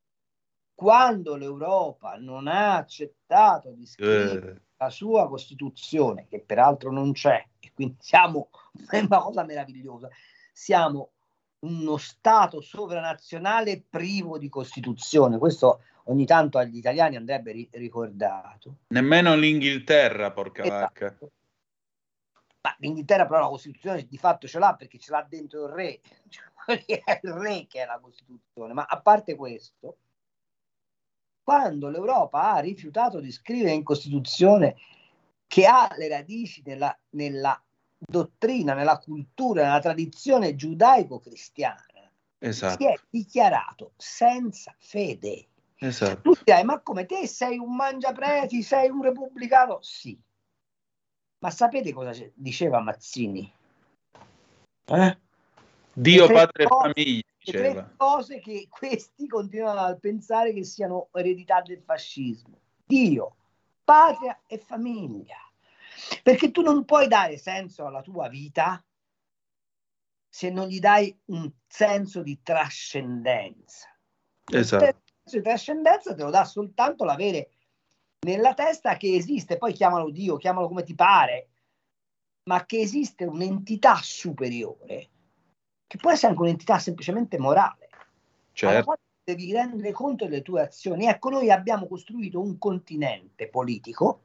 Quando l'Europa non ha accettato di scrivere Eh, la sua Costituzione, che peraltro non c'è, e quindi siamo, è una cosa meravigliosa, siamo uno Stato sovranazionale privo di Costituzione. Questo ogni tanto agli italiani andrebbe ri- ricordato. nemmeno l'Inghilterra, porca vacca. Esatto. Ma l'Inghilterra però la Costituzione di fatto ce l'ha perché ce l'ha dentro il re, cioè, è il re che è la Costituzione. Ma a parte questo, quando l'Europa ha rifiutato di scrivere in Costituzione che ha le radici nella, nella dottrina, nella cultura, nella tradizione giudaico-cristiana, Esatto, si è dichiarato senza fede. esatto. Tu dirai, ma come te sei un mangiapreti, sei un repubblicano? Sì. Ma sapete cosa c- diceva Mazzini? Eh? Dio, Le tre padre e cose- famiglia, le tre diceva. cose che questi continuano a pensare che siano eredità del fascismo: Dio, patria e famiglia. Perché tu non puoi dare senso alla tua vita se non gli dai un senso di trascendenza. Il Esatto. senso di trascendenza te lo dà soltanto l'avere nella testa che esiste, poi chiamalo Dio, chiamalo come ti pare, ma che esiste un'entità superiore, che può essere anche un'entità semplicemente morale, alla Certo. quale devi rendere conto delle tue azioni. Ecco, noi abbiamo costruito un continente politico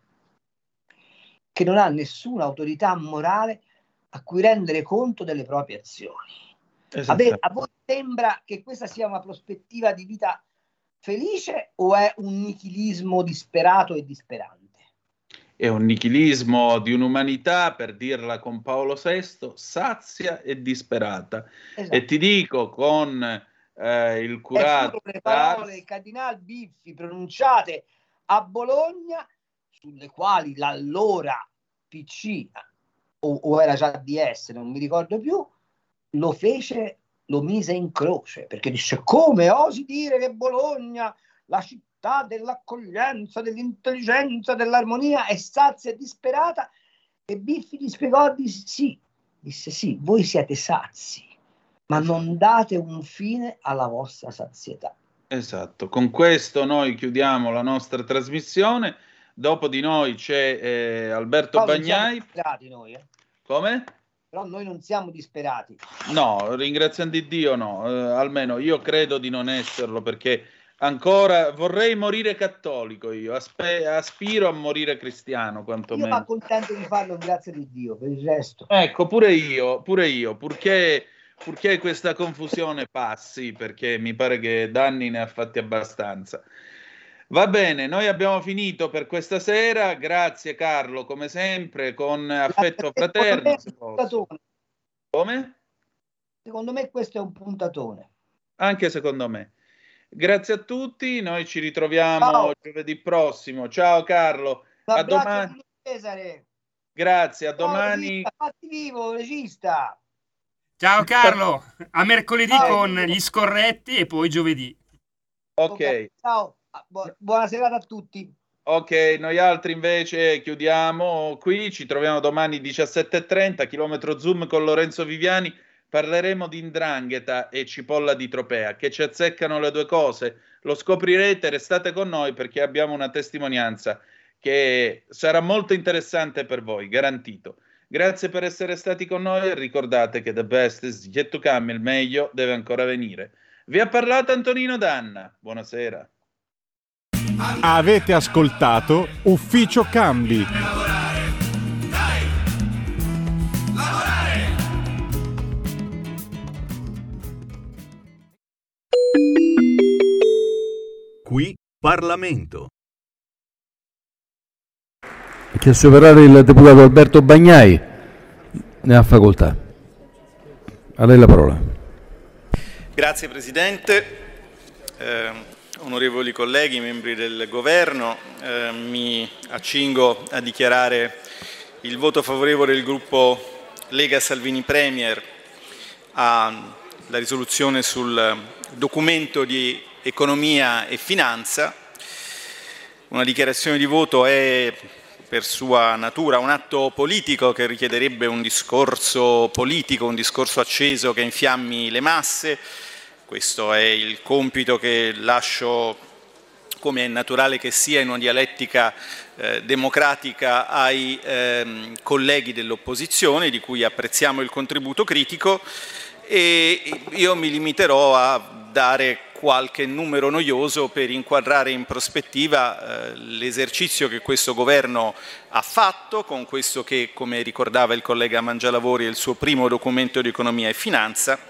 che non ha nessuna autorità morale a cui rendere conto delle proprie azioni. A, ve- a voi sembra che questa sia una prospettiva di vita felice o è un nichilismo disperato e disperante? È un nichilismo di un'umanità, per dirla con Paolo sesto, sazia e disperata. Esatto. E ti dico con eh, il E curato furono le parole del cardinal Biffi pronunciate a Bologna, sulle quali l'allora P C o, o era già D S, non mi ricordo più, lo fece, lo mise in croce, perché disse: come osi dire che Bologna, la città dell'accoglienza, dell'intelligenza, dell'armonia, è sazia e disperata? E Biffi gli spiegò, disse sì, disse sì, voi siete sazi, ma non date un fine alla vostra sazietà. Esatto, con questo noi chiudiamo la nostra trasmissione. Dopo di noi c'è eh, Alberto Però Bagnai. Non siamo disperati noi, eh. Come? Però noi non siamo disperati. No, ringraziando di Dio no, eh, almeno io credo di non esserlo, perché ancora vorrei morire cattolico io, aspe- aspiro a morire cristiano quantomeno. Io mi accontento di farlo, grazie di Dio, per il resto. Ecco, pure io, pure io, purché, purché questa confusione passi, perché mi pare che danni ne ha fatti abbastanza. Va bene, noi abbiamo finito per questa sera, grazie Carlo, come sempre, con affetto fraterno. Se posso. Come? Secondo me questo è un puntatone. Anche secondo me. Grazie a tutti, noi ci ritroviamo Ciao. giovedì prossimo. Ciao Carlo, Un a abbraccio domani. di Cesare. Grazie, a Ciao, domani. regista, fatti vivo, regista. Ciao Carlo, a mercoledì Ciao. con gli scorretti e poi giovedì. Ok. Ciao, Bu- buona serata a tutti. Ok, noi altri invece chiudiamo qui, ci troviamo domani diciassette e trenta, chilometro Zoom con Lorenzo Viviani, parleremo di 'ndrangheta e cipolla di Tropea, che ci azzeccano le due cose, lo scoprirete, restate con noi perché abbiamo una testimonianza che sarà molto interessante per voi, garantito. Grazie per essere stati con noi e ricordate che the best is yet to come, il meglio deve ancora venire. Vi ha parlato Antonino Danna, buonasera. Avete ascoltato Ufficio Cambi. Qui Parlamento. Ha chiesto di parlare il deputato Alberto Bagnai, ne ha facoltà. A lei la parola. Grazie Presidente. Eh, Onorevoli colleghi, membri del Governo, eh, mi accingo a dichiarare il voto favorevole del gruppo Lega Salvini Premier alla risoluzione sul documento di economia e finanza. Una dichiarazione di voto è per sua natura un atto politico che richiederebbe un discorso politico, un discorso acceso che infiammi le masse. Questo è il compito che lascio, come è naturale che sia, in una dialettica eh, democratica ai ehm, colleghi dell'opposizione, di cui apprezziamo il contributo critico, e io mi limiterò a dare qualche numero noioso per inquadrare in prospettiva eh, l'esercizio che questo governo ha fatto con questo che, come ricordava il collega Mangialavori, è il suo primo documento di economia e finanza,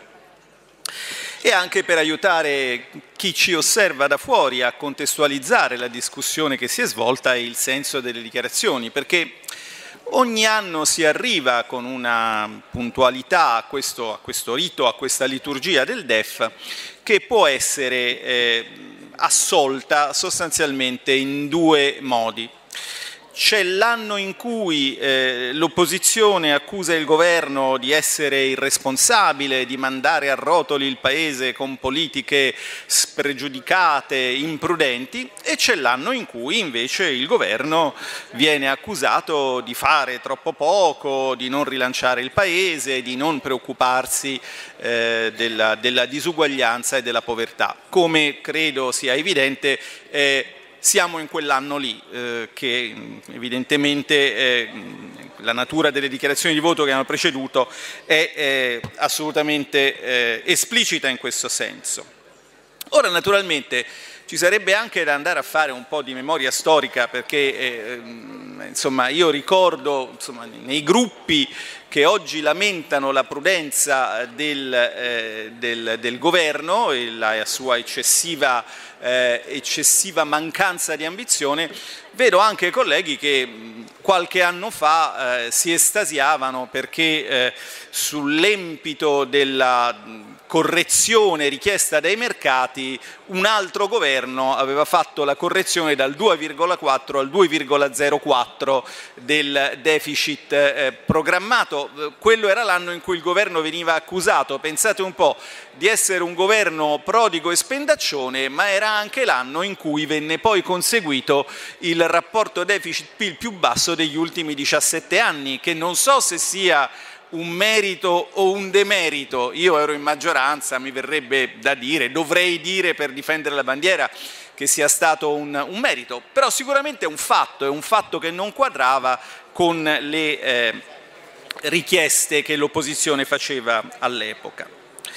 e anche per aiutare chi ci osserva da fuori a contestualizzare la discussione che si è svolta e il senso delle dichiarazioni, perché ogni anno si arriva con una puntualità a questo, a questo rito, a questa liturgia del D E F, che può essere eh, assolta sostanzialmente in due modi. C'è l'anno in cui eh, l'opposizione accusa il governo di essere irresponsabile, di mandare a rotoli il paese con politiche spregiudicate, imprudenti, e c'è l'anno in cui invece il governo viene accusato di fare troppo poco, di non rilanciare il paese, di non preoccuparsi eh, della, della disuguaglianza e della povertà. Come credo sia evidente, eh, siamo in quell'anno lì, eh, che evidentemente eh, la natura delle dichiarazioni di voto che hanno preceduto è eh, assolutamente eh, esplicita in questo senso. Ora, naturalmente, ci sarebbe anche da andare a fare un po' di memoria storica, perché eh, insomma, io ricordo insomma, nei gruppi che oggi lamentano la prudenza del, eh, del, del governo e la sua eccessiva, eh, eccessiva mancanza di ambizione, vedo anche colleghi che qualche anno fa eh, si estasiavano perché eh, sull'empito della correzione richiesta dai mercati un altro governo aveva fatto la correzione dal due virgola quattro al due virgola zero quattro del deficit eh, programmato. Quello era l'anno in cui il governo veniva accusato, pensate un po', di essere un governo prodigo e spendaccione, ma era anche l'anno in cui venne poi conseguito il rapporto deficit-P I L più basso degli ultimi diciassette anni, che non so se sia un merito o un demerito. Io ero in maggioranza, mi verrebbe da dire, dovrei dire per difendere la bandiera, che sia stato un, un merito, però sicuramente è un fatto, è un fatto che non quadrava con le eh, richieste che l'opposizione faceva all'epoca.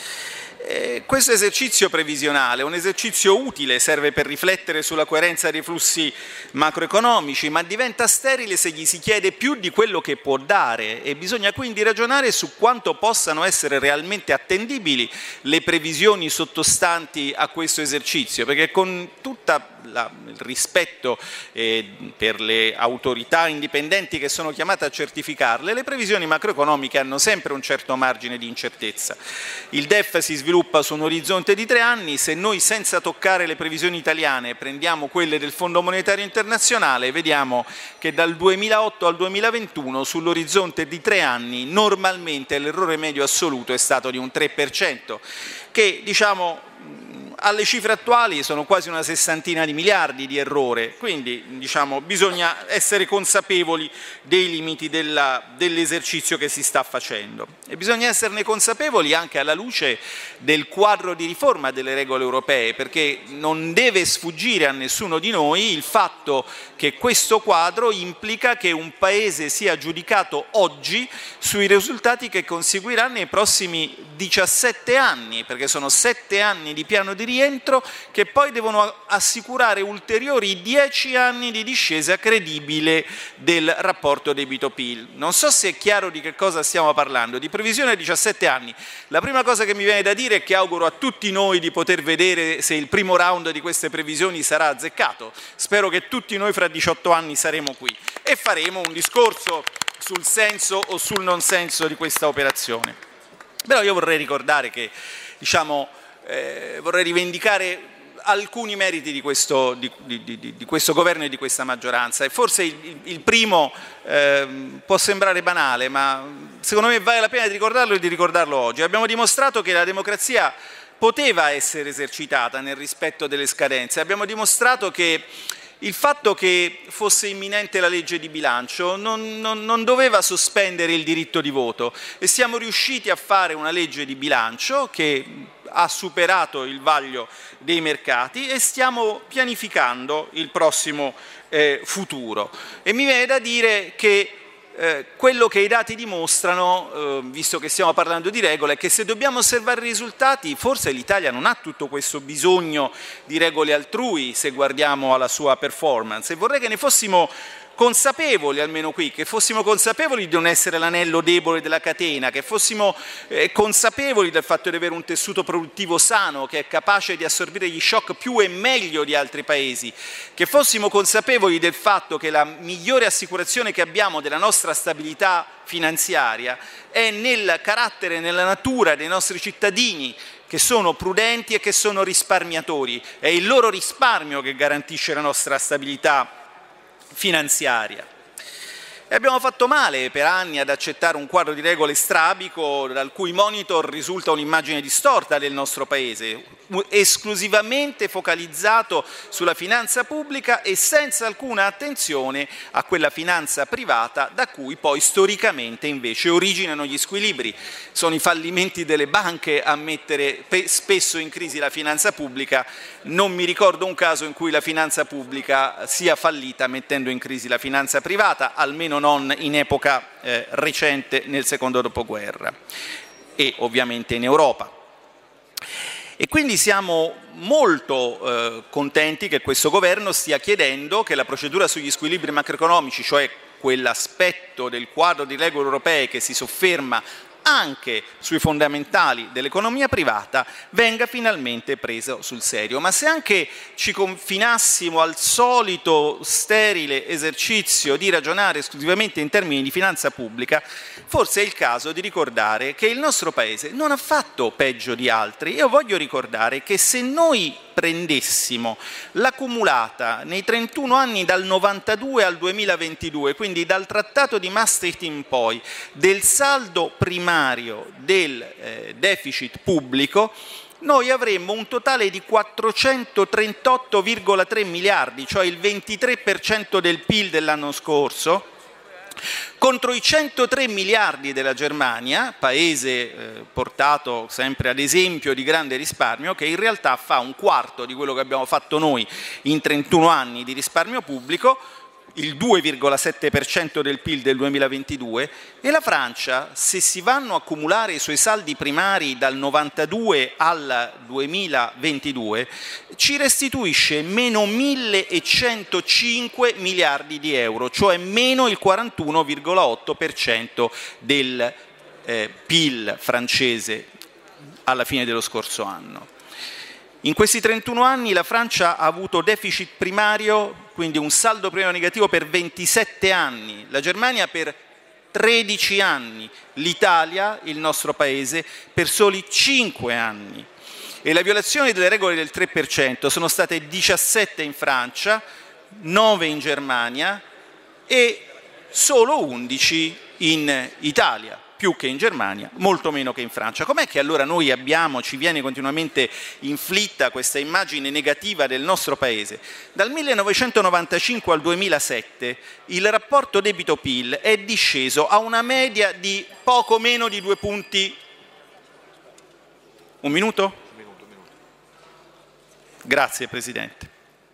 Eh, questo esercizio previsionale è un esercizio utile, serve per riflettere sulla coerenza dei flussi macroeconomici, ma diventa sterile se gli si chiede più di quello che può dare, e bisogna quindi ragionare su quanto possano essere realmente attendibili le previsioni sottostanti a questo esercizio, perché con tutto il rispetto eh, per le autorità indipendenti che sono chiamate a certificarle, le previsioni macroeconomiche hanno sempre un certo margine di incertezza. Il D E F si sviluppa su un orizzonte di tre anni, se noi senza toccare le previsioni italiane prendiamo quelle del Fondo Monetario Internazionale, vediamo che dal duemilaotto al duemilaventuno sull'orizzonte di tre anni normalmente l'errore medio assoluto è stato di un tre per cento, che diciamo alle cifre attuali sono quasi una sessantina di miliardi di errore, quindi diciamo, bisogna essere consapevoli dei limiti dell'esercizio che si sta facendo, e bisogna esserne consapevoli anche alla luce del quadro di riforma delle regole europee, perché non deve sfuggire a nessuno di noi il fatto che questo quadro implica che un Paese sia giudicato oggi sui risultati che conseguirà nei prossimi diciassette anni, perché sono sette anni di piano di rientro che poi devono assicurare ulteriori dieci anni di discesa credibile del rapporto debito-P I L. Non so se è chiaro di che cosa stiamo parlando, di previsione a diciassette anni. La prima cosa che mi viene da dire è che auguro a tutti noi di poter vedere se il primo round di queste previsioni sarà azzeccato. Spero che tutti noi fra diciotto anni saremo qui e faremo un discorso sul senso o sul non senso di questa operazione. Però io vorrei ricordare che, diciamo, Eh, vorrei rivendicare alcuni meriti di questo, di, di, di, di questo governo e di questa maggioranza, e forse il, il primo eh, può sembrare banale, ma secondo me vale la pena di ricordarlo e di ricordarlo oggi. Abbiamo dimostrato che la democrazia poteva essere esercitata nel rispetto delle scadenze, abbiamo dimostrato che il fatto che fosse imminente la legge di bilancio non, non, non doveva sospendere il diritto di voto, e siamo riusciti a fare una legge di bilancio che ha superato il vaglio dei mercati, e stiamo pianificando il prossimo eh, futuro. E mi viene da dire che eh, quello che i dati dimostrano, eh, visto che stiamo parlando di regole, è che se dobbiamo osservare i risultati, forse l'Italia non ha tutto questo bisogno di regole altrui se guardiamo alla sua performance, e vorrei che ne fossimo consapevoli, almeno qui, che fossimo consapevoli di non essere l'anello debole della catena, che fossimo eh, consapevoli del fatto di avere un tessuto produttivo sano che è capace di assorbire gli shock più e meglio di altri paesi, che fossimo consapevoli del fatto che la migliore assicurazione che abbiamo della nostra stabilità finanziaria è nel carattere e nella natura dei nostri cittadini, che sono prudenti e che sono risparmiatori. È il loro risparmio che garantisce la nostra stabilità finanziaria. E abbiamo fatto male per anni ad accettare un quadro di regole strabico dal cui monitor risulta un'immagine distorta del nostro Paese, esclusivamente focalizzato sulla finanza pubblica e senza alcuna attenzione a quella finanza privata da cui poi storicamente invece originano gli squilibri. Sono i fallimenti delle banche a mettere spesso in crisi la finanza pubblica. Non mi ricordo un caso in cui la finanza pubblica sia fallita mettendo in crisi la finanza privata, almeno non in epoca eh, recente nel secondo dopoguerra, e ovviamente in Europa. E quindi siamo molto eh, contenti che questo governo stia chiedendo che la procedura sugli squilibri macroeconomici, cioè quell'aspetto del quadro di regole europee che si sofferma anche sui fondamentali dell'economia privata, venga finalmente preso sul serio. Ma se anche ci confinassimo al solito sterile esercizio di ragionare esclusivamente in termini di finanza pubblica, forse è il caso di ricordare che il nostro Paese non ha fatto peggio di altri. Io voglio ricordare che se noi prendessimo l'accumulata nei trentuno anni dal novantadue al duemilaventidue, quindi dal Trattato di Maastricht in poi, del saldo primario del eh, deficit pubblico, noi avremmo un totale di quattrocentotrentotto virgola tre miliardi, cioè il ventitré per cento del P I L dell'anno scorso, contro i centotré miliardi della Germania, paese eh, portato sempre ad esempio di grande risparmio, che in realtà fa un quarto di quello che abbiamo fatto noi in trentuno anni di risparmio pubblico, il due virgola sette per cento del P I L del duemilaventidue, e la Francia, se si vanno a accumulare i suoi saldi primari dal novantadue al duemilaventidue, ci restituisce meno millecentocinque miliardi di euro, cioè meno il quarantuno virgola otto per cento del eh, P I L francese alla fine dello scorso anno. In questi trentuno anni la Francia ha avuto deficit primario, quindi un saldo primario negativo per ventisette anni, la Germania per tredici anni, l'Italia, il nostro paese, per soli cinque anni. E le violazioni delle regole del tre per cento sono state diciassette in Francia, nove in Germania e solo undici in Italia. Più che in Germania, molto meno che in Francia. Com'è che allora noi abbiamo, ci viene continuamente inflitta questa immagine negativa del nostro Paese? Dal millenovecentonovantacinque al duemilasette il rapporto debito-P I L è disceso a una media di poco meno di due punti. Un minuto? Un minuto, un minuto. Grazie Presidente.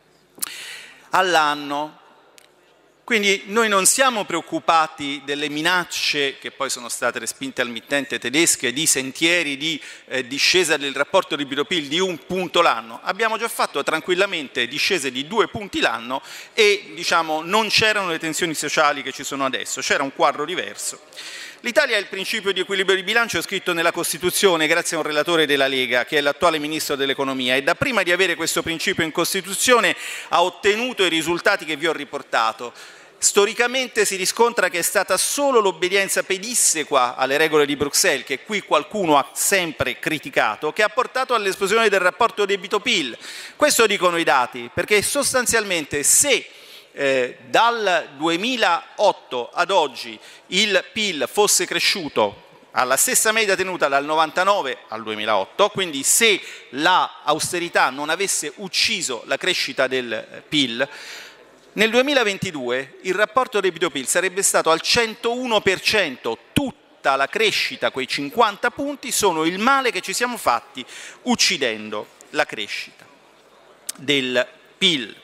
All'anno. Quindi noi non siamo preoccupati delle minacce che poi sono state respinte al mittente tedesche di sentieri di eh, discesa del rapporto debito-P I L di un punto l'anno. Abbiamo già fatto tranquillamente discese di due punti l'anno e diciamo, non c'erano le tensioni sociali che ci sono adesso, c'era un quadro diverso. L'Italia ha il principio di equilibrio di bilancio scritto nella Costituzione grazie a un relatore della Lega, che è l'attuale Ministro dell'Economia, e da prima di avere questo principio in Costituzione ha ottenuto i risultati che vi ho riportato. Storicamente si riscontra che è stata solo l'obbedienza pedissequa alle regole di Bruxelles, che qui qualcuno ha sempre criticato, che ha portato all'esplosione del rapporto debito-P I L. Questo dicono i dati, perché sostanzialmente se eh, dal duemilaotto ad oggi il P I L fosse cresciuto alla stessa media tenuta dal novantanove al duemilaotto, quindi se l'austerità non avesse ucciso la crescita del P I L, nel duemilaventidue il rapporto debito-P I L sarebbe stato al centouno per cento, tutta la crescita, quei cinquanta punti, sono il male che ci siamo fatti uccidendo la crescita del P I L.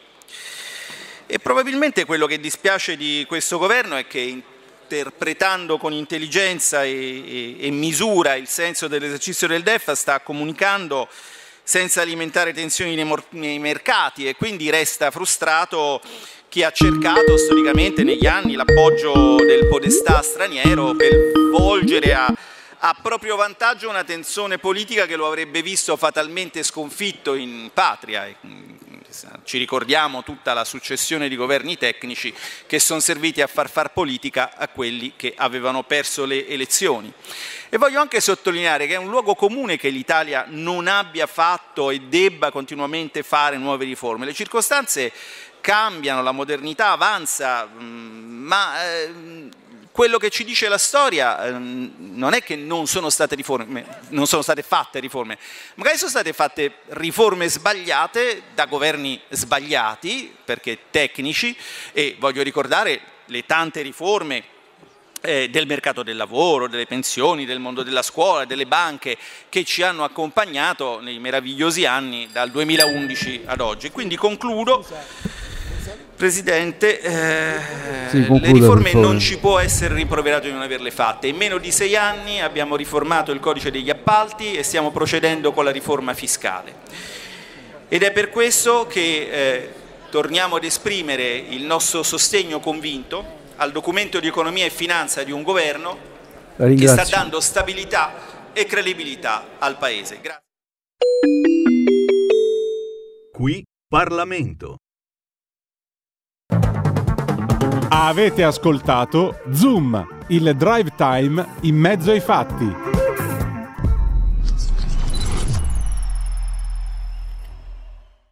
E probabilmente quello che dispiace di questo governo è che, interpretando con intelligenza e, e, e misura il senso dell'esercizio del D E F, sta comunicando senza alimentare tensioni nei, nei mercati, e quindi resta frustrato chi ha cercato storicamente negli anni l'appoggio del podestà straniero per volgere a, a proprio vantaggio una tensione politica che lo avrebbe visto fatalmente sconfitto in patria. Ci ricordiamo tutta la successione di governi tecnici che sono serviti a far far politica a quelli che avevano perso le elezioni. E voglio anche sottolineare che è un luogo comune che l'Italia non abbia fatto e debba continuamente fare nuove riforme. Le circostanze cambiano, la modernità avanza, ma quello che ci dice la storia non è che non sono state riforme, non sono state fatte riforme, magari sono state fatte riforme sbagliate da governi sbagliati, perché tecnici, e voglio ricordare le tante riforme eh, del mercato del lavoro, delle pensioni, del mondo della scuola, delle banche, che ci hanno accompagnato nei meravigliosi anni dal duemilaundici ad oggi. Quindi concludo. Presidente, eh, sì, le riforme non ci può essere rimproverato di non averle fatte. In meno di sei anni abbiamo riformato il codice degli appalti e stiamo procedendo con la riforma fiscale. Ed è per questo che eh, torniamo ad esprimere il nostro sostegno convinto al documento di economia e finanza di un governo che sta dando stabilità e credibilità al Paese. Grazie. Qui Parlamento. Avete ascoltato Zoom, il drive time in mezzo ai fatti.